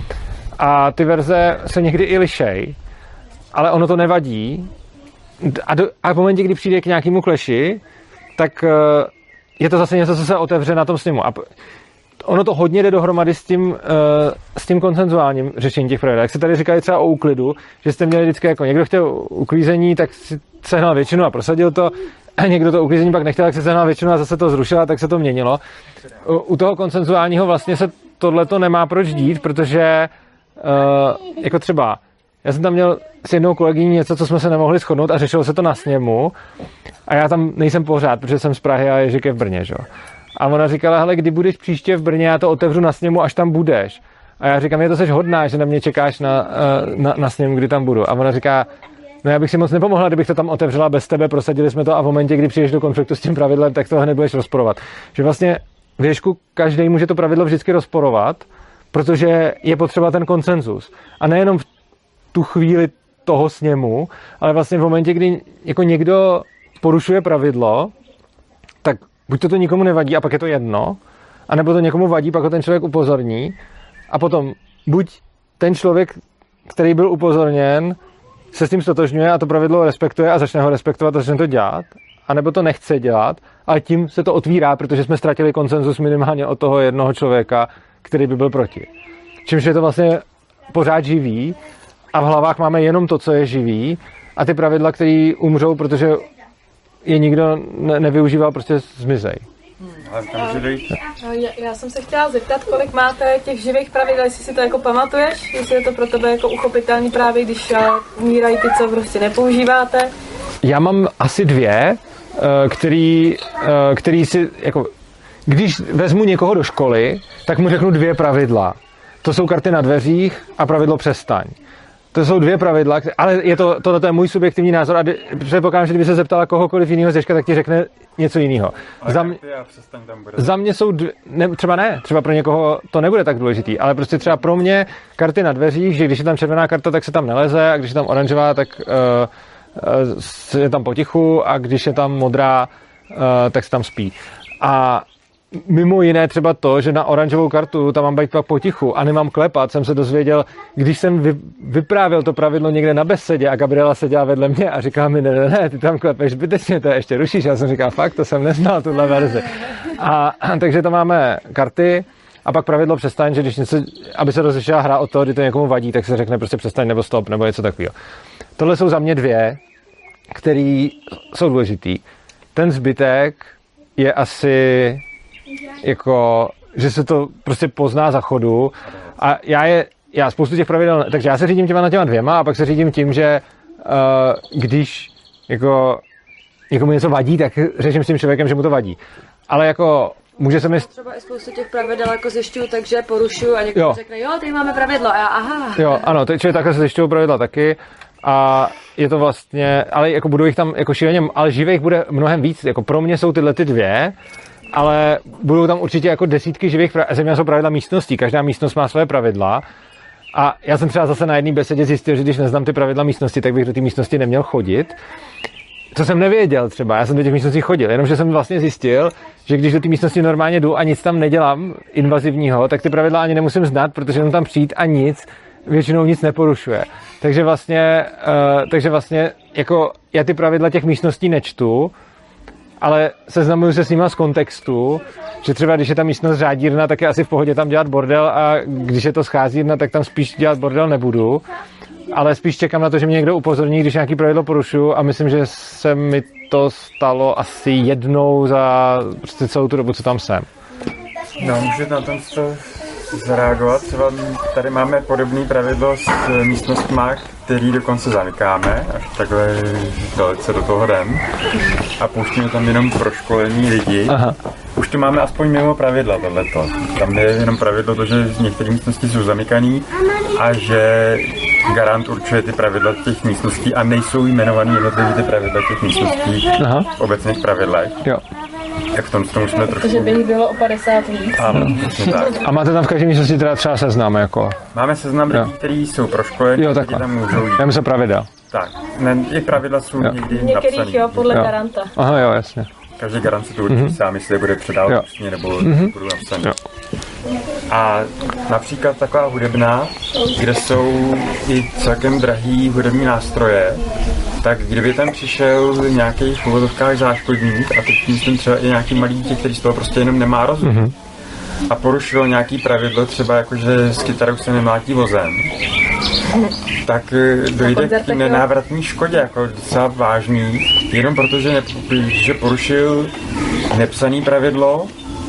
a ty verze se někdy i lišej, ale ono to nevadí a, do, a v momentě, kdy přijde k nějakému kleši, tak uh, je to zase něco, co se otevře na tom sněmu. A ono to hodně jde dohromady s tím, uh, s tím konsenzuálním řešením těch pravidel. Jak se tady říkali třeba o úklidu, že jste měli vždycky jako někdo chtěl uklízení, tak si sehnal většinu a prosadil to, a někdo to uklízení pak nechtěl, tak si sehnal většinu a zase to zrušil a tak se to měnilo. U, u toho konsenzuálního vlastně se tohleto nemá proč dít, protože uh, jako třeba já jsem tam měl s jednou kolegyní něco, co jsme se nemohli shodnout a řešilo se to na sněmu a já tam nejsem pořád, protože jsem z Prahy a Ježek je v Brně, že? A ona říkala, hele, kdy budeš příště v Brně, já to otevřu na sněmu, až tam budeš. A já říkám, je to seš hodná, že na mě čekáš na, na, na sněmu, kdy tam budu. A ona říká, no já bych si moc nepomohla, kdybych to tam otevřela bez tebe, prosadili jsme to a v momentě, kdy přijdeš do konfliktu s tím pravidlem, tak to hned budeš rozporovat. Že vlastně v Ježku každý může to pravidlo vždycky rozporovat, protože je potřeba ten konsenzus. A nejenom v tu chvíli toho sněmu, ale vlastně v momentě, kdy jako někdo porušuje pravidlo, tak buď to, to nikomu nevadí a pak je to jedno, anebo to někomu vadí, pak ho ten člověk upozorní a potom buď ten člověk, který byl upozorněn, se s tím stotožňuje a to pravidlo respektuje a začne ho respektovat a začne to dělat, anebo to nechce dělat, ale tím se to otvírá, protože jsme ztratili konsenzus minimálně od toho jednoho člověka, který by byl proti. Čímž je to vlastně pořád živý a v hlavách máme jenom to, co je živý a ty pravidla, které umřou, protože je nikdo ne- nevyužíval, prostě zmizej. Hmm. Já, já jsem se chtěla zeptat, kolik máte těch živých pravidel, jestli si to jako pamatuješ, jestli je to pro tebe jako uchopitelný právě, když umírají ty, co prostě nepoužíváte. Já mám asi dvě, který, který si, jako, když vezmu někoho do školy, tak mu řeknu dvě pravidla. To jsou karty na dveřích a pravidlo přestaň. To jsou dvě pravidla, ale je to, tohle je můj subjektivní názor a předpokládám, že kdyby se zeptala kohokoliv jiného z Ježka, tak ti řekne něco jiného. Za, mě, za mě jsou dvě, ne, třeba ne, třeba pro někoho to nebude tak důležitý, ale prostě třeba pro mě karty na dveřích, že když je tam červená karta, tak se tam neleze a když je tam oranžová, tak uh, uh, je tam potichu a když je tam modrá, uh, tak se tam spí. A mimo jiné třeba to, že na oranžovou kartu tam mám být pak potichu a nemám klepat, jsem se dozvěděl, když jsem vy, vyprávěl to pravidlo někde na besedě a Gabriela seděla vedle mě a říkala mi, ne, ne, ne, ty tam klepeš zbytečně, to ještě rušíš. Já jsem říkal, fakt, to jsem neznal, tuhle verzi. A, a takže to máme karty a pak pravidlo přestaň, že když něco, aby se rozlišila hra od toho, kdy to někomu vadí, tak se řekne prostě přestaň nebo stop nebo něco takového. Tohle jsou za mě dvě, které jsou důležitý. Ten zbytek je asi jako, že se to prostě pozná za chodu a já je, já spoustu těch pravidel, takže já se řídím těma na těma dvěma a pak se řídím tím, že uh, když jako někomu něco vadí, tak řeším s tím člověkem, že mu to vadí. Ale jako může se mi... Třeba i spoustu těch pravidel jako zjišťuju, takže porušuju a někdo řekne, jo, tady máme pravidlo a já, aha. Jo, ano, takže takhle se zjišťuju pravidla taky a je to vlastně, ale jako budou jich tam jako šíleně, ale živých bude mnohem víc, jako pro mě jsou tyhle ty dvě, ale budou tam určitě jako desítky živých pravidel. Země jsou pravidla místností, každá místnost má své pravidla. A já jsem třeba zase na jedné besedě zjistil, že když neznám ty pravidla místnosti, tak bych do té místnosti neměl chodit. To jsem nevěděl třeba, já jsem do těch místností chodil, jenomže jsem vlastně zjistil, že když do té místnosti normálně jdu a nic tam nedělám invazivního, tak ty pravidla ani nemusím znát, protože jenom tam přijít a nic, většinou nic neporušuje. Takže vlastně, uh, takže vlastně jako já ty pravidla těch místností nečtu, ale seznamuju se s nima z kontextu, že třeba když je ta místnost řádírna, tak je asi v pohodě tam dělat bordel a když je to scházírna, tak tam spíš dělat bordel nebudu. Ale spíš čekám na to, že mě někdo upozorní, když nějaký pravidlo porušuju a myslím, že se mi to stalo asi jednou za prostě celou tu dobu, co tam jsem. No, můžete na tom zareagovat. Třeba tady máme podobné pravidlo s místnostmi, který dokonce zamykáme, až takhle dalece do toho jdem. A pouštíme tam jenom proškolení lidi. Aha. Už to máme aspoň mimo pravidla tohleto. Tam je jenom pravidlo to, že některé místnosti jsou zamykané a že garant určuje ty pravidla těch místností a nejsou jmenovaný jednotlivý ty pravidla těch místností Aha. v obecných pravidlech. Jo. Jak v tom, v tom jsme trošku... Takže by jich bylo o padesát víc. Ano, tak. A máte tam v každé místnosti teda třeba seznam, jako? Máme seznam lidí, kteří jsou proškolení, kteří tam můžou jít. Já myslím pravidel. Tak, ne, i pravidla jsou jo. někdy napsané. Některých jo, podle jo. garanta. Aha, jo, jasně. Každý garant si to určitě mm-hmm. sám, jestli je bude předávat ústně nebo mm-hmm. budou napsaný. Jo. A například taková hudebná, kde jsou i celkem drahý hudební nástroje, tak kdyby tam přišel nějaký v úvodovkách záškodník a teď myslím třeba i nějaký malý dítě, který z toho prostě jenom nemá rozum mm-hmm. a porušilo nějaký pravidlo, třeba jakože s kytarou se nemlátí vozem, tak dojde k nenávratné škodě, jako docela vážný, jenom protože ne, že porušil nepsaný pravidlo,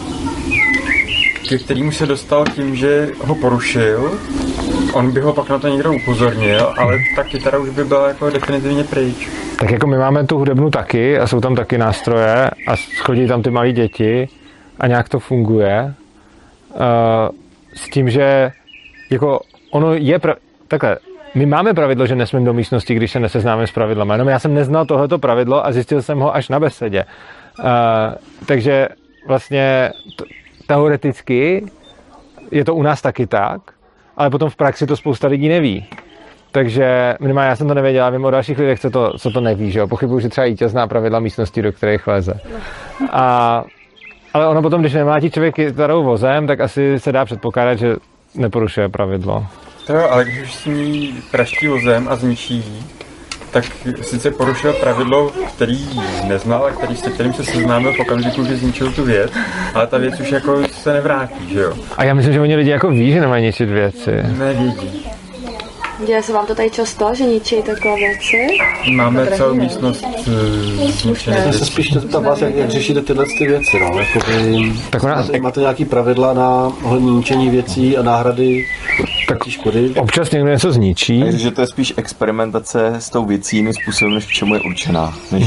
ke kterému se dostal tím, že ho porušil. On by ho pak na to někdo upozornil, ale ta kytara už by byla jako definitivně pryč. Tak jako my máme tu hudebnu taky a jsou tam taky nástroje a chodí tam ty malí děti a nějak to funguje. Uh, s tím, že jako ono je pra... takhle, my máme pravidlo, že nesmím do místnosti, když se neseznámím s pravidlama, jenom já jsem neznal tohleto pravidlo a zjistil jsem ho až na besedě. Uh, takže vlastně t- teoreticky je to u nás taky tak, ale potom v praxi to spousta lidí neví. Takže minimálně já jsem to nevěděl, vím o dalších lidech, co to, co to neví, že jo. Pochybuju, že třeba Jítě zná pravidla místnosti, do kterých leze. A, ale ono potom, když nemlátí člověk kytarou vozem, tak asi se dá předpokládat, že neporušuje pravidlo. To jo, ale když už s ní praští vozem a zničí, tak sice porušil pravidlo, který neznal a který, se kterým se seznámil v okamžiku, že zničil tu věc, ale ta věc už jako se nevrátí, že jo? A já myslím, že oni lidi jako ví, že nemají ničit věci. Nevědí. Děje se vám to tady často, že ničí takové věci? Máme celou místnost zničené. Já se spíš tam vás, jak, jak řešíte tyhle ty věci, no? Jakoby, tak ona, máte, máte nějaký pravidla na ničení věcí a náhrady taky škody? Občas někdo něco zničí. Takže to je spíš experimentace s tou věcí jiným způsobem, než k čemu je určená. Než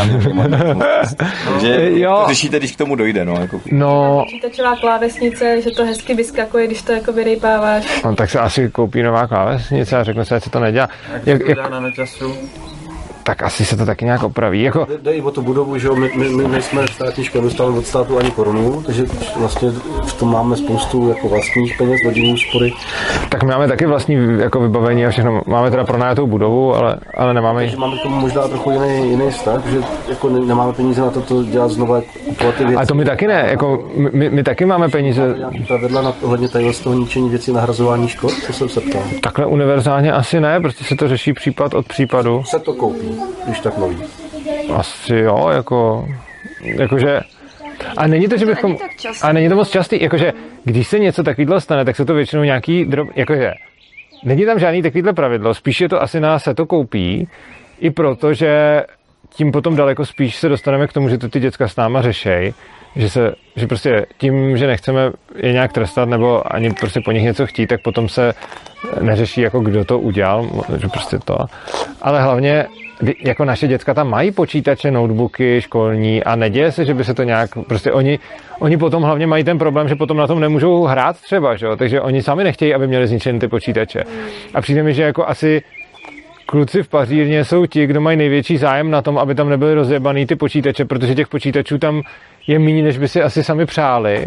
Takže to řešíte, když k tomu dojde, no. Jako. No. Počítačová klávesnice, že to hezky vyskakuje, když to jako vyrejpáváš. No, tak se asi koupí nová klávesnice a řekne se, že se to nedělá. Jak, jak, jak... na času? Tak asi se to taky nějak opraví. Jako... Jde i o tu budovu, že my, my, my nejsme státní škola, nedostáváme od státu ani korunu, takže vlastně v tom máme spoustu jako vlastních peněz, rodinných úspory. Tak my máme taky vlastní jako vybavení a všechno. Máme teda pronajatou budovu, ale, ale nemáme... Takže máme k tomu možná trochu jiný, jiný stav, že jako nemáme peníze na to, to dělat znovu kupovat ty věci. A to my taky ne, jako my, my taky máme peníze. Nějaký pravidla na ohledně tady z toho ničení věcí, nahrazování škod, co jsem se ptal. Takhle univerzálně asi ne, prostě se to řeší případ od případu. Se to koupí. Když tak mluví. Asi jo, jako, jakože, a není to, že bychom, a není to moc častý, jakože, když se něco takovýhle stane, tak se to většinou nějaký drob, jakože, není tam žádný takovýhle pravidlo, spíš je to asi na se to koupí, i proto, že tím potom daleko spíš se dostaneme k tomu, že to ty děcka s náma řešej, že se, že prostě tím, že nechceme je nějak trestat nebo ani prostě po nich něco chtít, tak potom se neřeší, jako kdo to udělal, že prostě to, ale hlavně jako naše děcka tam mají počítače, notebooky školní a neděje se, že by se to nějak, prostě oni, oni potom hlavně mají ten problém, že potom na tom nemůžou hrát třeba, že jo? Takže oni sami nechtějí, aby měli zničené ty počítače. A přijde mi, že jako asi kluci v pařírně jsou ti, kdo mají největší zájem na tom, aby tam nebyly rozjebaný ty počítače, protože těch počítačů tam je méně, než by si asi sami přáli.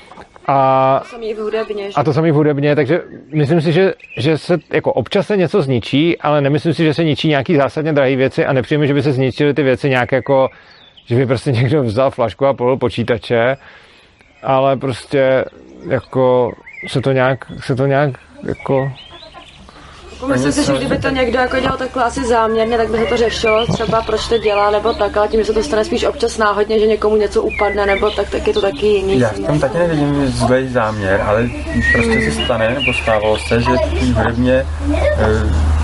A, a to samý v hudebně, takže myslím si, že, že se jako občas se něco zničí, ale nemyslím si, že se ničí nějaký zásadně drahé věci a nepřijde mi, že by se zničily ty věci nějak jako, že by prostě někdo vzal flašku a polil počítače, ale prostě jako se to nějak, se to nějak jako... Myslím si, že kdyby to někdo jako dělal takhle asi záměrně, tak by se to řešilo, třeba proč to dělá, nebo tak, ale tím, že se to stane spíš občas náhodně, že někomu něco upadne, nebo tak, tak je to taky jiný. Já v tom taky nevidím zlej záměr, ale prostě se stane, nebo stávalo se, že v té hudebně e,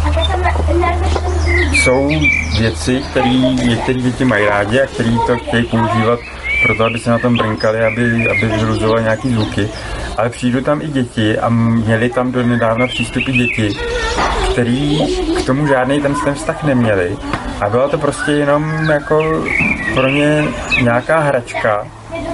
jsou věci, které některé děti mají rádi a které to chtějí používat proto, aby se na tom brinkali, aby, aby vyruzovaly nějaký zvuky. Ale přijdu tam i děti a měli tam do nedávna přístupy děti, který k tomu žádný ten, ten vztah neměli. A byla to prostě jenom jako pro ně nějaká hračka,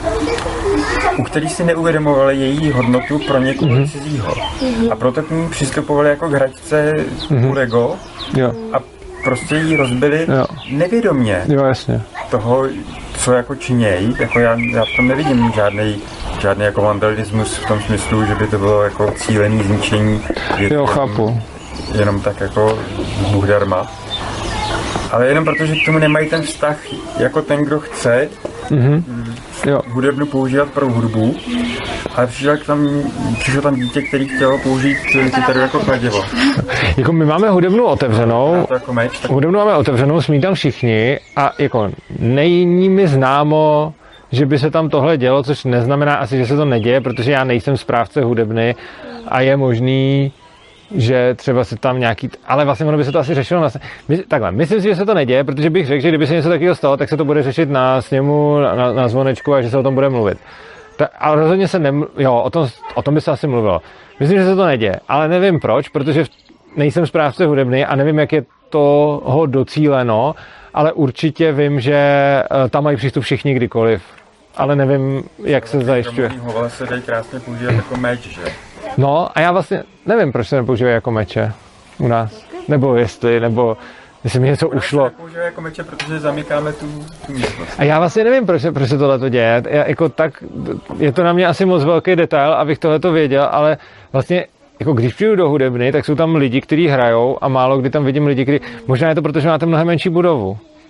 u který si neuvědomovali její hodnotu pro někoho mm-hmm. cizího. A proto k ní přistupovali jako k hračce mm-hmm. Lego jo. A prostě ji rozbili jo. nevědomě jo, jasně. toho, co jako činějí. Jako já, já v tom nevidím žádný žádný jako vandalismus v tom smyslu, že by to bylo jako cílený zničení věcí. Jo, chápu. Jenom tak jako Bůh darma. Ale jenom protože k tomu nemají ten vztah jako ten, kdo chce mm-hmm. jo. hudebnu používat pro hudbu, ale přišlo tam, přišlo tam dítě, který chtělo použít kytaru jako kladivo. Jako my máme hudebnu otevřenou, jako meč, tak... hudebnu máme otevřenou, smí tam všichni a jako není mi známo, že by se tam tohle dělo, což neznamená asi, že se to neděje, protože já nejsem správce hudebny a je možný, že třeba se tam nějaký, ale vlastně ono by se to asi řešilo na, my, takhle, myslím si, že se to neděje, protože bych řekl, že kdyby se něco takového stalo, tak se to bude řešit na sněmu, na, na zvonečku a že se o tom bude mluvit. Ta, ale rozhodně se nem, jo, o tom, o tom by se asi mluvilo. Myslím, že se to neděje, ale nevím proč, protože nejsem správce hudebny a nevím, jak je toho docíleno, ale určitě vím, že tam mají přístup všichni kdykoliv. Ale nevím, jak se zajišťuje. Hovale se dají krásně používat jako meč, že? No a já vlastně nevím, proč se nepoužívají jako meče u nás. Nebo jestli, nebo jestli mi něco ušlo. Se nepoužívají jako meče, protože zamykáme tu, tu místnost. A já vlastně nevím, proč se, proč se tohleto děje. Já, jako tak, je to na mě asi moc velký detail, abych tohleto věděl, ale vlastně jako když přijdu do hudebny, tak jsou tam lidi, kteří hrajou a málo kdy tam vidím lidi, kteří... Možná je to proto, že máte mnohem menší budovu.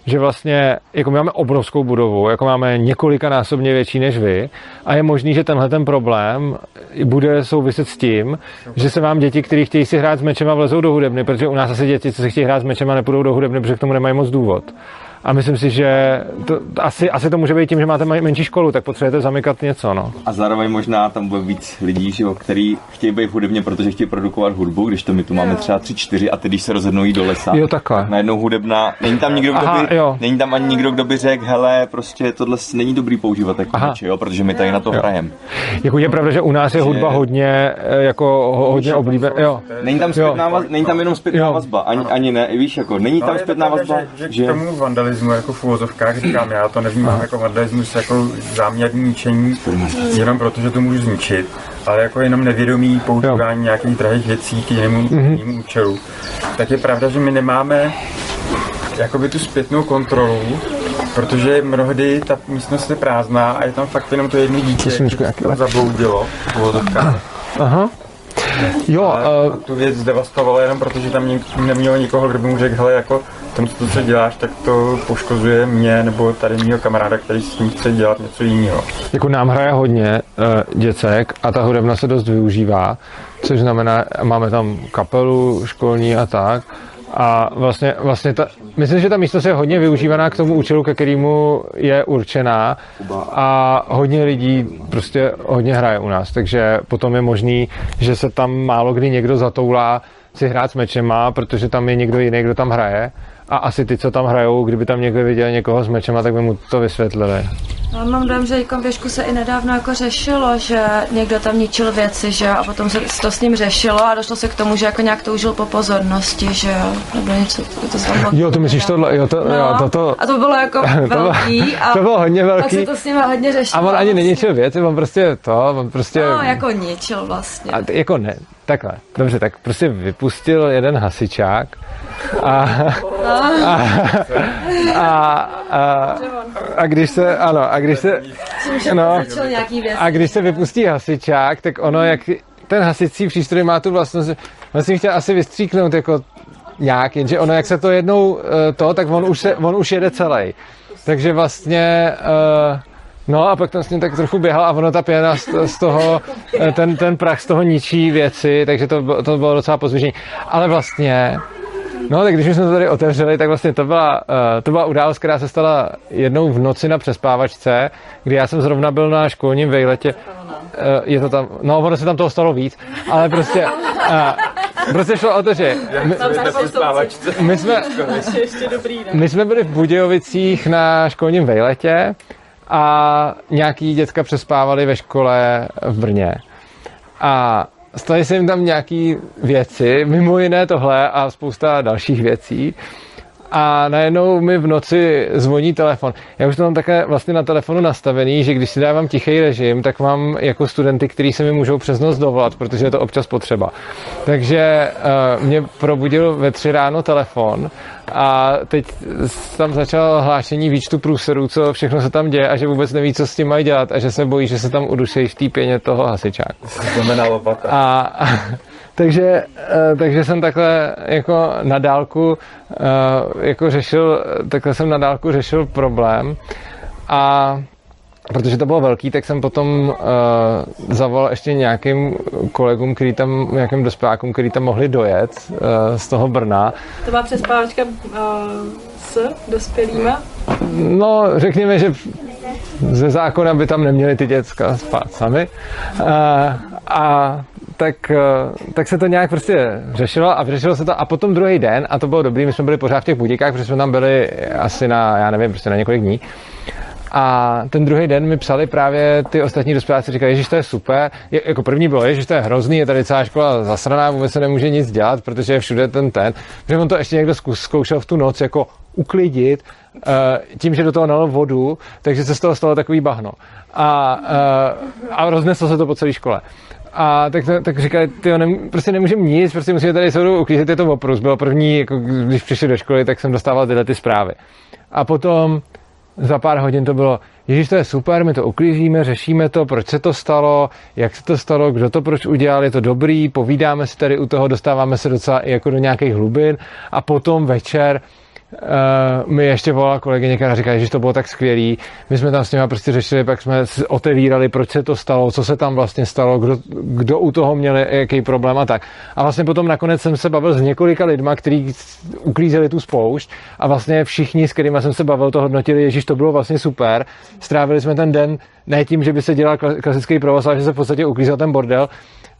že vlastně, jako my máme obrovskou budovu, jako máme několikanásobně větší než vy a je možný, že tenhle ten problém bude souviset s tím, že se vám děti, kteří chtějí si hrát s mečem a vlezou do hudebny, protože u nás asi děti, co si chtějí hrát s mečem a nepůjdou do hudebny, protože k tomu nemají moc důvod. A myslím si, že to, asi, asi to může být tím, že máte menší školu, tak potřebujete zamykat něco, no. A zároveň možná tam bude víc lidí, že jo, který chtějí být hudebně, protože chtějí produkovat hudbu, když to my tu máme třeba tři, čtyři a ty, když se rozhodnou jít do lesa, jo, takhle. Tak najednou hudebná, není tam nikdo, kdo by, Aha, není tam ani nikdo, kdo by řekl, hele, prostě tohle není dobrý používat jako meče, jo, protože my tady na to hrajeme. Jako je pravda, že u nás je hudba hodně, jako hodně oblíbená, jo. Není tam zpětná vazba, není tam jenom zpětná vazba, ani, ani ne, víš, jako není tam zpětná vazba, že, že k tomu vandalismu jako v uvozovkách říkám, já to nevnímám jako vandalismus, jako záměrný ničení, jenom protože to můžu zničit, ale jako jenom nevědomý používání nějakých drahých věcí k jinému, mm-hmm. jinému účelu. Tak je pravda, že my nemáme jakoby tu zpětnou kontrolu, protože mnohdy ta místnost je prázdná a je tam fakt jenom to jedno dítě, které tam zabloudilo v uvozovkách. Aha. Jo, a tu věc zdevastovalo jenom protože tam nemělo nikoho, kdo by mu řekl, hele, jako tomu, co, co děláš, tak to poškozuje mě nebo tady mýho kamaráda, který s tím chce dělat něco jiného. Jako nám hraje hodně uh, děcek a ta hudebna se dost využívá, což znamená, máme tam kapelu školní a tak. A vlastně, vlastně ta, myslím, že ta místnost je hodně využívaná k tomu účelu, ke kterému je určená a hodně lidí prostě hodně hraje u nás, takže potom je možný, že se tam málo kdy někdo zatoulá si hrát s mečema, protože tam je někdo jiný, kdo tam hraje a asi ty, co tam hrajou, kdyby tam někdo viděl někoho s mečema, tak by mu to vysvětlili. No, mám dojem, že v Věšku se i nedávno jako řešilo, že někdo tam ničil věci, že a potom se to s ním řešilo a došlo se k tomu, že jako nějak toužil po pozornosti, že jo, nebo něco, to se tam Jo, to myslíš tohle, jo, to, no, jo, to, to, a to bylo jako velký a to bylo hodně velký. tak se to s ním hodně řešilo. A on ani neničil věci, on prostě to, on prostě... No, jako ničil vlastně. A jako ne, takhle, dobře, tak prostě vypustil jeden hasičák a, a, a, a, a když se, ano, a když se, no, a když se vypustí hasičák, tak ono, jak ten hasicí přístroj má tu vlastnost, on si chtěl asi vystříknout jako nějak, jenže ono, jak se to jednou to, tak on už, se, on už jede celý. Takže vlastně no a pak tam s ním tak trochu běhal a ono ta pěna z, z toho, ten, ten prach z toho ničí věci, takže to, to bylo docela pozvěžení. Ale vlastně, no tak když jsme to tady otevřeli, tak vlastně to byla, uh, to byla událost, která se stala jednou v noci na přespávačce, kdy já jsem zrovna byl na školním vejletě. Uh, je to tam, no ono se tam toho stalo víc, ale prostě, uh, prostě šlo o to, že my, my, jsme, my jsme byli v Budějovicích na školním vejletě a nějaký děcka přespávali ve škole v Brně. A staly se jim tam nějaký věci, mimo jiné tohle a spousta dalších věcí. A najednou mi v noci zvoní telefon. Já už to mám také vlastně na telefonu nastavený, že když si dávám tichý režim, tak mám jako studenty, kteří se mi můžou přes noc dovolat, protože je to občas potřeba. Takže uh, mě probudil ve tři ráno telefon a teď tam začalo hlášení výčtu průserů, co všechno se tam děje a že vůbec neví, co s tím mají dělat a že se bojí, že se tam uduší v té pěně toho hasičáku. A, a takže, takže jsem takhle jako na dálku jako řešil, takhle jsem na dálku řešil problém a protože to bylo velký, tak jsem potom uh, zavolal ještě nějakým kolegům, který tam, nějakým dospělákům, který tam mohli dojet uh, z toho Brna. To byla přespávačka uh, s dospělýma? No, řekněme, že ze zákona by tam neměli ty děcka spát sami. Uh, a tak, uh, tak se to nějak prostě řešilo a vyřešilo se to a potom druhý den, a to bylo dobrý, my jsme byli pořád v těch Budíkách, protože jsme tam byli asi na, já nevím, prostě na několik dní. A ten druhý den mi psali právě ty ostatní dospěláci, říkali, ježiš, to je super. Je, jako první bylo, ježiš, to je hrozný, je tady celá škola zasraná, vůbec se nemůže nic dělat, protože je všude ten ten. Protože on to ještě někdo zkoušel v tu noc jako uklidit uh, tím, že do toho nalil vodu, takže se z toho stalo takový bahno. A, uh, a rozneslo se to po celé škole. A tak, tak říkali, tyjo, ne, prostě nemůžeme nic, prostě musíme tady soudu uklidit, je to oprus. Bylo první, jako když přišli do školy, tak jsem dostával tyhle ty zprávy. A potom za pár hodin to bylo, ježiš, to je super, my to uklízíme, řešíme to, proč se to stalo, jak se to stalo, kdo to proč udělal, je to dobrý, povídáme si tady u toho, dostáváme se docela i jako do nějakých hlubin a potom večer Uh, mi ještě volala kolegyně, která říká, že to bylo tak skvělý. My jsme tam s nimi prostě řešili, pak jsme otevírali, proč se to stalo, co se tam vlastně stalo, kdo, kdo u toho měl jaký problém a tak. A vlastně potom nakonec jsem se bavil s několika lidma, kteří uklízeli tu spoušť a vlastně všichni, s kterými jsem se bavil, to hodnotili, ježiš, to bylo vlastně super. Strávili jsme ten den ne tím, že by se dělal klasický provoz, ale že se v podstatě uklízel ten bordel.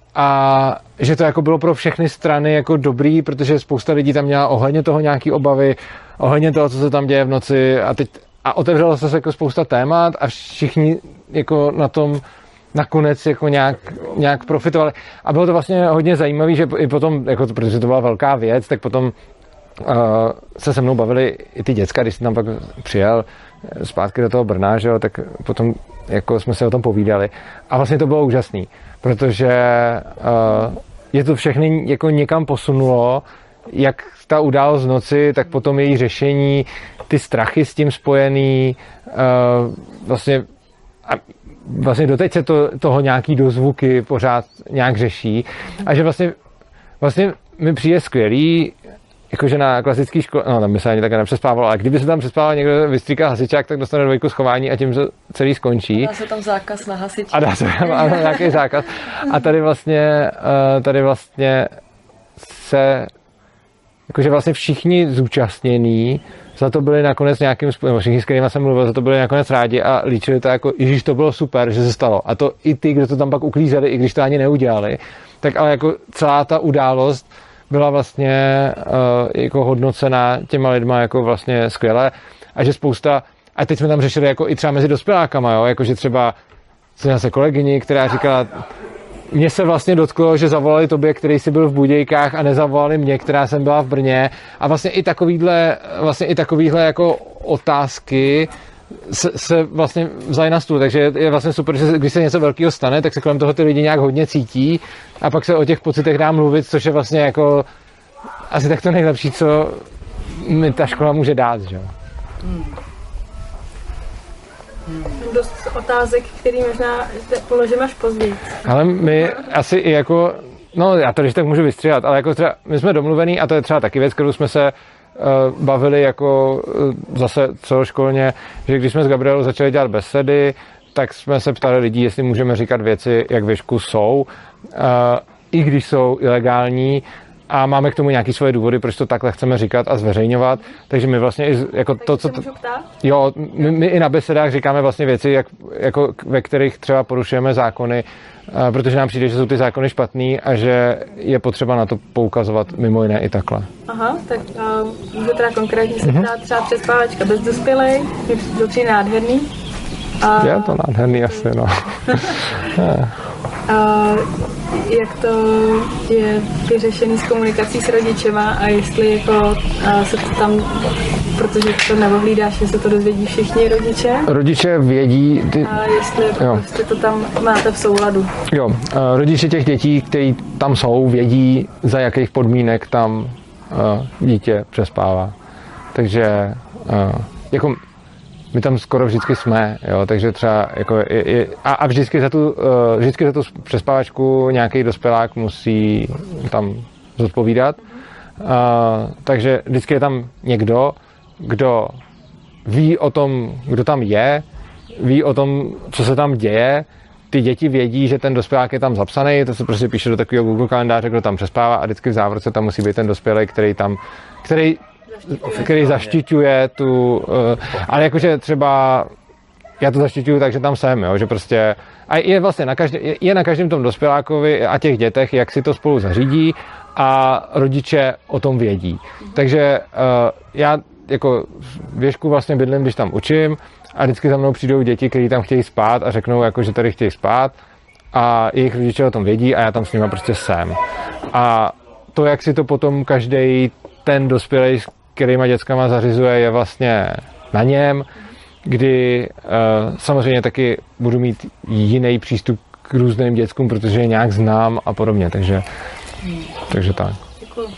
A že to jako bylo pro všechny strany jako dobrý, protože spousta lidí tam měla ohledně toho nějaký obavy, ohledně toho, co se tam děje v noci a teď a otevřelo se jako spousta témat a všichni jako na tom nakonec jako nějak, nějak profitovali. A bylo to vlastně hodně zajímavé, že i potom, jako, protože to byla velká věc, tak potom uh, se se mnou bavili i ty děcka, když jsem tam pak přijel zpátky do toho Brna, že jo, tak potom jako jsme se o tom povídali. A vlastně to bylo úžasný, protože uh, je to všechny jako někam posunulo, jak ta událost z noci, tak potom její řešení, ty strachy s tím spojený, uh, vlastně, a vlastně doteď se to, toho nějaký dozvuky pořád nějak řeší a že vlastně, vlastně mi přijde skvělý, jakože na klasický škole, no tam by se ani takhle nepřespávalo, ale kdyby se tam přespával někdo vystříká hasičák, tak dostane dvojku schování a tím se celý skončí. Dá se tam zákaz na hasičák. A dá se tam ano, nějaký zákaz. A tady vlastně, tady vlastně se, jakože vlastně všichni zúčastnění za to byli nakonec nějakým způsobem, všichni, s kterými jsem mluvil, za to byli nakonec rádi a líčili to jako, ježiš, to bylo super, že se stalo. A to i ty, kdo to tam pak uklízeli, i když to ani neudělali, tak ale jako celá ta událost byla vlastně uh, jako hodnocená těma lidma jako vlastně skvěle a že spousta, a teď jsme tam řešili jako i třeba mezi dospělákama, jo, jakože třeba se kolegyni, která říkala, mně se vlastně dotklo, že zavolali tobě, který jsi byl v Budějkách a nezavolali mě, která jsem byla v Brně a vlastně i takovýhle, vlastně i takovýhle jako otázky se, se vlastně vzali na stůl, takže je vlastně super, že když se něco velkého stane, tak se kolem toho ty lidi nějak hodně cítí a pak se o těch pocitech dá mluvit, což je vlastně jako asi tak to nejlepší, co mi ta škola může dát, že jo. Hmm. Dost otázek, který možná položím až později. Ale my asi i jako, no já to když tak můžu vystříhat, ale jako třeba my jsme domluvený a to je třeba taky věc, kterou jsme se bavili jako zase celoškolně, že když jsme s Gabrielou začali dělat besedy, tak jsme se ptali lidí, jestli můžeme říkat věci, jak věšku jsou, i když jsou ilegální a máme k tomu nějaké svoje důvody, proč to takhle chceme říkat a zveřejňovat. Takže my vlastně i jako tak to, co... To, jo, my, my i na besedách říkáme vlastně věci, jak, jako, ve kterých třeba porušujeme zákony, a protože nám přijde, že jsou ty zákony špatný a že je potřeba na to poukazovat mimo jiné i takhle. Aha, tak uh, můžu teda konkrétně se ptát, třeba přespávačka bez dospělej, to přijde nádherný. A... Je to nádherný asi, no. A jak to je vyřešený s komunikací s rodičema a jestli jako a se to tam, protože to neohlídáš, že se to dozvědí všichni rodiče? Rodiče vědí... Ty... A jestli jako prostě to tam máte v souladu? Jo, rodiče těch dětí, kteří tam jsou, vědí, za jakých podmínek tam uh, dítě přespává. Takže uh, jako my tam skoro vždycky jsme, jo, takže třeba jako je, je, a, a vždycky za tu, uh, vždycky za tu přespávačku nějaký dospělák musí tam zodpovídat. Uh, takže vždycky je tam někdo, kdo ví o tom, kdo tam je, ví o tom, co se tam děje. Ty děti vědí, že ten dospělák je tam zapsaný, to se prostě píše do takového Google kalendáře, kdo tam přespává a vždycky v závorce tam musí být ten dospělý, který tam, který který zaštiťuje tu, uh, ale jakože třeba já to zaštiťuju tak, že tam jsem, jo, že prostě a je vlastně na každém, je, je na každém tom dospělákovi a těch dětech, jak si to spolu zařídí a rodiče o tom vědí. Takže uh, já jako věšku vlastně bydlím, když tam učím a vždycky za mnou přijdou děti, kteří tam chtějí spát a řeknou, jako, že tady chtějí spát a jejich rodiče o tom vědí a já tam s nimi prostě jsem. A to, jak si to potom každý ten dospělý, kterýma dětskama zařizuje, je vlastně na něm, kdy uh, samozřejmě taky budu mít jiný přístup k různým dětskům, protože je nějak znám a podobně, takže, takže tak. Děkuji.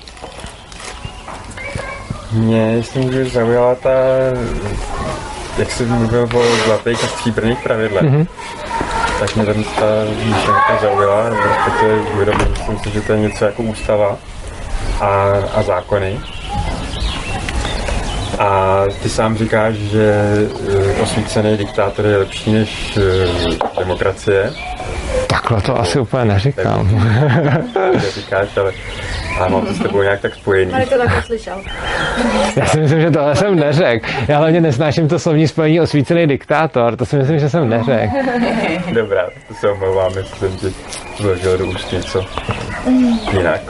Mě, jestli můžu, zaujala ta, jak jsi mluvil o zlatých a stříbrných pravidlech, mm-hmm. tak mě tam ta myšlenka zaujala, protože uvědomil jsem si, že to je něco jako ústava a, a zákony. A ty sám říkáš, že osvícený diktátor je lepší než demokracie. Takhle to asi úplně neříkám. Říkáš, ale, ale mám to s tebou nějak tak spojený. Ale to tak slyšel. Já si myslím, že tohle jsem neřekl. Já hlavně nesnáším to slovní spojení osvícený diktátor. To si myslím, že jsem neřekl. Dobrá, to se omlouvám, jestli jsem ti vložil do úst něco jinak.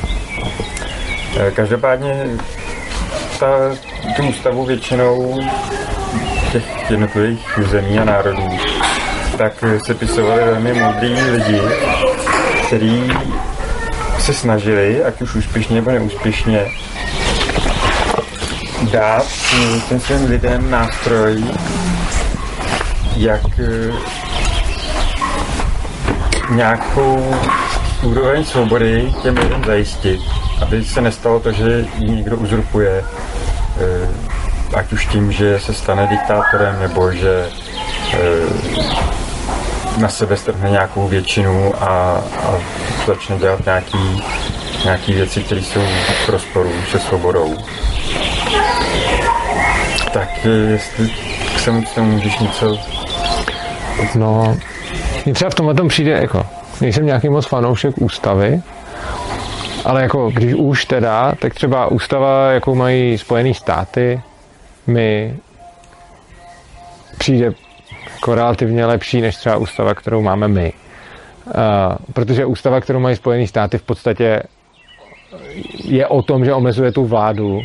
Každopádně ta, tu ústavu většinou těch jednotlivých zemí a národů tak sepisovali velmi moudrý lidi, kteří se snažili, ať už úspěšně nebo neúspěšně, dát těm svým lidem nástroj, jak nějakou úroveň svobody těm lidem zajistit, aby se nestalo to, že ji někdo uzurpuje, ať už tím, že se stane diktátorem, nebo že na sebe strhne nějakou většinu a, a začne dělat nějaký, nějaký věci, které jsou v rozporu se svobodou. Tak jestli se mu tomu můžeš něco... No, mně třeba v tomhle tom přijde, jako, nejsem nějaký moc fanoušek ústavy, ale jako, když už teda, tak třeba ústava, jakou mají Spojené státy, mi přijde jako relativně lepší než třeba ústava, kterou máme my. Uh, protože ústava, kterou mají Spojené státy, v podstatě je o tom, že omezuje tu vládu.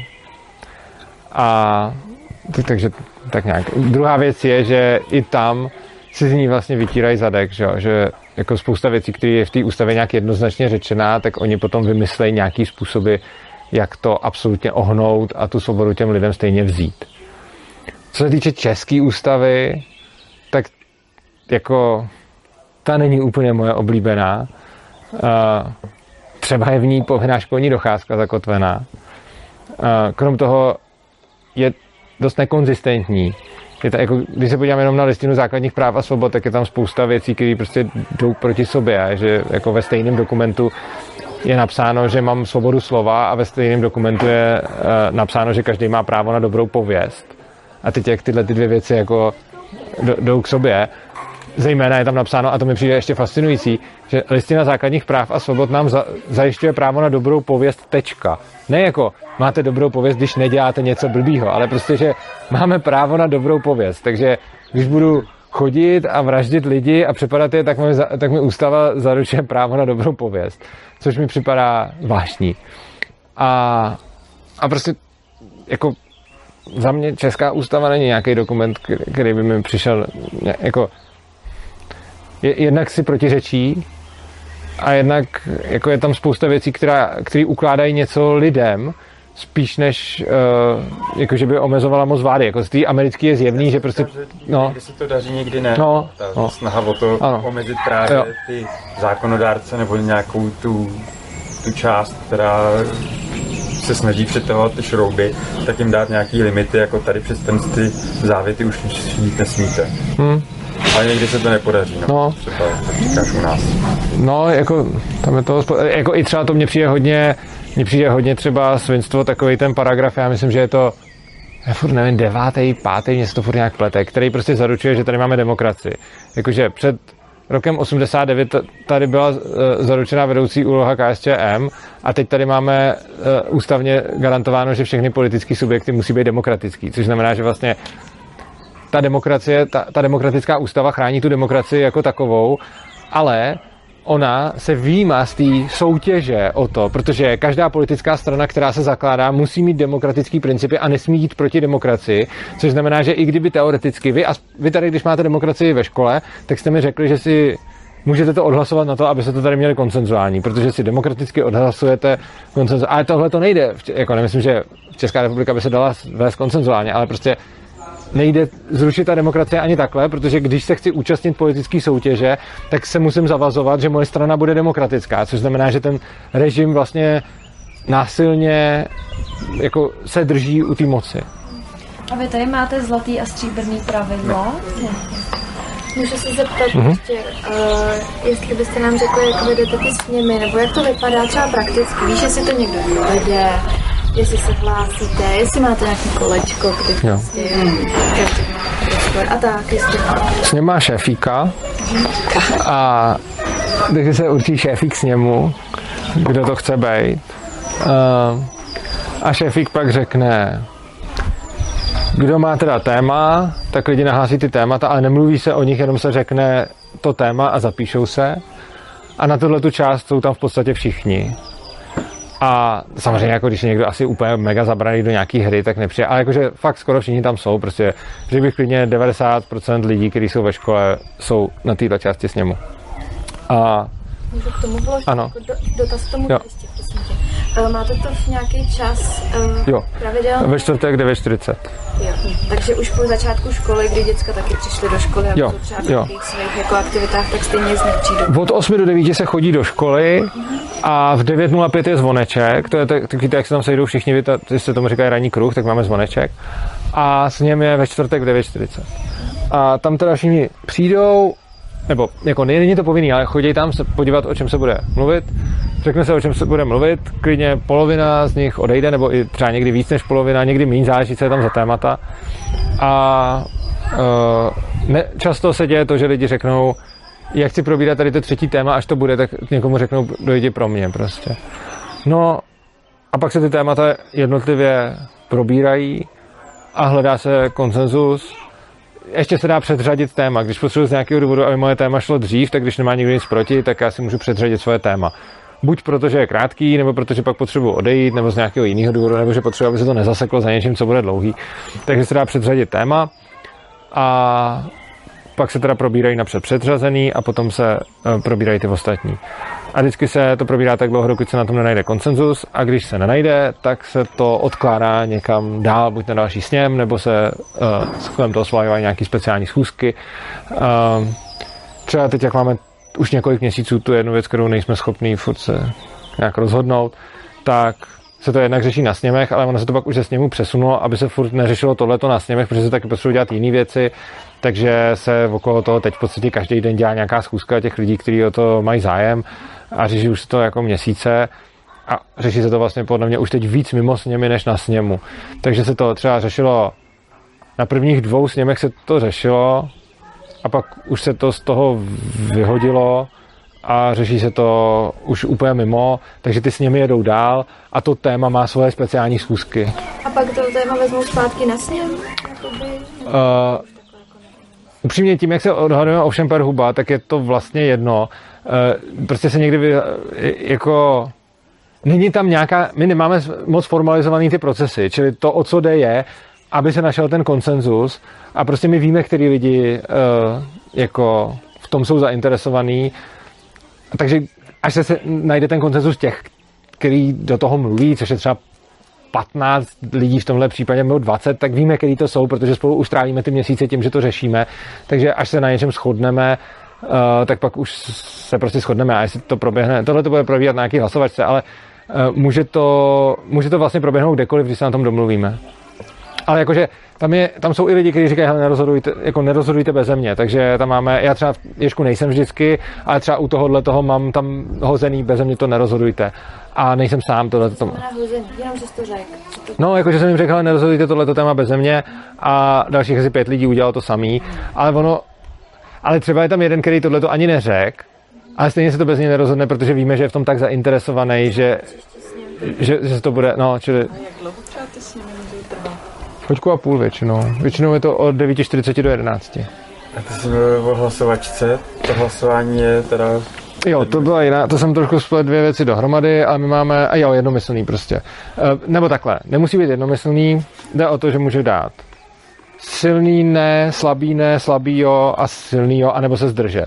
A takže tak nějak. Druhá věc je, že i tam si z ní vlastně vytírají zadek, že, že jako spousta věcí, které je v té ústavě nějak jednoznačně řečená, tak oni potom vymyslejí nějaký způsoby, jak to absolutně ohnout a tu svobodu těm lidem stejně vzít. Co se týče české ústavy, tak jako ta není úplně moje oblíbená. Třeba je v ní povinná školní docházka zakotvená. Krom toho je dost nekonzistentní. Je to jako, když se podíváme jenom na listinu základních práv a svobod, tak je tam spousta věcí, které prostě jdou proti sobě. A že jako ve stejném dokumentu je napsáno, že mám svobodu slova a ve stejném dokumentu je uh, napsáno, že každý má právo na dobrou pověst. A teď jak tyhle ty dvě věci jako jdou k sobě, zejména je tam napsáno, a to mi přijde ještě fascinující, že listina základních práv a svobod nám za, zajišťuje právo na dobrou pověst, tečka. Ne jako máte dobrou pověst, když neděláte něco blbýho, ale prostě, že máme právo na dobrou pověst. Takže když budu chodit a vraždit lidi a přepadat je, tak mi, tak mi ústava zaručuje právo na dobrou pověst. Což mi připadá zvláštní. A, a prostě jako za mě česká ústava není nějaký dokument, který by mi přišel jako jednak si protiřečí a jednak jako je tam spousta věcí, která, které ukládají něco lidem, spíš než uh, jako, že by omezovala moc vlády. Jako z té americké je zjevný, že prostě... No, někdy se to daří, někdy ne. No, Ta no. snaha o to ano. omezit právě jo. ty zákonodárce nebo nějakou tu, tu část, která se snaží přetahovat ty šrouby, tak jim dát nějaký limity, jako tady přes ten ty závěty už jít nesmíte. Hmm. Ale někdy se to nepodaří, no. no. Třeba, tak říkáš u nás. No, jako, tam je to, jako i třeba to mně přijde hodně, mně přijde hodně třeba svinstvo, takový ten paragraf, já myslím, že je to, já furt nevím, devátý, pátý, mě se to furt nějak plete, který prostě zaručuje, že tady máme demokracii. Jakože před rokem osmdesát devět tady byla uh, zaručená vedoucí úloha K S Č M a teď tady máme uh, ústavně garantováno, že všechny politické subjekty musí být demokratický, což znamená, že vlastně ta demokracie, ta, ta demokratická ústava chrání tu demokracii jako takovou, ale ona se výjímá z té soutěže o to, protože každá politická strana, která se zakládá, musí mít demokratický principy a nesmí jít proti demokracii, což znamená, že i kdyby teoreticky vy, a vy tady, když máte demokracii ve škole, tak jste mi řekli, že si můžete to odhlasovat na to, aby se to tady měli konsenzuální, protože si demokraticky odhlasujete konsenzuální. Ale tohle to nejde. Jako nemyslím, že Česká republika by se dala vést konsenzuálně, ale prostě nejde zrušit ta demokracie ani takhle, protože když se chci účastnit politické soutěže, tak se musím zavazovat, že moje strana bude demokratická, což znamená, že ten režim vlastně násilně jako se drží u té moci. A vy tady máte zlatý a stříbrný pravidla? Můžu se zeptat mm-hmm. ještě, uh, jestli byste nám řekli, jak vedete ty sněmy, nebo jak to vypadá třeba prakticky. Víš, jestli to někdo vede, jestli se hlásíte, jestli máte nějaký kolečko, kdy prostě a tak, jestli... S něm má šéfíka a takže se určí šéfík s němu, kdo to chce být. A šéfík pak řekne, kdo má teda téma, tak lidi nahlásí ty témata, ale nemluví se o nich, jenom se řekne to téma a zapíšou se. A na tuhle tu část jsou tam v podstatě všichni. A samozřejmě, jako když je někdo asi úplně mega zabraný do nějaký hry, tak nepřijde. Ale jakože fakt skoro všichni tam jsou. Prostě, že bych klidně devadesát procent lidí, kteří jsou ve škole, jsou na této části sněmu. A... Můžu k tomu vložit? Ano. Jako do, dotaz tomu jistě, prosím tě. Máte to v nějaký čas um, jo. pravidelně? Ve čtvrtek devět čtyřicet. Jo. Takže už po začátku školy, kdy děcka taky přišly do školy a jo. jsou třeba v nějakých svých jako aktivitách, tak stejně z nich přijdou. Od osmi do devíti se chodí do školy a v devět nula pět je zvoneček. To je taky, jak se tam sejdou všichni, vy se tomu říkají ranní kruh, tak máme zvoneček. A s ním je ve čtvrtek v devět čtyřicet. A tam teda všichni přijdou, nebo jako není to povinný, ale chodí tam se podívat, o čem se bude mluvit. Řekne se, o čem se bude mluvit, klidně polovina z nich odejde, nebo i třeba někdy víc než polovina, někdy méně, záleží, co je tam za témata. A uh, ne, často se děje to, že lidi řeknou, jak chci probírat tady to třetí téma, až to bude, tak někomu řeknou, dojdi pro mě prostě. No a pak se ty témata jednotlivě probírají a hledá se konsenzus. Ještě se dá předřadit téma. Když potřebuji z nějakého důvodu, aby moje téma šlo dřív, tak když nemá nikdo nic proti, tak já si můžu předřadit svoje téma. Buď protože je krátký, nebo protože pak potřebuji odejít, nebo z nějakého jiného důvodu, nebo že potřebuji, aby se to nezaseklo za něčím, co bude dlouhý. Takže se dá předřadit téma a pak se teda probírají napřed předřazený a potom se uh, probírají ty ostatní. A vždycky se to probírá tak dlouho, dokud se na tom nenajde konsenzus a když se nenajde, tak se to odkládá někam dál, buď na další sněm, nebo se uh, kolem toho svolávají nějaký speciální schůzky. Uh, třeba teď, jak máme už několik měsíců tu jednu věc, kterou nejsme schopní furt se nějak rozhodnout, tak se to jednak řeší na sněmech, ale ono se to pak už ze sněmu přesunulo, aby se furt neřešilo tohleto na sněmech, protože se taky potřebují dělat jiné věci, takže se okolo toho teď v podstatě každý den dělá nějaká schůzka těch lidí, kteří o to mají zájem a řeší už to jako měsíce a řeší se to vlastně podle mě už teď víc mimo sněmy než na sněmu. Takže se to třeba řešilo na prvních dvou sněmech se to řešilo a pak už se to z toho vyhodilo a řeší se to už úplně mimo, takže ty sněmy jedou dál a to téma má svoje speciální schůzky. A pak to téma vezmou zpátky na sněm? Uh, upřímně tím, jak se odhadujeme ovšem per huba, tak je to vlastně jedno. Uh, prostě se někdy vy, jako není tam nějaká, my nemáme moc formalizovaný ty procesy, čili to, o co jde je, aby se našel ten konsenzus a prostě my víme, který lidi uh, jako v tom jsou zainteresovaný. Takže až se, se najde ten konsenzus těch, který do toho mluví, což je třeba patnáct lidí v tomhle případě, nebo dvacet, tak víme, který to jsou, protože spolu už trávíme ty měsíce tím, že to řešíme. Takže až se na něčem shodneme, uh, tak pak už se prostě shodneme. A jestli to proběhne, tohle to bude probíhat na nějaký hlasovačce, ale uh, může, to, může to vlastně proběhnout kdekoliv, když se na tom domluvíme. Ale jakože tam, je, tam jsou i lidi, kteří říkají, hele, nerozhodujte, jako nerozhodujte beze mě, takže tam máme, já třeba v Ježku nejsem vždycky, ale třeba u tohohle toho mám tam hozený, beze mě to nerozhodujte. A nejsem sám, tohle to. Jenom, že jsi to řekl. No, jakože jsem jim řekl, hele, nerozhodujte tohleto téma beze mě a dalších asi pět lidí udělalo to samý, ale ono, ale třeba je tam jeden, který tohleto ani neřekl, ale stejně se to bez něj nerozhodne, protože víme, že je v tom tak zainteresovaný, že, že, že se to bude, no, čili... A jak dlouho třeba ty s nimi můžou trvat? Hoďku a půl většinou. Většinou je to od devět čtyřicet do jedenácti. A ty jsi mluvil o hlasovačce. To hlasování je teda... Jo, to byla jiná, to jsem trošku splet dvě věci dohromady, ale my máme, a jo, jednomyslný prostě. E, nebo takhle, nemusí být jednomyslný, jde o to, že může dát silný ne, slabý ne, slabý jo a silný jo, anebo se zdržet.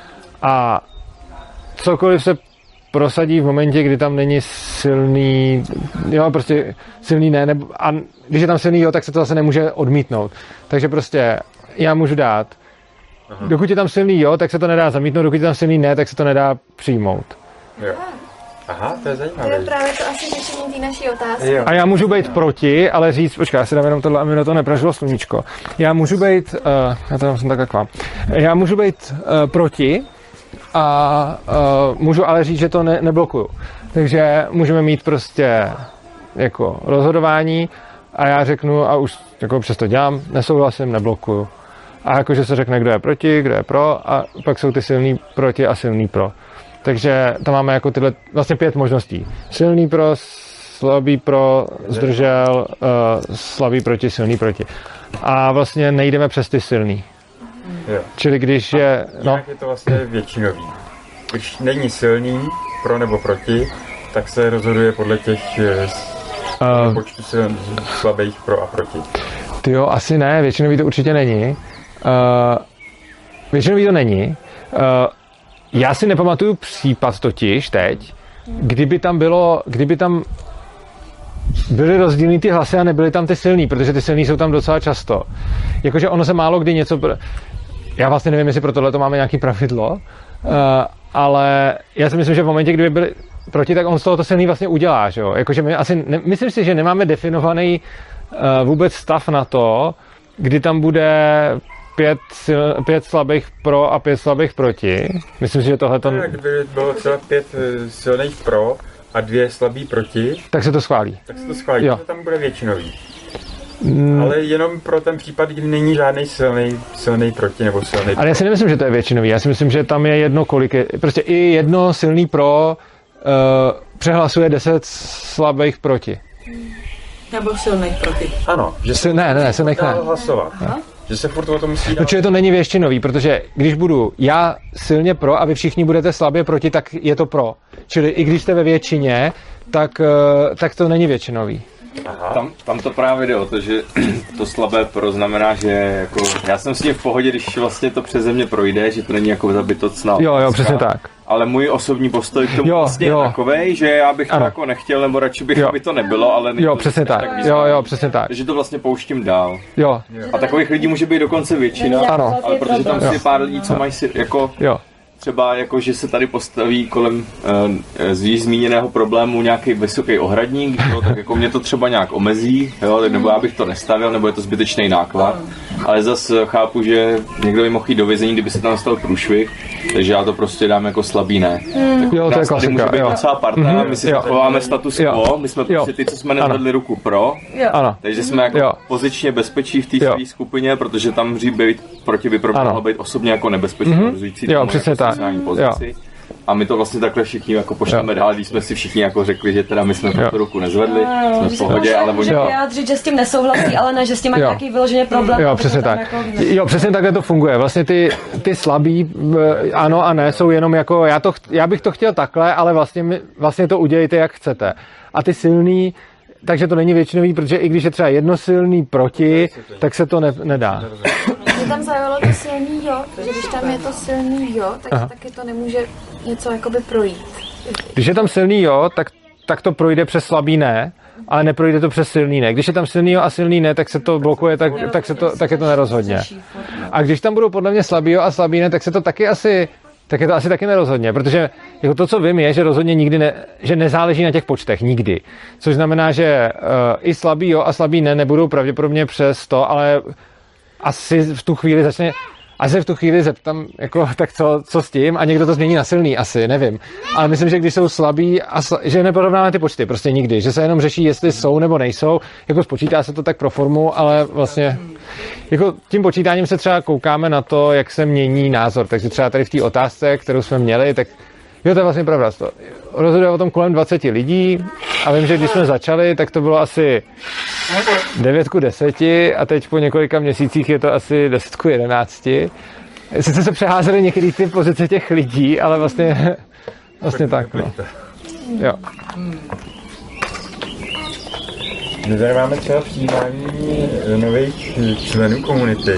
A cokoliv se prosadí v momentě, kdy tam není silný, jo, prostě silný ne, nebo, a když je tam silný jo, tak se to zase nemůže odmítnout. Takže prostě já můžu dát, aha, dokud je tam silný jo, tak se to nedá zamítnout, dokud je tam silný ne, tak se to nedá přijmout. Jo. Aha, to je zajímavé. To je právě to asi řešení té naší otázky. Jo. A já můžu být proti, ale říct, počkej, já si dám jenom tohle, aby mi to nepražilo sluníčko. Já můžu být, uh, já to jsem takhle k vám, já můžu být uh, proti, a uh, můžu ale říct, že to ne, neblokuju. Takže můžeme mít prostě jako rozhodování a já řeknu a už jako přesto dělám, nesouhlasím, neblokuju. A jakože se řekne, kdo je proti, kdo je pro a pak jsou ty silný proti a silný pro. Takže tam máme jako tyhle vlastně pět možností. Silný pro, slabý pro, zdržel, uh, slabý proti, silný proti. A vlastně nejdeme přes ty silný. Jo. Čili když je... No. Je to vlastně většinový. Když není silný pro nebo proti, tak se rozhoduje podle těch uh, počtu sil, slabých pro a proti. Tyjo, asi ne, většinový to určitě není. Uh, většinový to není. Uh, já si nepamatuju případ totiž teď, kdyby tam bylo, kdyby tam byly rozdílný ty hlasy a nebyly tam ty silný, protože ty silný jsou tam docela často. Jakože ono se málo kdy něco... Já vlastně nevím, jestli pro tohle to máme nějaký pravidlo, uh, ale já si myslím, že v momentě, kdyby byli proti, tak on z toho to silný vlastně udělá, že jo? Jakože my asi... Ne, myslím si, že nemáme definovaný uh, vůbec stav na to, kdy tam bude pět, sil, pět slabých pro a pět slabých proti. Myslím si, že tohle to... Kdyby bylo třeba pět silných pro a dvě slabý proti, tak se to schválí. Tak se to schválí, že tam bude většinový. Mm. Ale jenom pro ten případ, kdy není žádný silný, silný proti nebo silný pro. Ale já si nemyslím, že to je většinový. Já si myslím, že tam je jedno kolik je. Prostě i jedno silný pro uh, přehlasuje deset slabých proti. Nebo silných proti. Ano. Že se, ne, ne, ne, silných ne. Hlasovat. Že se furt o tom musí dát. Protože to není většinový, protože když budu já silně pro a vy všichni budete slabě proti, tak je to pro. Čili i když jste ve většině, tak, tak to není většinový. Tam, tam to právě jde o to, že to slabé pro znamená, že jako, já jsem s tím v pohodě, když vlastně to přeze mě projde, že to není jako zabitocná. Jo, jo, přesně tak. Ale můj osobní postoj k tomu jo, vlastně jo. je takovej, že já bych to ano. jako nechtěl, nebo radši bych, jo. aby to nebylo, ale jo, přesně tak. tak jo, jo, přesně tak. Takže to vlastně pouštím dál. Jo. A takových lidí může být dokonce většina, ano. ale protože tam si pár lidí, co mají si jako... Jo. Třeba jako, že se tady postaví kolem uh, z již zmíněného problému nějaký vysoký ohradník, jo, tak jako mě to třeba nějak omezí, jo, tak nebo já bych to nestavil, nebo je to zbytečný náklad. Ale zase chápu, že někdo by mohl jít do vězení, kdyby se tam stal průšvih, takže já to prostě dám jako slabý ne. Mm. Tak jo, to je klasika. Může být jo. docela parta, mm-hmm. my si jo. zachováme status quo, my jsme prostě jo. ty, co jsme nezvedli ruku pro, ano. takže jsme jako jo. pozičně bezpečí v té své skupině, protože tam může být proti by mohlo být osobně jako nebezpečný, mm-hmm. rozhodující jo, přesně tak. pozici. A my to vlastně takhle všichni jako pošleme dál, když jsme si všichni jako řekli, že teda my jsme tu ruku nezvedli, jo, jsme v pohodě, ale může vyjádřit, že s tím nesouhlasí, ale ne, že s tím má jo. nějaký vyloženě problém. Jo, přesně tak. Jako jo, přesně takhle to funguje. Vlastně ty, ty slabý ano a ne jsou jenom jako, já, to, já bych to chtěl takhle, ale vlastně, vlastně to udělejte, jak chcete. A ty silný, takže to není většinový, protože i když je třeba jednosilný proti, tak se to ne, nedá. Mě tam zaujalo to silný jo, protože když tam je to silný jo, tak Aha. taky to nemůže něco jakoby projít. Když je tam silný jo, tak, tak to projde přes slabý ne, ale neprojde to přes silný ne. Když je tam silný jo a silný ne, tak se to blokuje, tak, tak, se to, tak je to nerozhodně. A když tam budou podle mě slabý jo a slabý ne, tak se to taky asi... tak je to asi taky nerozhodně, protože jako to, co vím, je, že rozhodně nikdy ne, že nezáleží na těch počtech, nikdy. Což znamená, že uh, i slabý jo a slabý ne nebudou pravděpodobně přes to, ale asi v tu chvíli začne, asi v tu chvíli zeptám, jako, tak co, co s tím a někdo to změní na silný, asi, nevím. Ale myslím, že když jsou slabí, a sl- že neporovnáme ty počty, prostě nikdy, že se jenom řeší, jestli jsou nebo nejsou, jako spočítá se to tak pro formu, ale vlastně jako tím počítáním se třeba koukáme na to, jak se mění názor, takže třeba tady v té otázce, kterou jsme měli, tak jo, to je vlastně pravda. To rozhoduje o tom kolem dvacet lidí a vím, že když jsme začali, tak to bylo asi devět ku deseti a teď po několika měsících je to asi deset ku jedenácti. Sice se přeházely některé ty pozice těch lidí, ale vlastně, vlastně tak, no. Jo. My tady máme třeba přijímání nových členů komunity,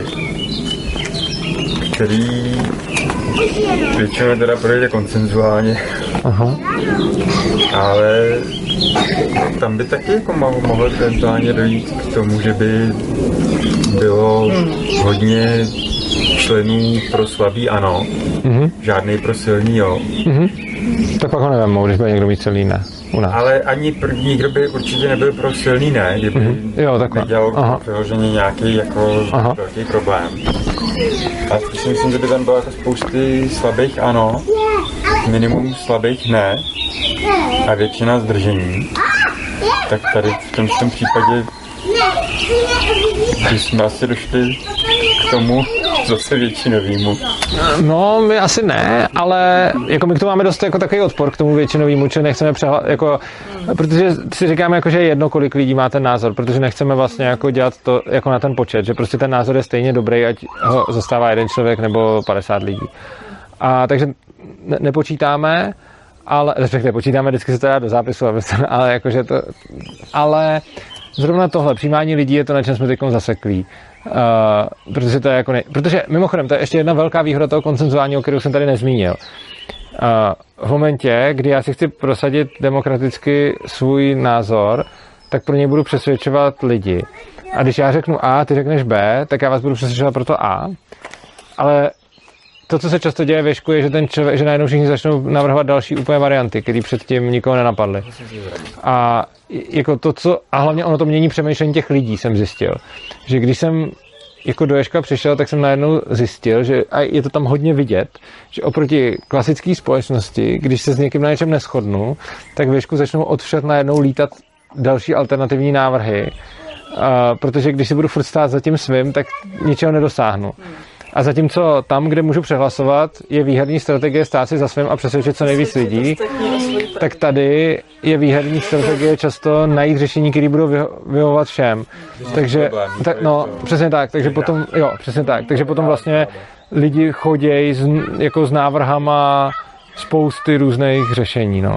který většinou teda projde konsenzuálně. Aha. Ale tam by taky jako mohlo eventuálně dojít k tomu, že by bylo hodně členů pro slabý ano, mm-hmm. žádný pro silný jo. Mm-hmm. Tak pak ho nevím, když bude někdo mít silný ne. U nás. Ale ani první, nikdo by určitě nebyl pro silný ne, kdyby mm-hmm. jo, nedělal vyloženě nějaký jako Aha. velký problém. A si myslím, že by tam bylo jako spousty slabých ano, minimum slabých ne a většina zdržení. tak tady v tom, v tom případě, když jsme asi došli k tomu zase většinovýmu. No, my asi ne, ale jako my k tomu máme dost jako takový odpor k tomu většinovýmu, že nechceme přehla, jako, protože si říkáme, jako, že je jedno, kolik lidí má ten názor, protože nechceme vlastně jako dělat to jako na ten počet, že prostě ten názor je stejně dobrý, ať ho zastává jeden člověk nebo padesát lidí. A takže ne, nepočítáme, ale, respektive počítáme, vždycky se to dá do zápisu, ale jakože to, ale zrovna tohle, přijímání lidí je to, na čem jsme teď zaseklí. Uh, protože to je jako ne... Protože mimochodem, to je ještě jedna velká výhoda toho konsenzuálního, kterou jsem tady nezmínil. Uh, v momentě, kdy já si chci prosadit demokraticky svůj názor, tak pro něj budu přesvědčovat lidi. A když já řeknu A, ty řekneš B, tak já vás budu přesvědčovat pro to A. Ale to, co se často děje ve škole, je, že ten člověk, že najednou všichni začnou navrhovat další úplně varianty, které předtím nikoho nenapadly. A jako to, co, a hlavně ono to mění přemýšlení těch lidí, jsem zjistil. Že když jsem jako do Ježka přišel, tak jsem najednou zjistil, že a je to tam hodně vidět, že oproti klasické společnosti, když se s někým na něčem neshodnu, tak v Ježku začnou odvšad najednou lítat další alternativní návrhy. Uh, protože když si budu furt stát za tím svým, tak ničeho nedosáhnu. A zatímco tam, kde můžu přehlasovat, je výherní strategie stát si za svým a přesvědčit co nejvíc lidí, tak tady je výherní strategie často najít řešení, které budou vyhovovat všem. Takže, tak, no, přesně tak, takže potom, jo, přesně tak, takže potom vlastně lidi chodějí s, jako s návrhama spousty různých řešení, no.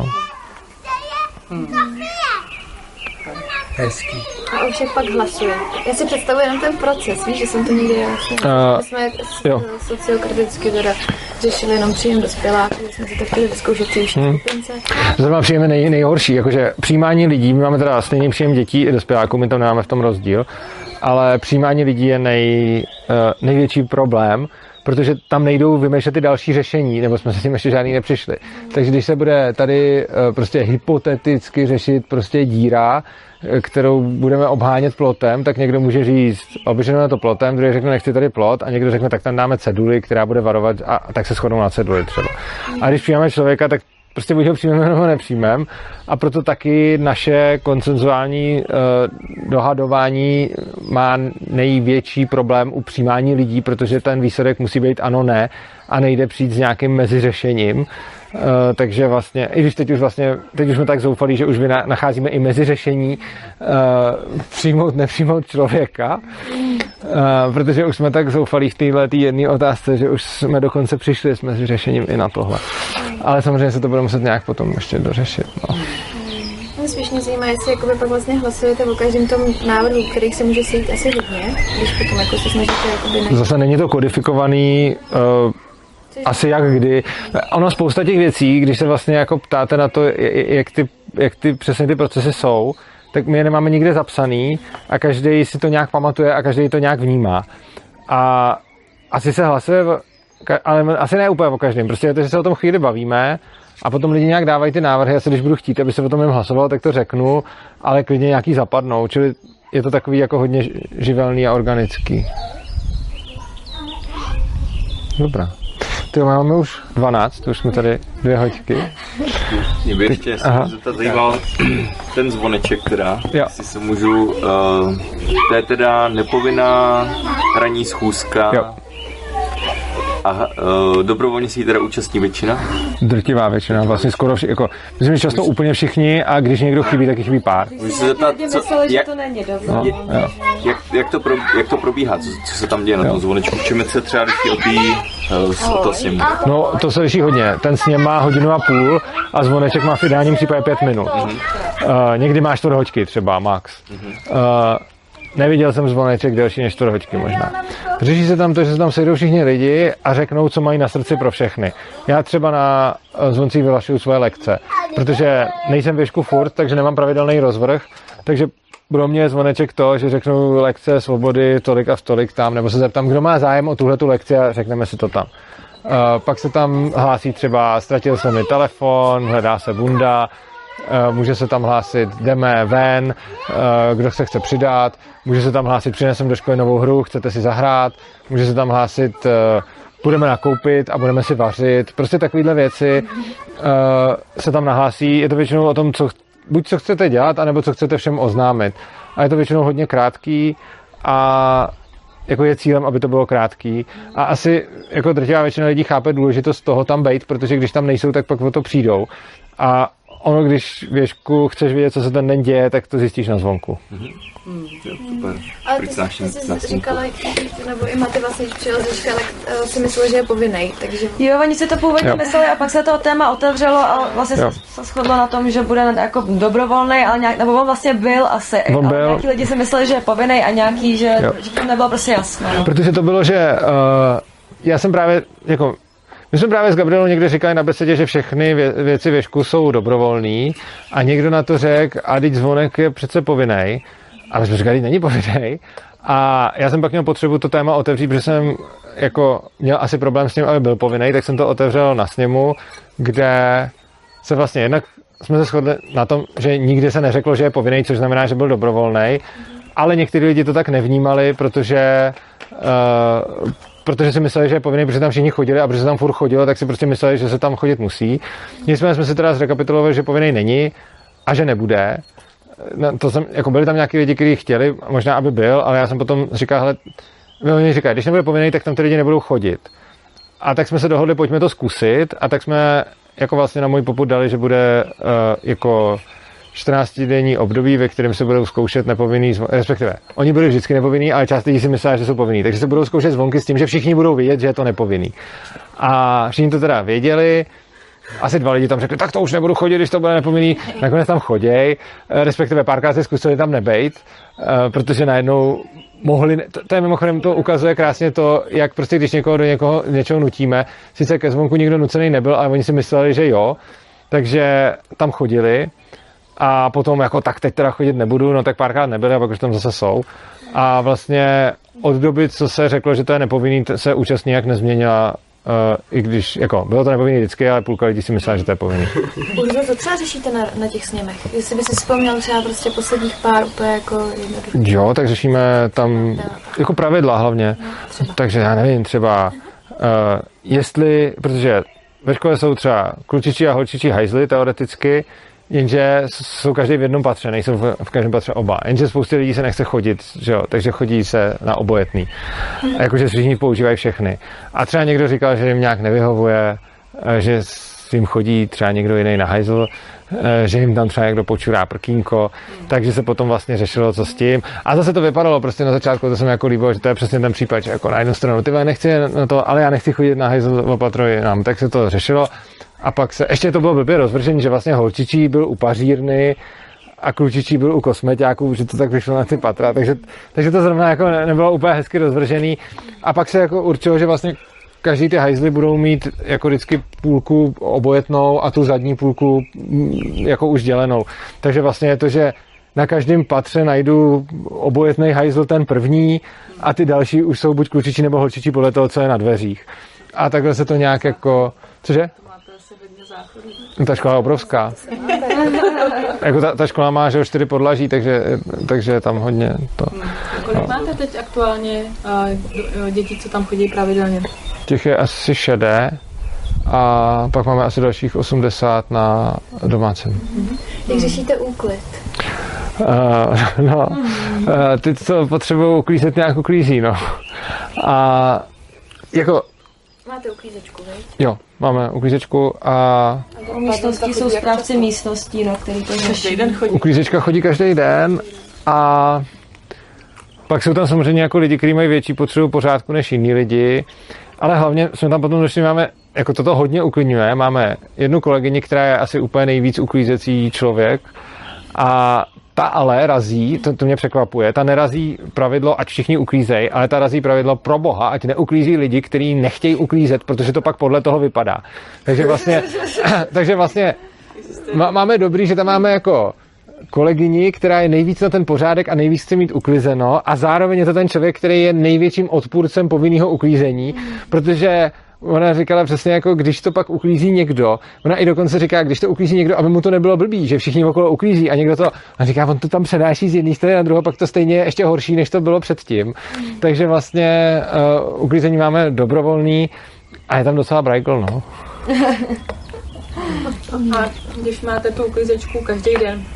Hezký. A o všech pak hlasuje. Já si představuji jenom ten proces, víš, že jsem to někdy vlastně. Uh, My jsme jo. sociokraticky teda řešili jenom příjem dospěláků, jsme si to chtěli vyzkoušet si už hmm. skupince. Zrovna příjem je nej, nejhorší, jakože přijímání lidí, my máme teda stejný příjem dětí i dospěláků, my tam nemáme v tom rozdíl, ale přijímání lidí je nej, uh, největší problém, protože tam nejdou vymýšlet ty další řešení, nebo jsme se s tím ještě žádný nepřišli. Takže když se bude tady uh, prostě hypoteticky řešit prostě díra, kterou budeme obhánět plotem, tak někdo může říct, oběžujeme to plotem, druhý řekne, nechci tady plot, a někdo řekne, tak tam dáme ceduli, která bude varovat, a tak se shodnou na ceduli třeba. A když přijímáme člověka, tak prostě buď ho přijmeme, nebo nepřijmeme, a proto taky naše konsenzuální uh, dohadování má největší problém u přijímání lidí, protože ten výsledek musí být ano, ne, a nejde přijít s nějakým meziřešením. Uh, takže vlastně, i když teď už vlastně, teď už jsme tak zoufalí, že už vy nacházíme i meziřešení uh, přijmout, nepřijmout člověka, uh, protože už jsme tak zoufalí v téhle jedné otázce, že už jsme dokonce přišli s meziřešením i na tohle. Ale samozřejmě se to bude muset nějak potom ještě dořešit. No. Mě spíš mě zajímá, jestli jakoby pak vlastně hlasujete o každém tom návrhu, kterých se může sejít asi hodně, když potom jako se snažíte jakoby najít. Zase není to kodifikovaný, uh, asi jak kdy. Ono spousta těch věcí, když se vlastně jako ptáte na to, jak ty, jak ty přesně ty procesy jsou, tak my je nemáme nikde zapsaný a každý si to nějak pamatuje a každý to nějak vnímá. A asi se hlasuje, ale asi ne úplně o každém. Prostě je to, že se o tom chvíli bavíme a potom lidi nějak dávají ty návrhy. Já se, když budu chtít, aby se o tom jim hlasovalo, tak to řeknu, ale klidně nějaký zapadnou. Čili je to takový jako hodně živelný a organický. Dobrá. Ty máme už dvanáct, už jsme tady dvě hoďky. Mě by ještě se zeptat zajímal ten zvoneček teda, jo. Jestli se můžu, uh, to je teda nepovinná ranní schůzka. Jo. A uh, dobrovolně si ji teda účastní většina? Drtivá většina, vlastně skoro všichni, jako, myslím, že často úplně všichni, a když někdo chybí, tak chybí pár. Můžu se zeptat, co, mysleli, jak, že to není dobře. No, jak, jak, jak, to pro, jak to probíhá, co, co se tam děje jo. na tom zvonečku, v čem se třeba liší od té uh, sněmu? No, to se liší hodně. Ten sněm má hodinu a půl a zvoneček má v ideálním případě pět minut. Mm-hmm. Uh, někdy má čtvrt hoďky třeba, max. Mm-hmm. Uh, Neviděl jsem zvoneček delší než čtvrt hoďky možná. Řeší se tam to, že se tam sejdou všichni lidi a řeknou, co mají na srdci pro všechny. Já třeba na zvoncích vyhlašuju svoje lekce, protože nejsem v Ježku furt, takže nemám pravidelný rozvrh, takže pro mě je zvoneček to, že řeknu lekce svobody tolik a v tolik tam, nebo se zeptám, kdo má zájem o tuhletu lekci a řekneme si to tam. Uh, pak se tam hlásí třeba, ztratil se mi telefon, hledá se bunda, Uh, může se tam hlásit, jdeme ven, uh, kdo se chce přidat, může se tam hlásit, přinesem do školy novou hru, chcete si zahrát, může se tam hlásit, uh, budeme nakoupit a budeme si vařit, prostě takovýhle věci uh, se tam nahlásí, je to většinou o tom, co buď co chcete dělat, anebo co chcete všem oznámit. A je to většinou hodně krátký a jako je cílem, aby to bylo krátký. A asi jako drtivá většina lidí chápe důležitost toho tam být, protože když tam nejsou, tak pak o to přijdou. A ono, když věšku chceš vědět, co se ten den děje, tak to zjistíš na zvonku. Mm-hmm. Mm. Super. Ale ty, ty jsi říkala, nebo i Maty vlastně, když přijel ze školy, tak si myslel, že je povinnej, takže... Jo, oni si to původně jo. mysleli a pak se to téma otevřelo a vlastně jo. se shodlo na tom, že bude jako dobrovolnej, ale nějak, nebo on vlastně byl asi, on ale byl... nějaký lidi si mysleli, že je povinnej a nějaký, že, že to nebylo prostě jasné. No. Protože to bylo, že uh, já jsem právě, jako, my jsme právě s Gabrielou někde říkali na besedě, že všechny vě, věci věšku jsou dobrovolný a někdo na to řekl, a teď zvonek je přece povinnej. A my jsme říkali, není povinnej. A já jsem pak měl potřebu to téma otevřít, protože jsem jako měl asi problém s tím, aby byl povinnej, tak jsem to otevřel na sněmu, kde se vlastně jednak jsme se shodli na tom, že nikdy se neřeklo, že je povinnej, což znamená, že byl dobrovolnej, ale někteří lidi to tak nevnímali, protože uh, protože si mysleli, že je povinný, protože tam všichni chodili a protože se tam furt chodilo, tak si prostě mysleli, že se tam chodit musí. Nicméně jsme si teda zrekapitulovali, že povinný není a že nebude. No, to jsem, jako byli tam nějaký lidi, kteří chtěli, možná aby byl, ale já jsem potom říkal, hele, oni říkají, když nebude povinný, tak tam ty lidi nebudou chodit. A tak jsme se dohodli, pojďme to zkusit a tak jsme jako vlastně na můj popud dali, že bude uh, jako čtrnáctidenní období, ve kterém se budou zkoušet nepovinný zvonky, respektive oni byli vždycky nepovinný, ale část lidí si mysleli, že jsou povinný, takže se budou zkoušet zvonky s tím, že všichni budou vědět, že je to nepovinný. A všichni to teda věděli, asi dva lidi tam řekli, tak to už nebudu chodit, když to bude nepovinný, nakonec tam choděj, respektive párkrát se zkusili tam nebejt, protože najednou mohli, to, to je mimochodem, to ukazuje krásně to, jak prostě když někoho do někoho něčeho nutíme, sice ke zvonku nikdo nucený nebyl, ale oni si mysleli, že jo, takže tam chodili. A potom jako tak teď teda chodit nebudu, no tak párkrát nebyli a pak už tam zase jsou. A vlastně od doby, co se řeklo, že to je nepovinný, se účast nijak nezměnila, uh, i když, jako, bylo to nepovinný vždycky, ale půlka lidí si myslela, že to je povinný. Urzo, to třeba řešíte na, na těch sněmech? Jestli by si vzpomněl třeba prostě posledních pár úplně jako jednoduchých. Jo, tak řešíme tam jako pravidla hlavně. No, takže já nevím, třeba uh, jestli, protože ve škole jsou třeba klučičí a holčičí hajzly teoreticky, jenže jsou každý v jednom patře, nejsou v, v každém patře oba. Jenže spoustě lidí se nechce chodit, že jo, takže chodí se na obojetný. A jakože všichni používají všechny. A třeba někdo říkal, že jim nějak nevyhovuje, že s jim chodí třeba někdo jiný na hajzl, že jim tam třeba někdo počurá prkínko, takže se potom vlastně řešilo, co s tím. A zase to vypadalo prostě na začátku, to se mi jako líbilo, že to je přesně ten případ, že jako na jednu stranu, ty nechci na to, ale já nechci chodit na hajzl opatroj nám, tak se to řešilo. A pak se, ještě to bylo blbě rozvržení, že vlastně holčičí byl u pařírny a klučičí byl u kosmeťáků, že to tak vyšlo na ty patra, takže, takže to zrovna jako nebylo úplně hezky rozvržený. A pak se jako určilo, že vlastně každý ty hajzly budou mít jako vždycky půlku obojetnou a tu zadní půlku jako už dělenou. Takže vlastně je to, že na každém patře najdu obojetný hajzl ten první a ty další už jsou buď klučičí nebo holčičí podle toho, co je na dveřích. A takhle se to nějak jako... Cože? Ta škola je obrovská. Jako ta, ta škola má, že čtyři podlaží, takže, takže je tam hodně to. Kolik máte teď aktuálně uh, dětí, co tam chodí pravidelně? Těch je asi šedé a pak máme asi dalších osmdesát na domácím. Mm-hmm. Jak řešíte úklid? Uh, no, uh, ty, co potřebují uklízet, nějak uklízí, no. A jako... Máte uklízečku, veď? Jo, máme uklízečku a... U místností jsou správci místností, no, který to řeší. Uklízečka chodí každý den a pak jsou tam samozřejmě jako lidi, kteří mají větší potřebu pořádku než jiní lidi, ale hlavně jsme tam potom došli, máme, jako toto hodně uklidňuje, máme jednu kolegyni, která je asi úplně nejvíc uklízecí člověk a ta ale razí, to, to mě překvapuje, ta nerazí pravidlo, ať všichni uklízejí, ale ta razí pravidlo pro boha, ať neuklízí lidi, kteří nechtějí uklízet, protože to pak podle toho vypadá. Takže vlastně, takže vlastně má, máme dobrý, že tam máme jako kolegyni, která je nejvíc na ten pořádek a nejvíc chce mít uklízeno a zároveň je to ten člověk, který je největším odpůrcem povinného uklízení, protože ona říkala přesně jako, když to pak uklízí někdo, ona i dokonce říká, když to uklízí někdo, aby mu to nebylo blbý, že všichni okolo uklízí a někdo to, a říká, on to tam přenáší z jedné strany na druhou, pak to stejně je ještě horší, než to bylo předtím. Takže vlastně uh, uklízení máme dobrovolný a je tam docela brajkl, no. A když máte tu uklízečku každý den,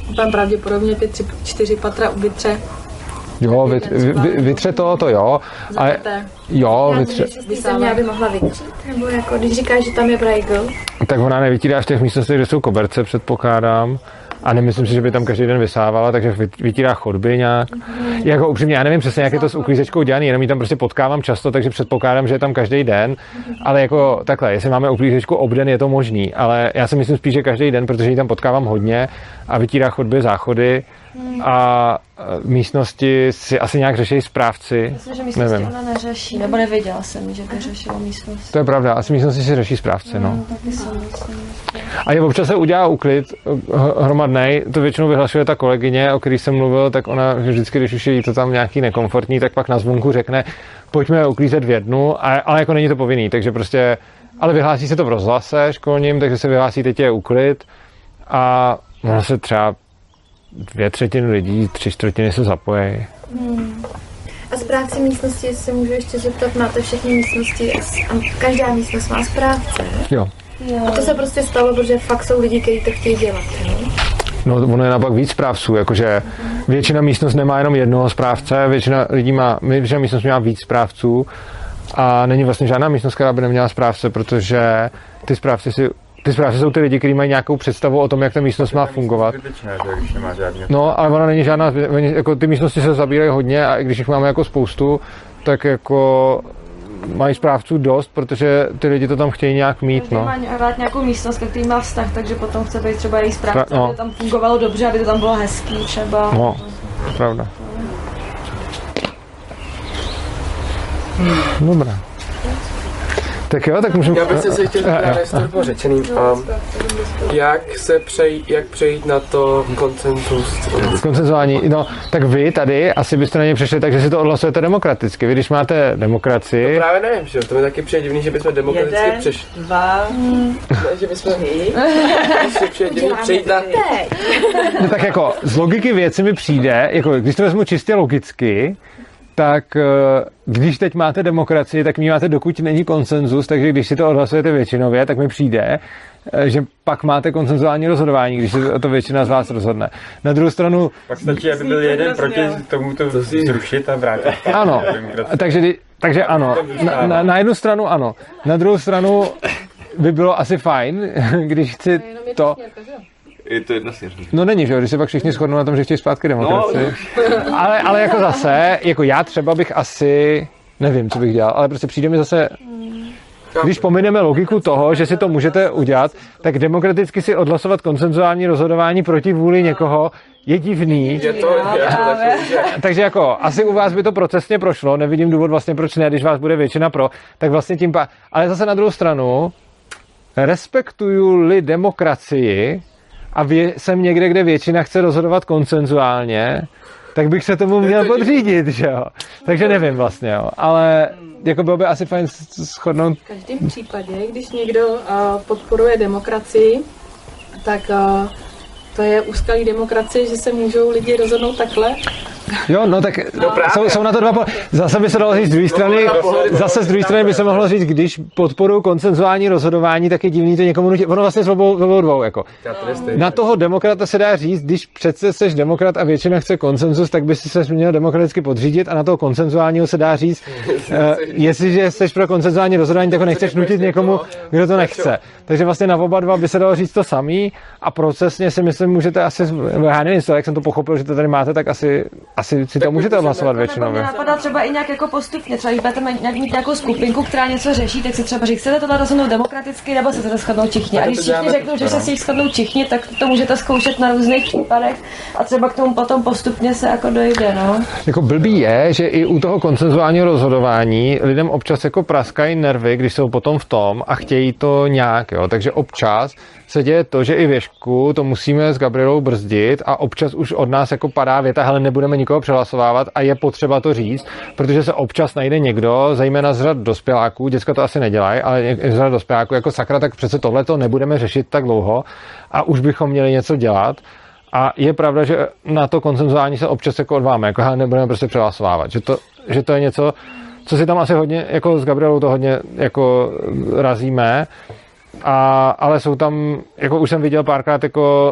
Úplně pravděpodobně ty tři, čtyři patra u Vytře. Jo, vytře, vy, vytře to, to jo. Ale, jo, vytře. Já by mohla vytřít, nebo jako, když říkáš, že tam je brajgl. Tak ona nevytírá v těch místnostech, kde jsou koberce, předpokládám. A nemyslím si, že by tam každý den vysávala, takže vytírá chodby nějak. Mm. Jako upřímně, já nevím přesně, jak je to s uklízečkou dělaný, jenom ji tam prostě potkávám často, takže předpokládám, že je tam každý den. Ale jako takhle, jestli máme uklízečku obden, je to možný. Ale já si myslím spíš, že každý den, protože ji tam potkávám hodně a vytírá chodby, záchody. A místnosti si asi nějak řeší správci. Myslím, že místnosti nevím. Ona neřeší, nebo nevěděla jsem, že by řešila místnost. To je pravda, asi místnosti si řeší správci, no. no. Taky jsem, myslím. A je občas se udělá úklid hromadnej, to většinou vyhlašuje ta kolegyně, o který jsem mluvil, tak ona vždycky, když už je jí to tam nějaký nekomfortní, tak pak na zvonku řekne, pojďme uklízet v jednu, ale jako není to povinný, takže prostě, ale vyhlásí se to v rozhlase školním, takže se vyhlásí, teď je úklid a ono se třeba dvě třetiny lidí, tři čtvrtiny se zapojí. Hmm. A správci místnosti se můžu ještě zeptat, máte všechny místnosti a každá místnost má správce? Jo. jo. A to se prostě stalo, protože fakt jsou lidi, kteří to chtějí dělat, jo? No, ono je naopak víc správců, jakože většina místnost nemá jenom jednoho správce, většina lidí má, většina místnost má víc správců a není vlastně žádná místnost, která by neměla správce, protože ty správci si Ty správci jsou ty lidi, kteří mají nějakou představu o tom, jak ta místnost má fungovat. No, ale ona není žádná, jako ty místnosti se zabírají hodně a i když jich máme jako spoustu, tak jako mají správců dost, protože ty lidi to tam chtějí nějak mít, no. Má rád nějakou místnost, který má vztah, takže potom chce být třeba její správce, no. Aby to tam fungovalo dobře, aby to tam bylo hezký třeba. No, pravda. Dobrá. Tak jo, tak můžeme... Já bych se chtěl říct, to bylo řečený. Um, jak se přejít, jak přejít na to konsenzus? Konsenzuální, no, tak vy tady asi byste na ně přešli tak, že si to odhlasujete demokraticky. Vy, když máte demokracii... To právě nevím, že to mi taky přijde divný, že bychom demokraticky Jeden, přešli. dva, hmm. ne, že bychom... přijde divný přejít na... No tak jako, z logiky věci mi přijde, jako když to vezmu čistě logicky, tak když teď máte demokracii, tak mi máte, dokud není konsenzus, takže když si to odhlasujete většinově, tak mi přijde, že pak máte konsenzuální rozhodování, když se to většina z vás rozhodne. Na druhou stranu... Pak stačí, aby byl jeden proti tomu to zrušit a vrátit. Ano, takže, takže ano. Na, na, na jednu stranu ano. Na druhou stranu by bylo asi fajn, když chci to... Je to jednosměrný. No není, že jo, když se pak všichni shodnou na tom, že chtějí zpátky demokracii. No. Ale, ale jako zase, jako já třeba bych asi, nevím, co bych dělal, ale prostě přijde mi zase, když pomineme logiku toho, že si to můžete udělat, tak demokraticky si odhlasovat konsenzuální rozhodování proti vůli někoho je divný. Je to, je to Takže jako, asi u vás by to procesně prošlo, nevidím důvod vlastně, proč ne, když vás bude většina pro, tak vlastně tím pa... Ale zase na druhou stranu, respektuju-li demokracii, a vě, jsem někde, kde většina chce rozhodovat konsenzuálně, tak bych se tomu měl podřídit, že jo. Takže nevím vlastně, jo. Ale jako bylo by asi fajn shodnout. V každém případě, když někdo uh, podporuje demokracii, tak uh, to je úskalí demokracie, že se můžou lidi rozhodnout takhle. Jo, no tak no jsou, jsou na to dva po... Zase by se dalo říct z druhé strany, zase z druhé strany by se mohlo říct, když podporují konsenzuální rozhodování, tak je divný to někomu nutit. Ono vlastně s obou, obou dvou, jako. Na toho demokrata se dá říct, když přece seš demokrat a většina chce konsenzus, tak by si se měl demokraticky podřídit a na toho konsenzuálního se dá říct, uh, jestliže jsi pro konsenzuální rozhodování, tak ho nechceš nutit někomu, kdo to nechce. Takže vlastně na oba dva by se dalo říct to samý a procesně si myslím, můžete asi, já nevím, jak jsem to pochopil, že to tady máte, tak asi Asi si to můžete odhlasovat většinou. Mě napadá třeba i nějak jako postupně, třeba když budete mít nějakou skupinku, která něco řeší, tak si třeba říct, chcete tohle rozhodnout demokraticky, nebo se to shodnou všichni. A když všichni řeknou, že se si jich shodnou všichni, tak to můžete zkoušet na různých případech a třeba k tomu potom postupně se jako dojde, no. Jako blbý je, že i u toho konsenzuálního rozhodování lidem občas jako praskají nervy, když jsou potom v tom a chtějí to nějak, jo. Takže občas se děje to, že i věšku to musíme s Gabrielou brzdit a občas už od nás jako padá věta, hele, nebudeme nikoho přehlasovávat a je potřeba to říct, protože se občas najde někdo, zejména z řad dospěláků, děcka to asi nedělají, ale z řad dospěláků, jako sakra, tak přece tohleto nebudeme řešit tak dlouho a už bychom měli něco dělat. A je pravda, že na to konsenzuální se občas jako odváme, jako hele, nebudeme prostě přehlasovávat, že to, že to je něco, co si tam asi hodně, jako s Gabrielou to hodně jako razíme. A, ale jsou tam, jako už jsem viděl párkrát, jako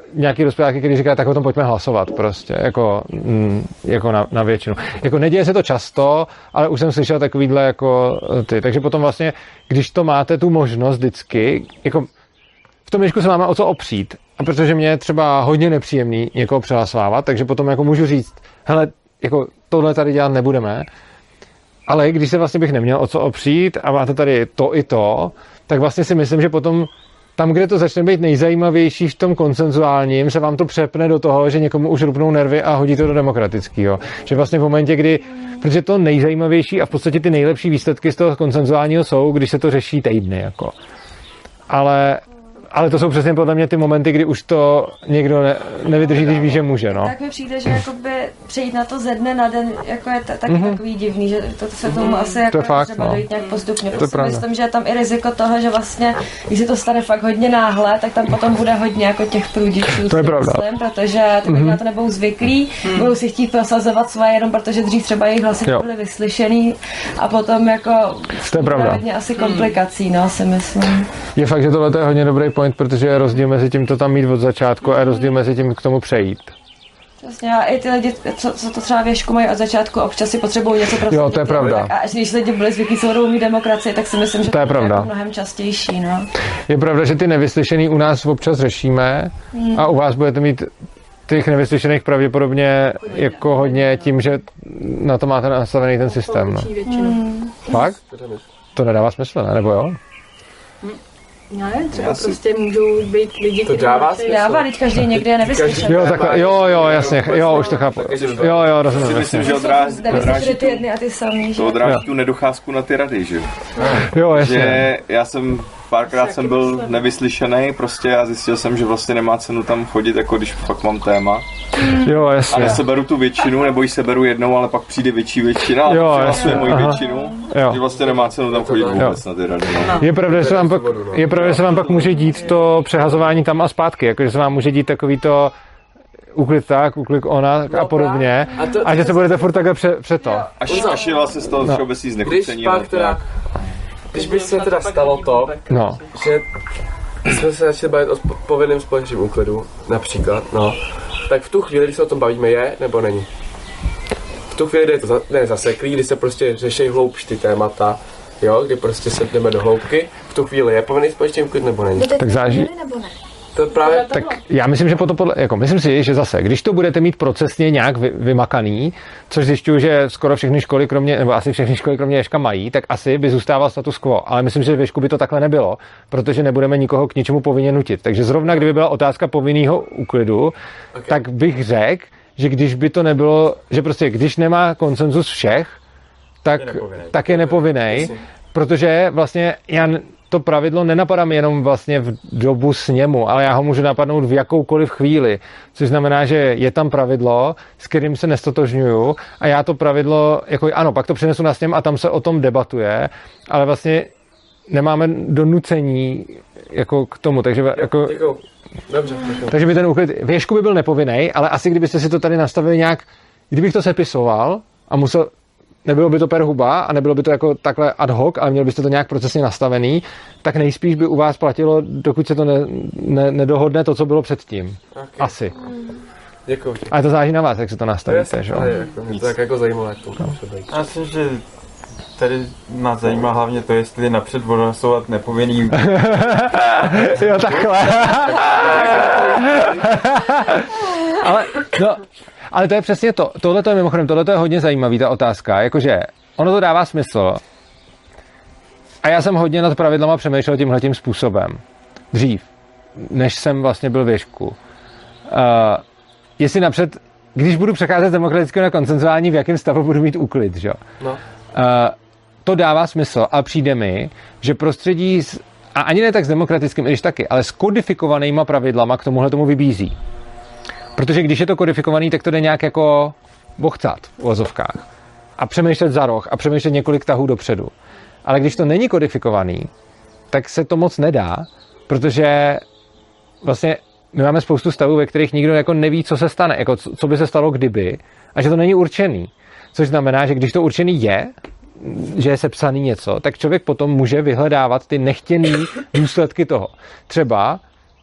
nějaký dospěláky, který říká, tak o tom pojďme hlasovat prostě, jako, mm, jako na, na většinu. Jako neděje se to často, ale už jsem slyšel takovýhle jako ty. Takže potom vlastně, když to máte tu možnost vždycky, jako v tom věšku se máme o co opřít. A protože mě je třeba hodně nepříjemný někoho přehlasovávat, takže potom jako můžu říct, hele, jako tohle tady dělat nebudeme, ale když se vlastně bych neměl o co opřít a máte tady to i to, tak vlastně si myslím, že potom tam, kde to začne být nejzajímavější v tom konsenzuálním, se vám to přepne do toho, že někomu už rupnou nervy a hodí to do demokratického. Že vlastně v momentě, kdy, protože to nejzajímavější a v podstatě ty nejlepší výsledky z toho konsenzuálního jsou, když se to řeší týdny, jako. Ale Ale to jsou přesně podle mě ty momenty, kdy už to někdo ne, nevydrží, když ví, že může, no. Tak mi přijde, že jakoby přejít na to ze dne na den, jako je t- taky mm-hmm. takový divný, že to se tomu mm-hmm. asi jako fakt, třeba no. dojít nějak postupně. Prostě myslím, že je tam i riziko toho, že vlastně, když se to stane fakt hodně náhle, tak tam potom bude hodně jako těch prudičů. To je pravda. Myslím, protože ty mm-hmm. na to nebudou zvyklí, mm. budou si chtít prosazovat svoje jenom protože dřív třeba jejich hlasy byly vyslyšený a potom jako to je pravda. Hodně asi komplikací, no, si myslím. Je fakt, že tohle je hodně dobrý point, protože je rozdíl mezi tím to tam mít od začátku a je rozdíl mezi tím k tomu přejít. Přesně, a i ty lidi, co, co to třeba věšku mají od začátku, občas si potřebují něco prostě. Jo, to je pravda. A až když lidi byli zvyklí celou mít demokracii, tak si myslím, že to je, pravda. Jako mnohem častější. No. Je pravda, že ty nevyslyšený u nás občas řešíme hmm. a u vás budete mít těch nevyslyšených pravděpodobně jako hodně tím, že na to máte nastavený ten systém. No. Hmm. Fakt? To nedává smysl, ne? Nebo jo? Já nevím, třeba si... prostě můžou být lidi, to dává smysl. Dává, teď každý někde je nevyslyšený. Jo, takhle, jo, jo, jasně, jo, už to chápu. Jo, jo, rozumím. Myslím, že odráží, odráží ty jedny a ty samý, to odráží tu nedocházku na ty rady, že jo, jasně. Že já jsem párkrát jsem byl nevyslyšený prostě a zjistil jsem, že vlastně nemá cenu tam chodit, jako když fakt mám téma. Jo, jasně. A neseberu tu většinu, nebo ji seberu jednou, ale pak přijde větší většina a jo, přihlasuje moji většinu, jo. Že vlastně nemá cenu tam chodit vůbec jo. na ty rady. No. Je pravda, že se vám pak, je pravda, že se vám pak může dít to přehazování tam a zpátky, jakože se vám může dít takový to úklid tak, úklid ona a podobně a, to, a že se budete furt takhle před pře to. Až, až je vlastně z toho no. všeobecný znechucení. Když pak teda, když by se teda stalo to, no. že jsme se začali bavit o povinném společném úklidu, například, no, tak v tu chvíli, když se o tom bavíme, je nebo není? V tu chvíli, kdy je to za, ne, zaseklý, kdy se prostě řeší hloubš ty témata, jo, kdy prostě se jdeme do hloubky, v tu chvíli je povinný společný úklid nebo není? Tak záží. To právě tak já myslím, že potom podle, jako myslím si, že zase, když to budete mít procesně nějak vy, vymakaný, což zjišťuju, že skoro všechny školy kromě, nebo asi všechny školy kromě Ježka mají, tak asi by zůstával status quo. Ale myslím, že v Ježku by to takhle nebylo, protože nebudeme nikoho k ničemu povinně nutit. Takže zrovna kdyby byla otázka povinného úklidu, okay. tak bych řekl, že když by to nebylo, že prostě když nemá konsenzus všech, tak je nepovinnej, tak je nepovinnej protože vlastně já to pravidlo nenapadám jenom vlastně v dobu sněmu, ale já ho můžu napadnout v jakoukoliv chvíli, což znamená, že je tam pravidlo, s kterým se nestotožňuju a já to pravidlo, jako ano, pak to přinesu na sněm a tam se o tom debatuje, ale vlastně nemáme donucení jako k tomu, takže jako... Dobře, takže by ten úklid v Ježku by byl nepovinnej, ale asi kdybyste si to tady nastavili nějak, kdybych to sepisoval a musel, nebylo by to per huba a nebylo by to jako takhle ad hoc, ale měl byste to nějak procesně nastavený, tak nejspíš by u vás platilo, dokud se to ne, ne, nedohodne to, co bylo předtím. Okay. Asi. Děkuji. Ale to záleží na vás, jak se to nastavíte, že jo? Mě to tak jako zajímavé, jak to může být. Já myslím, že tady nás zajímá hlavně to, jestli napřed budou hlasovat nepovinným. Jo, takhle. ale, no, ale to je přesně to. Tohle to je mimochodem, tohle to je hodně zajímavý, ta otázka. Jakože ono to dává smysl. A já jsem hodně nad pravidlama přemýšlel tímhletím způsobem. Dřív, než jsem vlastně byl v Ježku. Uh, jestli napřed, když budu přecházet z demokratického na konsenzuální, v jakém stavu budu mít úklid, že jo? No. Uh, to dává smysl a přijde mi, že prostředí, s, a ani ne tak s demokratickým, i když taky, ale s kodifikovanýma pravidlama k tomuhle tomu vybízí. Protože když je to kodifikovaný, tak to jde nějak jako bochcat v uvozovkách. A přemýšlet za roh a přemýšlet několik tahů dopředu. Ale když to není kodifikovaný, tak se to moc nedá, protože vlastně my máme spoustu stavů, ve kterých nikdo jako neví, co se stane, jako co, co by se stalo kdyby, a že to není určený. Což znamená, že když to určený je, že je sepsaný něco, tak člověk potom může vyhledávat ty nechtěné důsledky toho. Třeba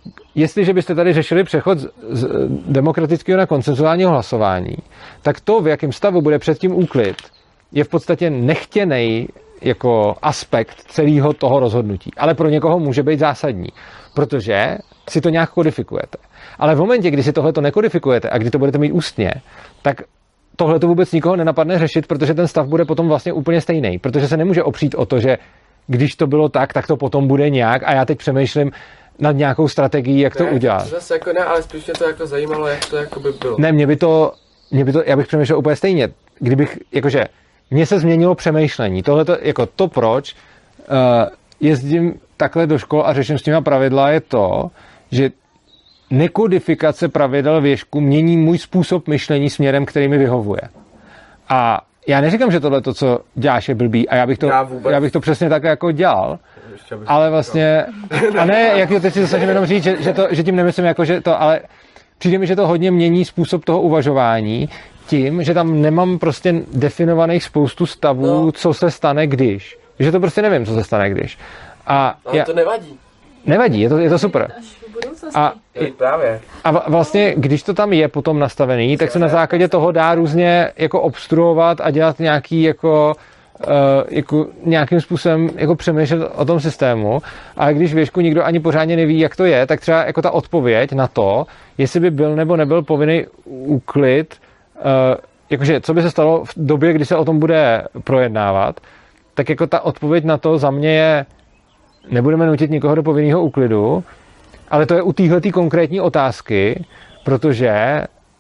jestliže byste tady řešili přechod z, z demokratického na konsenzuálního hlasování, tak to, v jakém stavu bude předtím úklid, je v podstatě nechtěnej jako aspekt celého toho rozhodnutí. Ale pro někoho může být zásadní, protože si to nějak kodifikujete. Ale v momentě, kdy si tohleto nekodifikujete a kdy to budete mít ústně, tak tohle to vůbec nikoho nenapadne řešit, protože ten stav bude potom vlastně úplně stejný. Protože se nemůže opřít o to, že když to bylo tak, tak to potom bude nějak a já teď přemýšlím nad nějakou strategií, jak ne, to udělat. Zase jako ne, ale spíš mě to jako zajímalo, jak to jako by bylo. Ne, mě by to, mě by to, já bych přemýšlel úplně stejně. Kdybych, jakože, mně se změnilo přemýšlení. Tohle to, jako to, proč uh, jezdím takhle do škol a řeším s těma pravidla, je to, že nekodifikace pravidel věšku mění můj způsob myšlení směrem, který mi vyhovuje. A já neříkám, že tohle to, co děláš, je blbý a já bych to, já já bych to přesně tak jako dělal, ale vlastně, a ne, jak to teď si snažím jenom říct, že, že, to, že tím nemyslím jako, že to, ale přijde mi, že to hodně mění způsob toho uvažování tím, že tam nemám prostě definovaných spoustu stavů, no. Co se stane, když. Že to prostě nevím, co se stane, když. A ale já, to nevadí. Nevadí, je to, je to super. A, a vlastně, když to tam je potom nastavený, tak se na základě toho dá různě jako obstruovat a dělat nějaký jako, uh, jako nějakým způsobem jako přemýšlet o tom systému. A když věšku nikdo ani pořádně neví, jak to je, tak třeba jako ta odpověď na to, jestli by byl nebo nebyl povinný úklid, uh, jakože co by se stalo v době, kdy se o tom bude projednávat, tak jako ta odpověď na to za mě je, nebudeme nutit nikoho do povinného úklidu, ale to je u téhletý konkrétní otázky, protože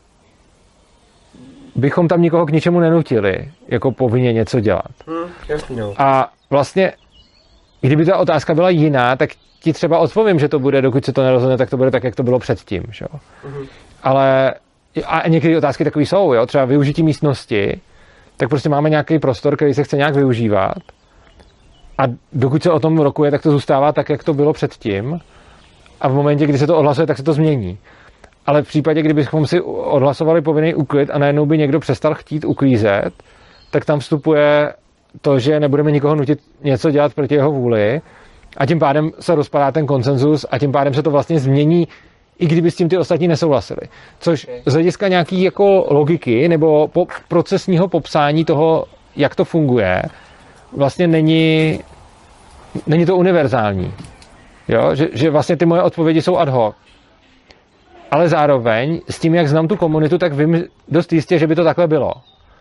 bychom tam nikoho k ničemu nenutili, jako povinně něco dělat. Hmm, jasný, no. A vlastně, kdyby ta otázka byla jiná, tak ti třeba odpovím, že to bude, dokud se to nerozhodne, tak to bude tak, jak to bylo předtím. Že? Hmm. Ale a některé otázky takové jsou, jo? Třeba využití místnosti, tak prostě máme nějaký prostor, který se chce nějak využívat. A dokud se o tom rokuje, tak to zůstává tak, jak to bylo předtím. A v momentě, kdy se to odhlasuje, tak se to změní. Ale v případě, kdybychom si odhlasovali povinný úklid a najednou by někdo přestal chtít uklízet, tak tam vstupuje to, že nebudeme nikoho nutit něco dělat proti jeho vůli a tím pádem se rozpadá ten konsenzus a tím pádem se to vlastně změní, i kdyby s tím ty ostatní nesouhlasili. Což z hlediska nějaký jako logiky nebo po procesního popsání toho, jak to funguje, vlastně není, není to univerzální. Jo? Že, že vlastně ty moje odpovědi jsou ad hoc. Ale zároveň s tím, jak znám tu komunitu, tak vím dost jistě, že by to takhle bylo.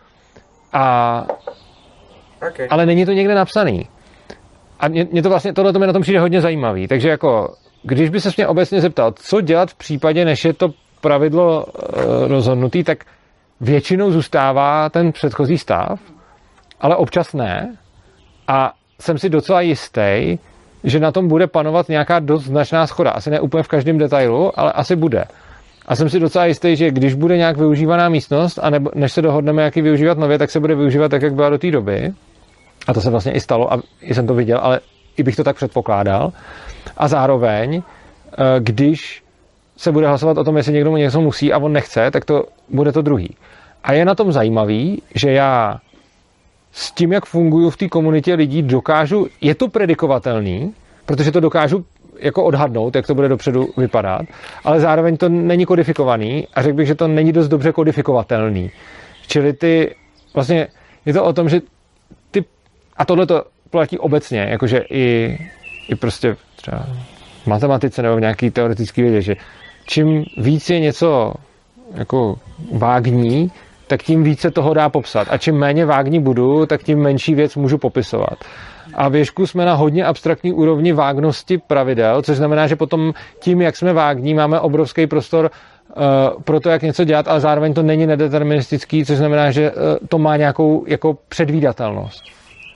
A, okay. Ale není to někde napsaný. A mě, mě to vlastně, tohle to mi na tom přijde hodně zajímavý. Takže jako, když by se mě obecně zeptal, co dělat v případě, než je to pravidlo e, rozhodnutý, tak většinou zůstává ten předchozí stav, ale občas ne. A jsem si docela jistý, že na tom bude panovat nějaká dost značná shoda. Asi ne úplně v každém detailu, ale asi bude. A jsem si docela jistý, že když bude nějak využívaná místnost, a nebo, než se dohodneme, jak ji využívat nově, tak se bude využívat tak, jak byla do té doby. A to se vlastně i stalo, a i jsem to viděl, ale i bych to tak předpokládal. A zároveň, když se bude hlasovat o tom, jestli někdo mu něco musí a on nechce, tak to bude to druhý. A je na tom zajímavý, že já s tím, jak funguju v té komunitě lidí, dokážu, je to predikovatelný, protože to dokážu jako odhadnout, jak to bude dopředu vypadat, ale zároveň to není kodifikovaný a řekl bych, že to není dost dobře kodifikovatelný. Čili ty, vlastně je to o tom, že ty, a tohle to platí obecně, jakože i, i prostě třeba v matematice nebo v nějaký teoretický vědě, že čím víc je něco jako vágní, tak tím více toho dá popsat. A čím méně vágní budu, tak tím menší věc můžu popisovat. A věšku jsme na hodně abstraktní úrovni vágnosti pravidel, což znamená, že potom tím, jak jsme vágní, máme obrovský prostor uh, pro to, jak něco dělat, ale zároveň to není nedeterministický, což znamená, že uh, to má nějakou jako předvídatelnost.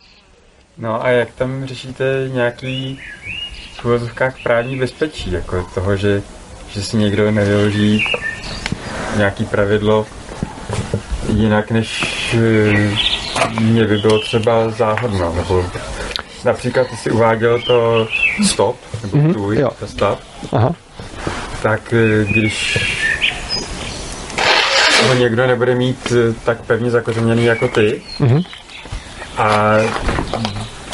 No a jak tam řešíte nějaký v úvozovkách právní bezpečí, jako toho, že, že si někdo nevyloží nějaký pravidlo jinak, než mě by bylo třeba záhodno, nebo například ty si uváděl to stop, nebo mm-hmm, tvůj, to stop, aha. Tak když ho někdo nebude mít tak pevně zakořeněný jako ty, mm-hmm. a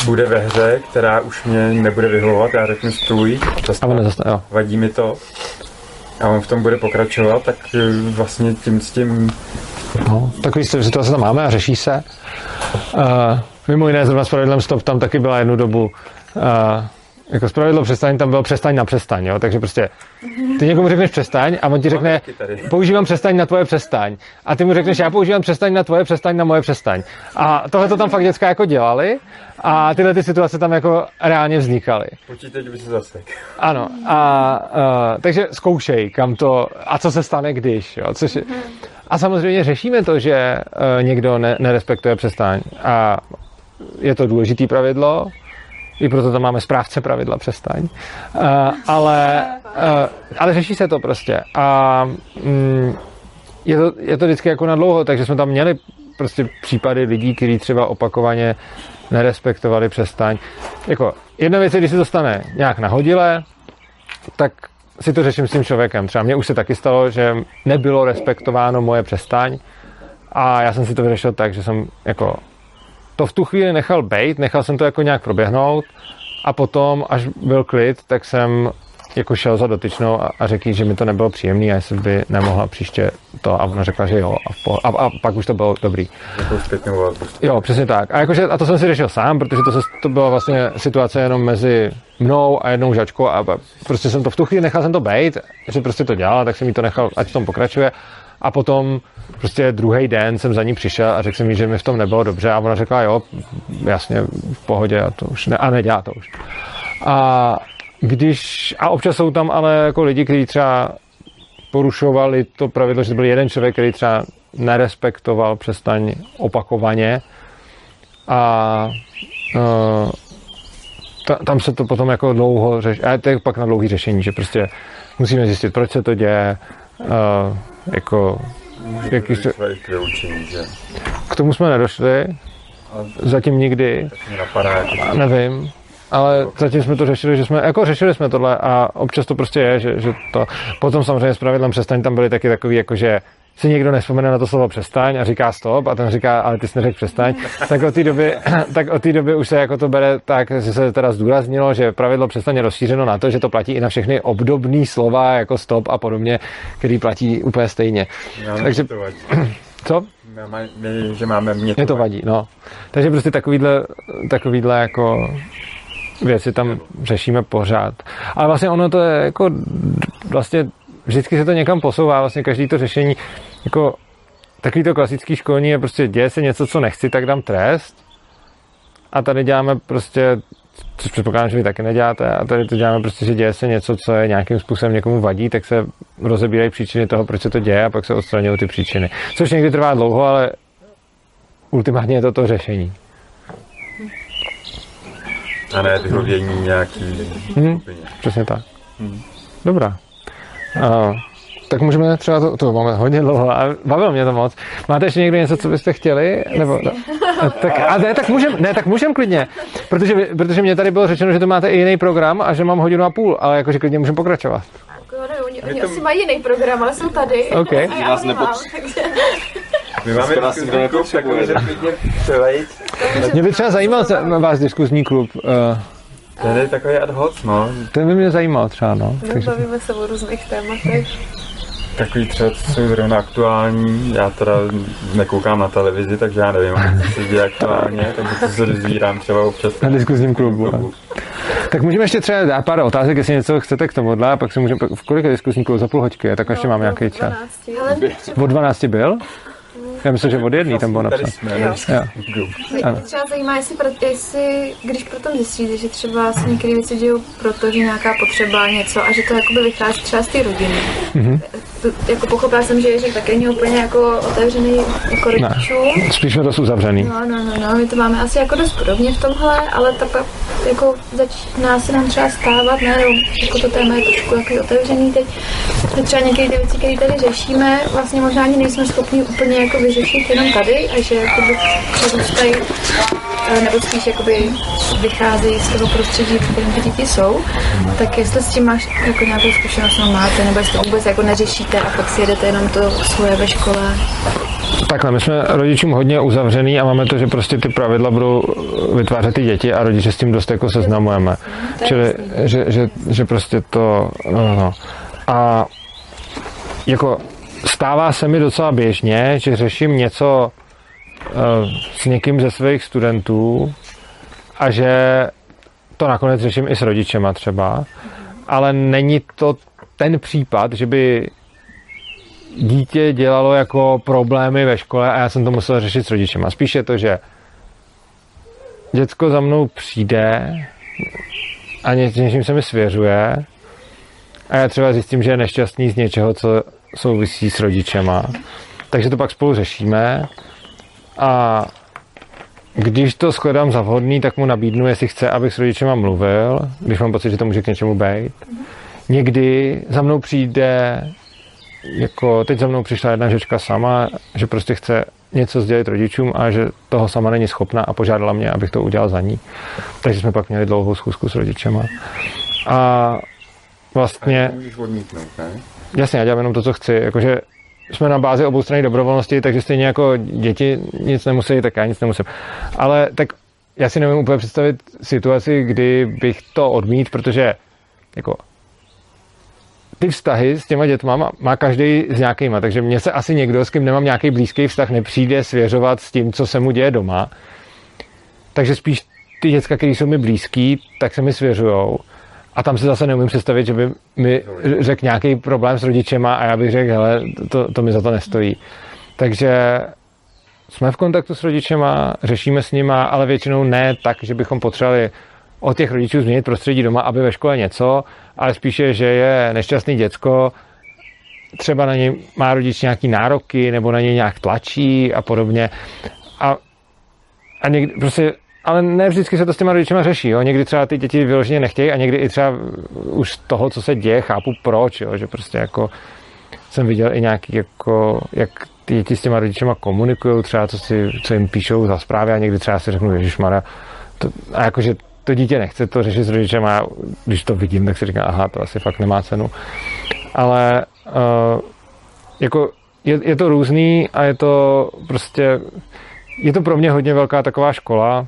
bude ve hře, která už mě nebude vyhovovat, já řeknu stůj, vadí mi to a on v tom bude pokračovat, tak vlastně tím s tím... No, takový situace tam máme a řeší se. Uh, mimo jiné zrovna s pravidlem stop tam taky byla jednu dobu uh, jako pravidlo přestaň, tam bylo přestaň na přestaň, jo? Takže prostě ty někomu řekneš přestaň a on ti řekne používám přestaň na tvoje přestaň a ty mu řekneš já používám přestaň na tvoje přestaň na moje přestaň a tohle to tam fakt děcka jako dělali a tyhle ty situace tam jako reálně vznikaly. Počítač by se zasek. Ano a uh, takže zkoušej kam to a co se stane když, jo? Což je, a samozřejmě řešíme to, že uh, někdo ne, nerespektuje přestaň a je to důležitý pravidlo. I proto tam máme správce pravidla přestaň. Uh, ale, uh, ale řeší se to prostě. A um, je, to, je to vždycky jako na dlouho, takže jsme tam měli prostě případy lidí, kteří třeba opakovaně nerespektovali přestaň. Jako, jedna věc je, když se to stane nějak nahodile, tak si to řeším s tím člověkem. Třeba mně už se taky stalo, že nebylo respektováno moje přestaň a já jsem si to vyřešil tak, že jsem jako to v tu chvíli nechal bejt, nechal jsem to jako nějak proběhnout a potom, až byl klid, tak jsem jako šel za dotyčnou a, a řekl, že mi to nebylo příjemný a jestli by nemohla příště to a ona řekla, že jo a, po, a, a pak už to bylo dobrý. Jo, přesně tak. A, jakože, a to jsem si řešil sám, protože to, se, to byla vlastně situace jenom mezi mnou a jednou žačkou a prostě jsem to v tu chvíli nechal jsem to bejt, že prostě to dělala, tak jsem jí to nechal, ať v tom pokračuje. A potom prostě druhý den jsem za ní přišel a řekl jsem jí, že mi v tom nebylo dobře a ona řekla, jo, jasně, v pohodě a to už ne, a nedělá to už. A když, a občas jsou tam ale jako lidi, kteří třeba porušovali to pravidlo, že to byl jeden člověk, který třeba nerespektoval přestaň opakovaně a uh, ta, tam se to potom jako dlouho řeší, a to je pak na dlouhý řešení, že prostě musíme zjistit, proč se to děje, uh, jako jaký se... K tomu jsme nedošli, zatím nikdy, nevím, ale zatím jsme to řešili, že jsme, jako řešili jsme tohle a občas to prostě je, že, že to, potom samozřejmě s pravidlem přestaň tam byly taky takový, jako že si někdo nevzpomene na to slovo přestaň a říká stop a ten říká, ale ty jsi neřekl přestaň, tak od té doby, tak od té doby už se jako to bere tak, že se teda zdůraznilo, že pravidlo přestaň je rozšířeno na to, že to platí i na všechny obdobné slova jako stop a podobně, který platí úplně stejně. Já takže to vadí. Co? My, my, že máme mě to, mě to vadí, no. Takže prostě takovýhle, takovýhle jako věci tam řešíme pořád. Ale vlastně ono to je jako vlastně vždycky se to někam posouvá, vlastně každý to řešení, jako takový to klasický školní je prostě děje se něco, co nechci, tak dám trest a tady děláme prostě, což předpokládám, že vy taky neděláte, a tady to děláme prostě, že děje se něco, co je nějakým způsobem někomu vadí, tak se rozebírají příčiny toho, proč se to děje a pak se odstraňují ty příčiny. Což někdy trvá dlouho, ale ultimátně je to to řešení. A ne vyhovění nějaký hmm, přesně tak. Hmm. Dobrá. Uh, tak můžeme třeba to, to máme hodně dlouho a bavilo mě to moc. Máte ještě někdo něco, co byste chtěli? Nebo, no, tak, a ne, tak můžem, ne, tak můžem klidně, protože, protože mě tady bylo řečeno, že to máte i jiný program a že mám hodinu a půl, ale jakože klidně můžem pokračovat. Oni, oni asi mají jiný program, ale jsou tady. Okay. A já nemám, takže... My máme diskuzní klub, tak můžeme klidně převejít. Mě by třeba zajímal váš diskuzní klub. Uh, Ten je takový ad hoc, no. Ten by mě zajímal třeba, no. Takže... Bavíme se o různých tématech. Takový třeba, co jsou zrovna aktuální, já teda nekoukám na televizi, takže já nevím, co se děje aktuálně, takže to se dozvírám třeba občas. Na diskuzním klubu. klubu. Tak můžeme ještě třeba dát pár otázek, jestli něco chcete k tomuhle, a pak si můžeme, v kolik je diskuzní klub za půl hoďky, tak ještě no, máme nějaký čas. Od dvanácti byl? Já myslím, že od jedný tam bylo napsat. Mě třeba zajímá, jestli, pro, jestli když potom zjistíte, že třeba se některé věci dějou proto, že nějaká potřeba něco a že to jakoby vychází třeba z té rodiny. Mm-hmm. To, jako pochopila jsem, že Jiří taky není úplně jako otevřený jako rodičů. Ne, spíš jsme dost uzavřený. No, no, no, no, my to máme asi jako dost podobně v tomhle, ale ta jako začíná se nám třeba stávat, ne, jako to téma je trošku jako otevřený teď. Třeba některé ty věci, které tady řešíme, vlastně možná ani nejsme schopni úplně jako vyřešit jenom tady a že jakoby přerůstají, nebo spíš jakoby vycházejí z toho prostředí, v kterém ty děti jsou, tak jestli s tím máš jako nějakou zkušenost, no máte, nebo jestli to vůbec jako neřešíte a pak si jedete jenom to svoje ve škole. takhle, my jsme rodičům hodně uzavřený a máme to, že prostě ty pravidla budou vytvářet ty děti a rodiče s tím dost jako seznamujeme. Čili, že, že, že prostě to, no, no. A jako stává se mi docela běžně, že řeším něco uh, s někým ze svých studentů a že to nakonec řeším i s rodičema třeba, ale není to ten případ, že by dítě dělalo jako problémy ve škole a já jsem to musel řešit s rodičema. Spíš je to, že děcko za mnou přijde a ně, něčím se mi svěřuje a já třeba zjistím, že je nešťastný z něčeho, co souvisí s rodičema. Takže to pak spolu řešíme a když to shledám za vhodný, tak mu nabídnu, jestli chce, abych s rodičema mluvil, když mám pocit, že to může k něčemu být. Někdy za mnou přijde, jako teď za mnou přišla jedna žečka sama, že prostě chce něco sdělit rodičům a že toho sama není schopna a požádala mě, abych to udělal za ní. Takže jsme pak měli dlouhou schůzku s rodičema. A vlastně... A můžeš odmítnout, ne? Jasně, já dělám jenom to, co chci. Jakože jsme na bázi oboustranné dobrovolnosti, takže stejně jako děti nic nemusí, tak já nic nemusím. Ale tak já si nevím úplně představit situaci, kdy bych to odmít, protože jako ty vztahy s těma dětma má, má každý s nějakýma, takže mně se asi někdo, s kým nemám nějaký blízký vztah, nepřijde svěřovat s tím, co se mu děje doma. Takže spíš ty děcka, které jsou mi blízký, tak se mi svěřujou. A tam si zase neumím představit, že by mi řekl nějaký problém s rodičema a já bych řekl, hele, to, to mi za to nestojí. Takže jsme v kontaktu s rodičema, řešíme s nima, ale většinou ne tak, že bychom potřebovali od těch rodičů změnit prostředí doma, aby ve škole něco, ale spíše, že je nešťastný děcko, třeba na něj má rodič nějaký nároky, nebo na něj nějak tlačí a podobně. A, a někdy prostě, ale ne vždycky se to s těma rodičema řeší. Jo? Někdy třeba ty děti vyloženě nechtějí a někdy i třeba už z toho, co se děje, chápu proč, jo? Že prostě jako jsem viděl i nějaký, jako, jak ty děti s těma rodičema komunikují, třeba co, si, co jim píšou za zprávy a někdy třeba si řeknu, ježišmarja, to, a jakože to dítě nechce to řešit s rodičem a když to vidím, tak si říkám, aha, to asi fakt nemá cenu. Ale uh, jako je, je to různý a je to prostě, je to pro mě hodně velká taková škola,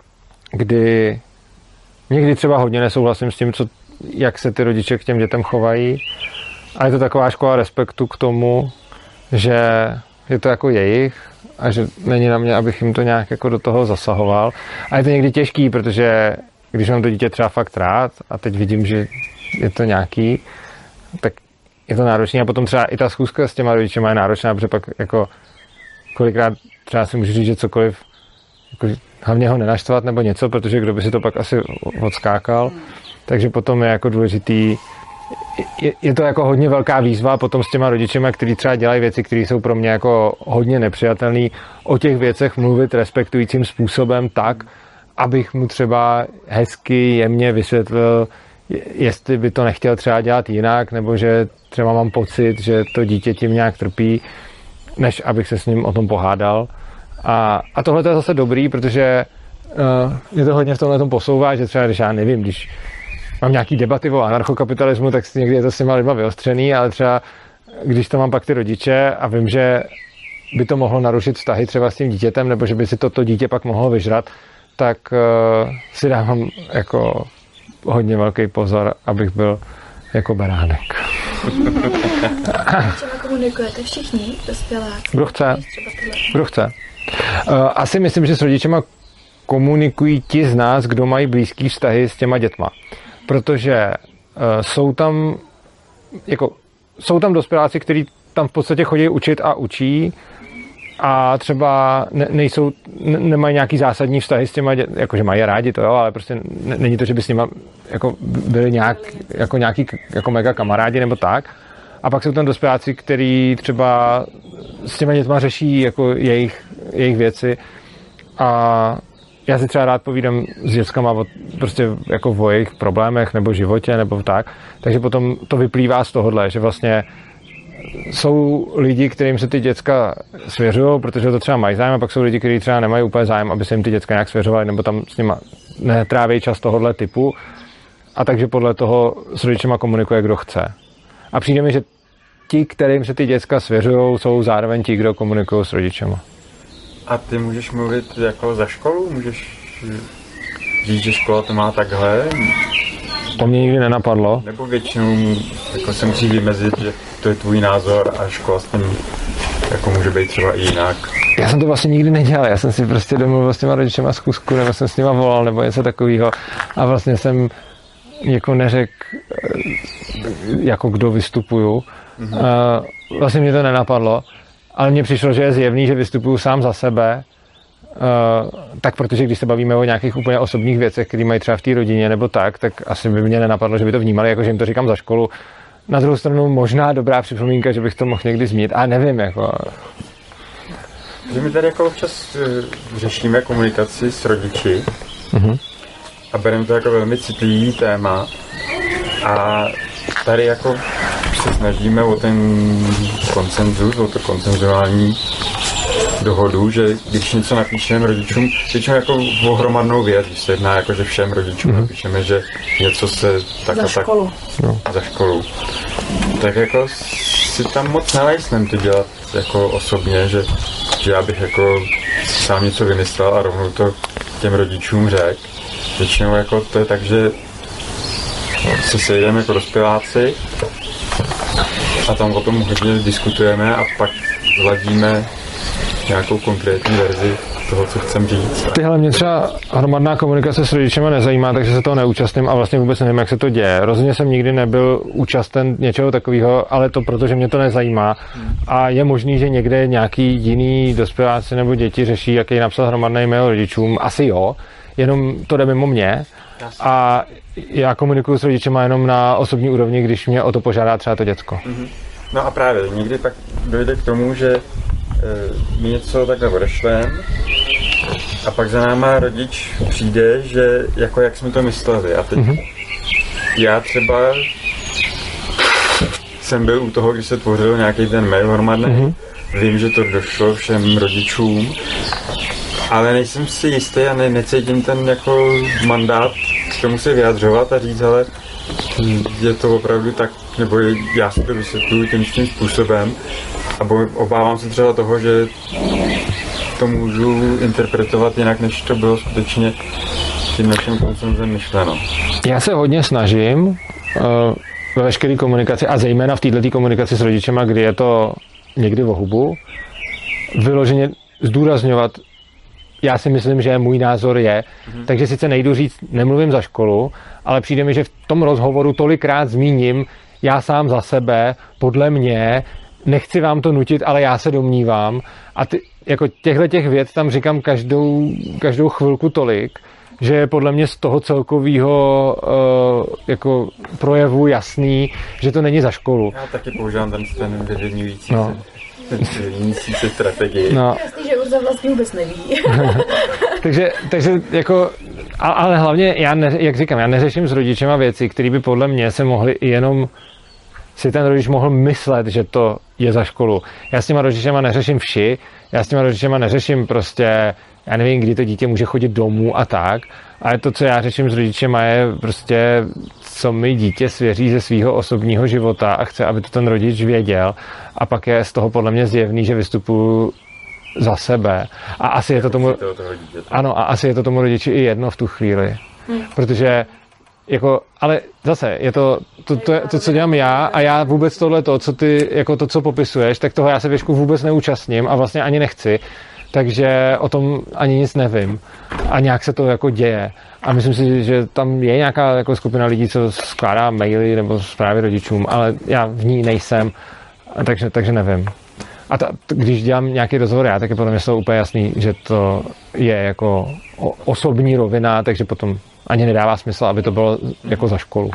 kdy někdy třeba hodně nesouhlasím s tím, co, jak se ty rodiče k těm dětem chovají. A je to taková škola respektu k tomu, že je to jako jejich a že není na mě, abych jim to nějak jako do toho zasahoval. A je to někdy těžký, protože když mám to dítě třeba fakt rád a teď vidím, že je to nějaký, tak je to náročný a potom třeba i ta schůzka s těma rodičema je náročná, protože pak jako kolikrát třeba si můžu říct, že cokoliv, jako hlavně ho nenaštvat nebo něco, protože kdo by si to pak asi odskákal. Takže potom je jako důležitý, je, je to jako hodně velká výzva potom s těma rodičema, kteří třeba dělají věci, které jsou pro mě jako hodně nepřijatelné, o těch věcech mluvit respektujícím způsobem tak, abych mu třeba hezky, jemně vysvětlil, jestli by to nechtěl třeba dělat jinak, nebo že třeba mám pocit, že to dítě tím nějak trpí, než abych se s ním o tom pohádal. A, a tohle to je zase dobrý, protože uh, mě to hodně v tomhle tom posouvá, že třeba, když já nevím, když mám nějaký debaty o anarchokapitalismu, tak někdy je to s těma lidma vyostřený, ale třeba když to mám pak ty rodiče a vím, že by to mohlo narušit vztahy třeba s tím dítětem, nebo že by si to, to dítě pak mohlo vyžrat, tak uh, si dávám jako hodně velký pozor, abych byl jako beránek. Třeba komunikujete všichni dospěláci? Kdo chce? Kdo chce? Uh, asi myslím, že s rodičema komunikují ti z nás, kdo mají blízký vztahy s těma dětma. Protože uh, jsou tam jako, jsou tam dospěláci, kteří tam v podstatě chodí učit a učí a třeba ne, nejsou, ne, nemají nějaký zásadní vztahy s těma dětma, jakože mají rádi to, jo, ale prostě ne, není to, že by s nima jako byli nějak, jako nějaký jako mega kamarádi nebo tak. A pak jsou tam dospěláci, kteří třeba s těma dětma řeší jako jejich, jejich věci a já si třeba rád povídám s dětskama o, prostě jako o jejich problémech nebo životě nebo tak, takže potom to vyplývá z tohohle, že vlastně jsou lidi, kterým se ty děcka svěřují, protože to třeba mají zájem, a pak jsou lidi, kteří třeba nemají úplně zájem, aby se jim ty děcka nějak svěřovali, nebo tam s nima netráví čas tohohle typu, a takže podle toho s rodičema komunikuje, kdo chce. A přijde mi, že ti, kterým se ty děcka svěřují, jsou zároveň ti, kdo komunikují s rodičema. A ty můžeš mluvit jako za školu? Můžeš říct, že škola to má takhle? To mě nikdy nenapadlo. Nebo většinou jako se musí vymezit, že to je tvůj názor a škola s tím jako může být třeba i jinak. Já jsem to vlastně nikdy nedělal, já jsem si prostě domluvil s těma rodičema zkusku, nebo jsem s nima volal, nebo něco takového a vlastně jsem jako neřekl, jako kdo vystupuju. Mm-hmm. Uh, vlastně mě to nenapadlo, ale mně přišlo, že je zjevný, že vystupuju sám za sebe, uh, tak protože když se bavíme o nějakých úplně osobních věcech, které mají třeba v té rodině nebo tak, tak asi by mě nenapadlo, že by to vnímali, jako že jim to říkám za školu. Na druhou stranu možná dobrá připomínka, že bych to mohl někdy zmínit, a nevím, jako... Že my tady jako občas uh, řešíme komunikaci s rodiči mm-hmm. a bereme to jako velmi citlivý téma a tady jako se snažíme o ten konsenzus, o to konsenzuální dohodu, že když něco napíšeme rodičům, většinou jako o hromadnou věc, když se jedná jako, že všem rodičům mm-hmm. napíšeme, že něco se tak za a školu. tak no. za školu. Tak jako si tam moc nelejsnem to dělat jako osobně, že, že já bych jako sám něco vymyslel a rovnou to těm rodičům řekl. Většinou jako to je tak, že se sejdeme jako dospěláci a tam o tom hodně diskutujeme a pak zladíme nějakou konkrétní verzi toho, co chcem říct. Tyhle mě třeba hromadná komunikace s rodičema nezajímá, takže se toho neúčastním a vlastně vůbec nevím, jak se to děje. Rozhodně jsem nikdy nebyl účasten něčeho takového, ale to proto, že mě to nezajímá. A je možný, že někde nějaký jiný dospěláci nebo děti řeší, jaký napsat hromadný mail rodičům. Asi jo, jenom to jde mimo mě. A já komunikuju s rodičema jenom na osobní úrovni, když mě o to požádá třeba to děcko. No a právě, někdy pak dojde k tomu, že e, my něco takhle odešleme a pak za náma rodič přijde, že jako jak jsme to mysleli. A teď mm-hmm. já třeba jsem byl u toho, když se tvořil nějaký ten mail hromadný, mm-hmm. vím, že to došlo všem rodičům, ale nejsem si jistý a ne, necítím ten jako mandát k tomu se vyjadřovat a říct, ale je to opravdu tak, nebo já si to vysvětluji tím, tím způsobem a obávám se třeba toho, že to můžu interpretovat jinak, než to bylo skutečně tím naším koncenzem myšleno. Já se hodně snažím uh, ve veškeré komunikaci a zejména v této komunikaci s rodičema, kdy je to někdy o hubu, vyloženě zdůrazňovat, já si myslím, že můj názor je, mm-hmm. takže sice nejdu říct, nemluvím za školu, ale přijde mi, že v tom rozhovoru tolikrát zmíním, já sám za sebe, podle mě, nechci vám to nutit, ale já se domnívám. A ty, jako těchto těch věc tam říkám každou, každou chvilku tolik, že je podle mě z toho celkového uh, jako projevu jasný, že to není za školu. Já taky používám ten, ten vyvědňující no. se, se strategii. No. Jasný, že Urza vlastně vůbec neví. takže, takže jako, ale hlavně, já ne, jak říkám, já neřeším s rodičema věci, které by podle mě se mohly jenom si ten rodič mohl myslet, že to je za školu. Já s těma rodičema neřeším vši, já s těma rodičema neřeším prostě, já nevím, kdy to dítě může chodit domů a tak, ale to, co já řeším s rodičema, je prostě, co mi dítě svěří ze svého osobního života a chce, aby to ten rodič věděl, a pak je z toho podle mě zjevný, že vystupuju za sebe. A asi je to tomu, ano, a asi je to tomu rodiči i jedno v tu chvíli. Hmm. Protože jako, ale zase, je to, to, to, to, co dělám já, a já vůbec tohle to, co ty, jako to, co popisuješ, tak toho já se věšku vůbec neúčastním a vlastně ani nechci, takže o tom ani nic nevím a nějak se to jako děje. A myslím si, že tam je nějaká jako skupina lidí, co skládá maily nebo zprávy rodičům, ale já v ní nejsem, takže, takže nevím. A ta, když dělám nějaký rozhovor já, tak je podle mě to úplně jasný, že to je jako osobní rovina, takže potom ani nedává smysl, aby to bylo jako za školu.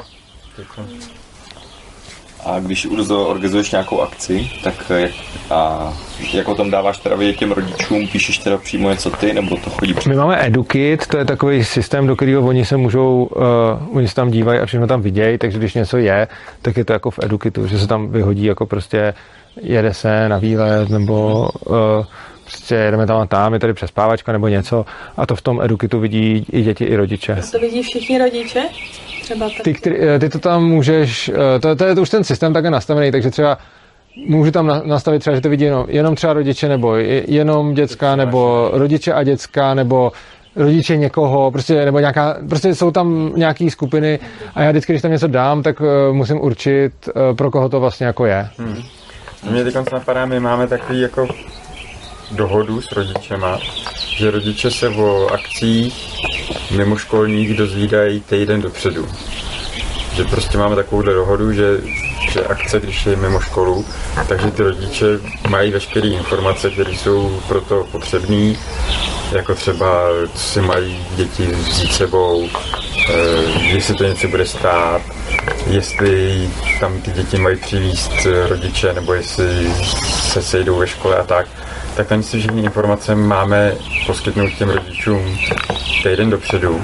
A když Urzo organizuješ nějakou akci, tak jak, a jak o tom dáváš teda vědět těm rodičům, píšeš teda přímo něco ty, nebo to chodí přímo? My máme EduKit, to je takový systém, do kterého oni se můžou, uh, oni se tam dívají a všechno tam vidějí, takže když něco je, tak je to jako v EduKitu, že se tam vyhodí jako prostě jede se na výlet, nebo uh, prostě jedeme tam a tam, je tady přespávačka nebo něco, a to v tom EduKitu vidí i děti, i rodiče. To vidí všichni rodiče? Třeba ty, který, ty to tam můžeš, to, to je to už ten systém takhle nastavený, takže třeba můžu tam nastavit třeba, že to vidí jenom, jenom třeba rodiče, nebo jenom děcka, nebo rodiče a děcka, nebo rodiče někoho, prostě, nebo nějaká, prostě jsou tam nějaký skupiny a já vždycky, když tam něco dám, tak uh, musím určit, uh, pro koho to vlastně jako je. Hmm. Mě teď napadá, my máme takový jako dohodu s rodičema, že rodiče se o akcích mimoškolních dozvídají týden dopředu. Že prostě máme takovouhle dohodu, že, že akce, když je mimo školu, takže ty rodiče mají veškeré informace, které jsou pro to potřebné, jako třeba, co si mají děti vzít sebou, eh, jestli to něco bude stát, jestli tam ty děti mají přivízt rodiče, nebo jestli se sejdou ve škole a tak. Tak tam si všechny informace máme poskytnout těm rodičům týden dopředu.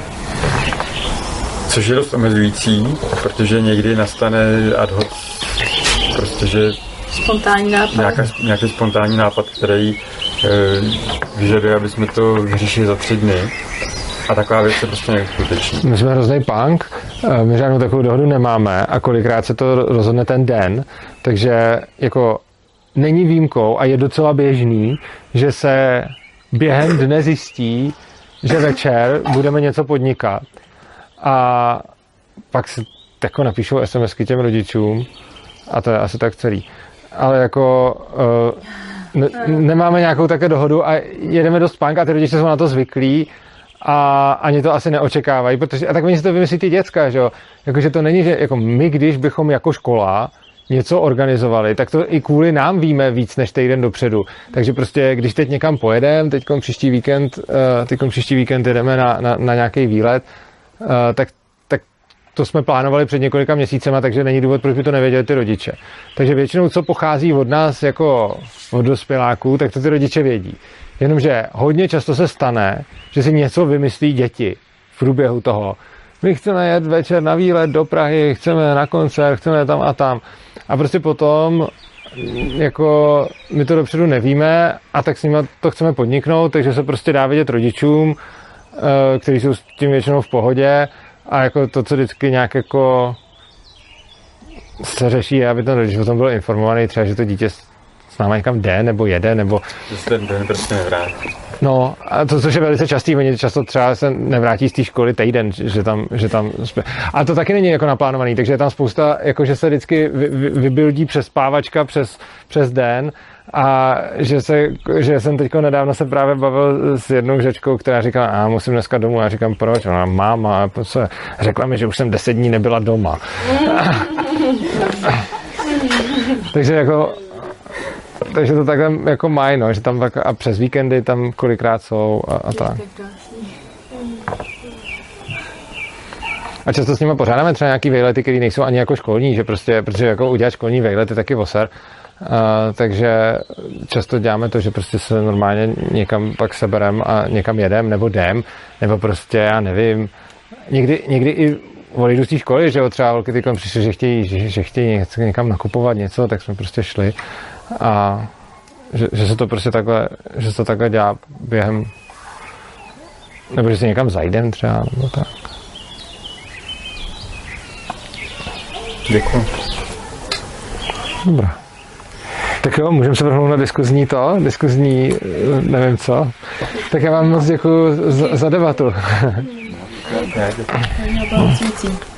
Což je dost omezující, protože někdy nastane ad hoc, prostě, že spontánní nápad. Nějaká, nějaký spontánní nápad, který e, vyžaduje, aby jsme to vyřešili za tři dny. A taková věc se prostě neuskuteční. My jsme hrozný punk, my žádnou takovou dohodu nemáme a kolikrát se to rozhodne ten den, takže jako není výjimkou a je docela běžný, že se během dne zjistí, že večer budeme něco podnikat. A pak se jako napíšou SMSky těm rodičům a to je asi tak celý. Ale jako uh, ne, nemáme nějakou také dohodu a jedeme dost punk a ty rodiče jsou na to zvyklí a ani to asi neočekávají, protože a tak oni si to vymyslí ty děcka, že jo. Jakože to není, že jako my, když bychom jako škola něco organizovali, tak to i kvůli nám víme víc než týden dopředu. Takže prostě, když teď někam pojedeme, teďkom příští víkend, uh, teďkom příští víkend jdeme na, na, na nějaký výlet, Uh, tak, tak to jsme plánovali před několika měsícema, takže není důvod, proč by to nevěděli ty rodiče. Takže většinou, co pochází od nás jako od dospěláků, tak to ty rodiče vědí. Jenomže hodně často se stane, že si něco vymyslí děti v průběhu toho. My chceme jet večer na výlet do Prahy, chceme na koncert, chceme tam a tam. A prostě potom jako my to dopředu nevíme a tak s nimi to chceme podniknout, takže se prostě dá vědět rodičům, kteří jsou s tím většinou v pohodě a jako to, co vždycky nějak jako se řeší, je, aby ten rodič o tom byl informovaný, třeba, že to dítě s náma někam jde, nebo jede, nebo... Že se ten den prostě nevrátí. No, a to, což je velice častý, oni často třeba se nevrátí z té školy týden, že tam, že tam spě... A to taky není jako naplánovaný, takže je tam spousta, jako že se vždycky vy, vy, vybildí přespávačka přes, přes den a že, se, že jsem teďko nedávno se právě bavil s jednou žečkou, která říkala, a musím dneska domů, a já říkám, proč? Ona, máma, se řekla mi, že už jsem deset dní nebyla doma. Takže jako takže to takhle jako mají, no, že tam tak a přes víkendy tam kolikrát jsou a, a tak. A často s nimi pořádáme třeba nějaký vejlety, které nejsou ani jako školní, že prostě, protože jako udělat školní vejlety taky voser. Uh, takže často děláme to, že prostě se normálně někam pak seberem a někam jedem, nebo jdem, nebo prostě, já nevím, někdy, někdy i odejdu z té školy, že jo, třeba holky tykom přišli, že chtějí, že, že chtějí někam nakupovat něco, tak jsme prostě šli a že, že se to prostě takhle, že se to takhle dělá během, nebo že se někam zajdem třeba, nebo tak. Děkuji. Dobrá. Tak jo, můžeme se vrhnout na diskuzní to, diskuzní, nevím co. Tak já vám moc děkuji za, za debatu. Já děkuji.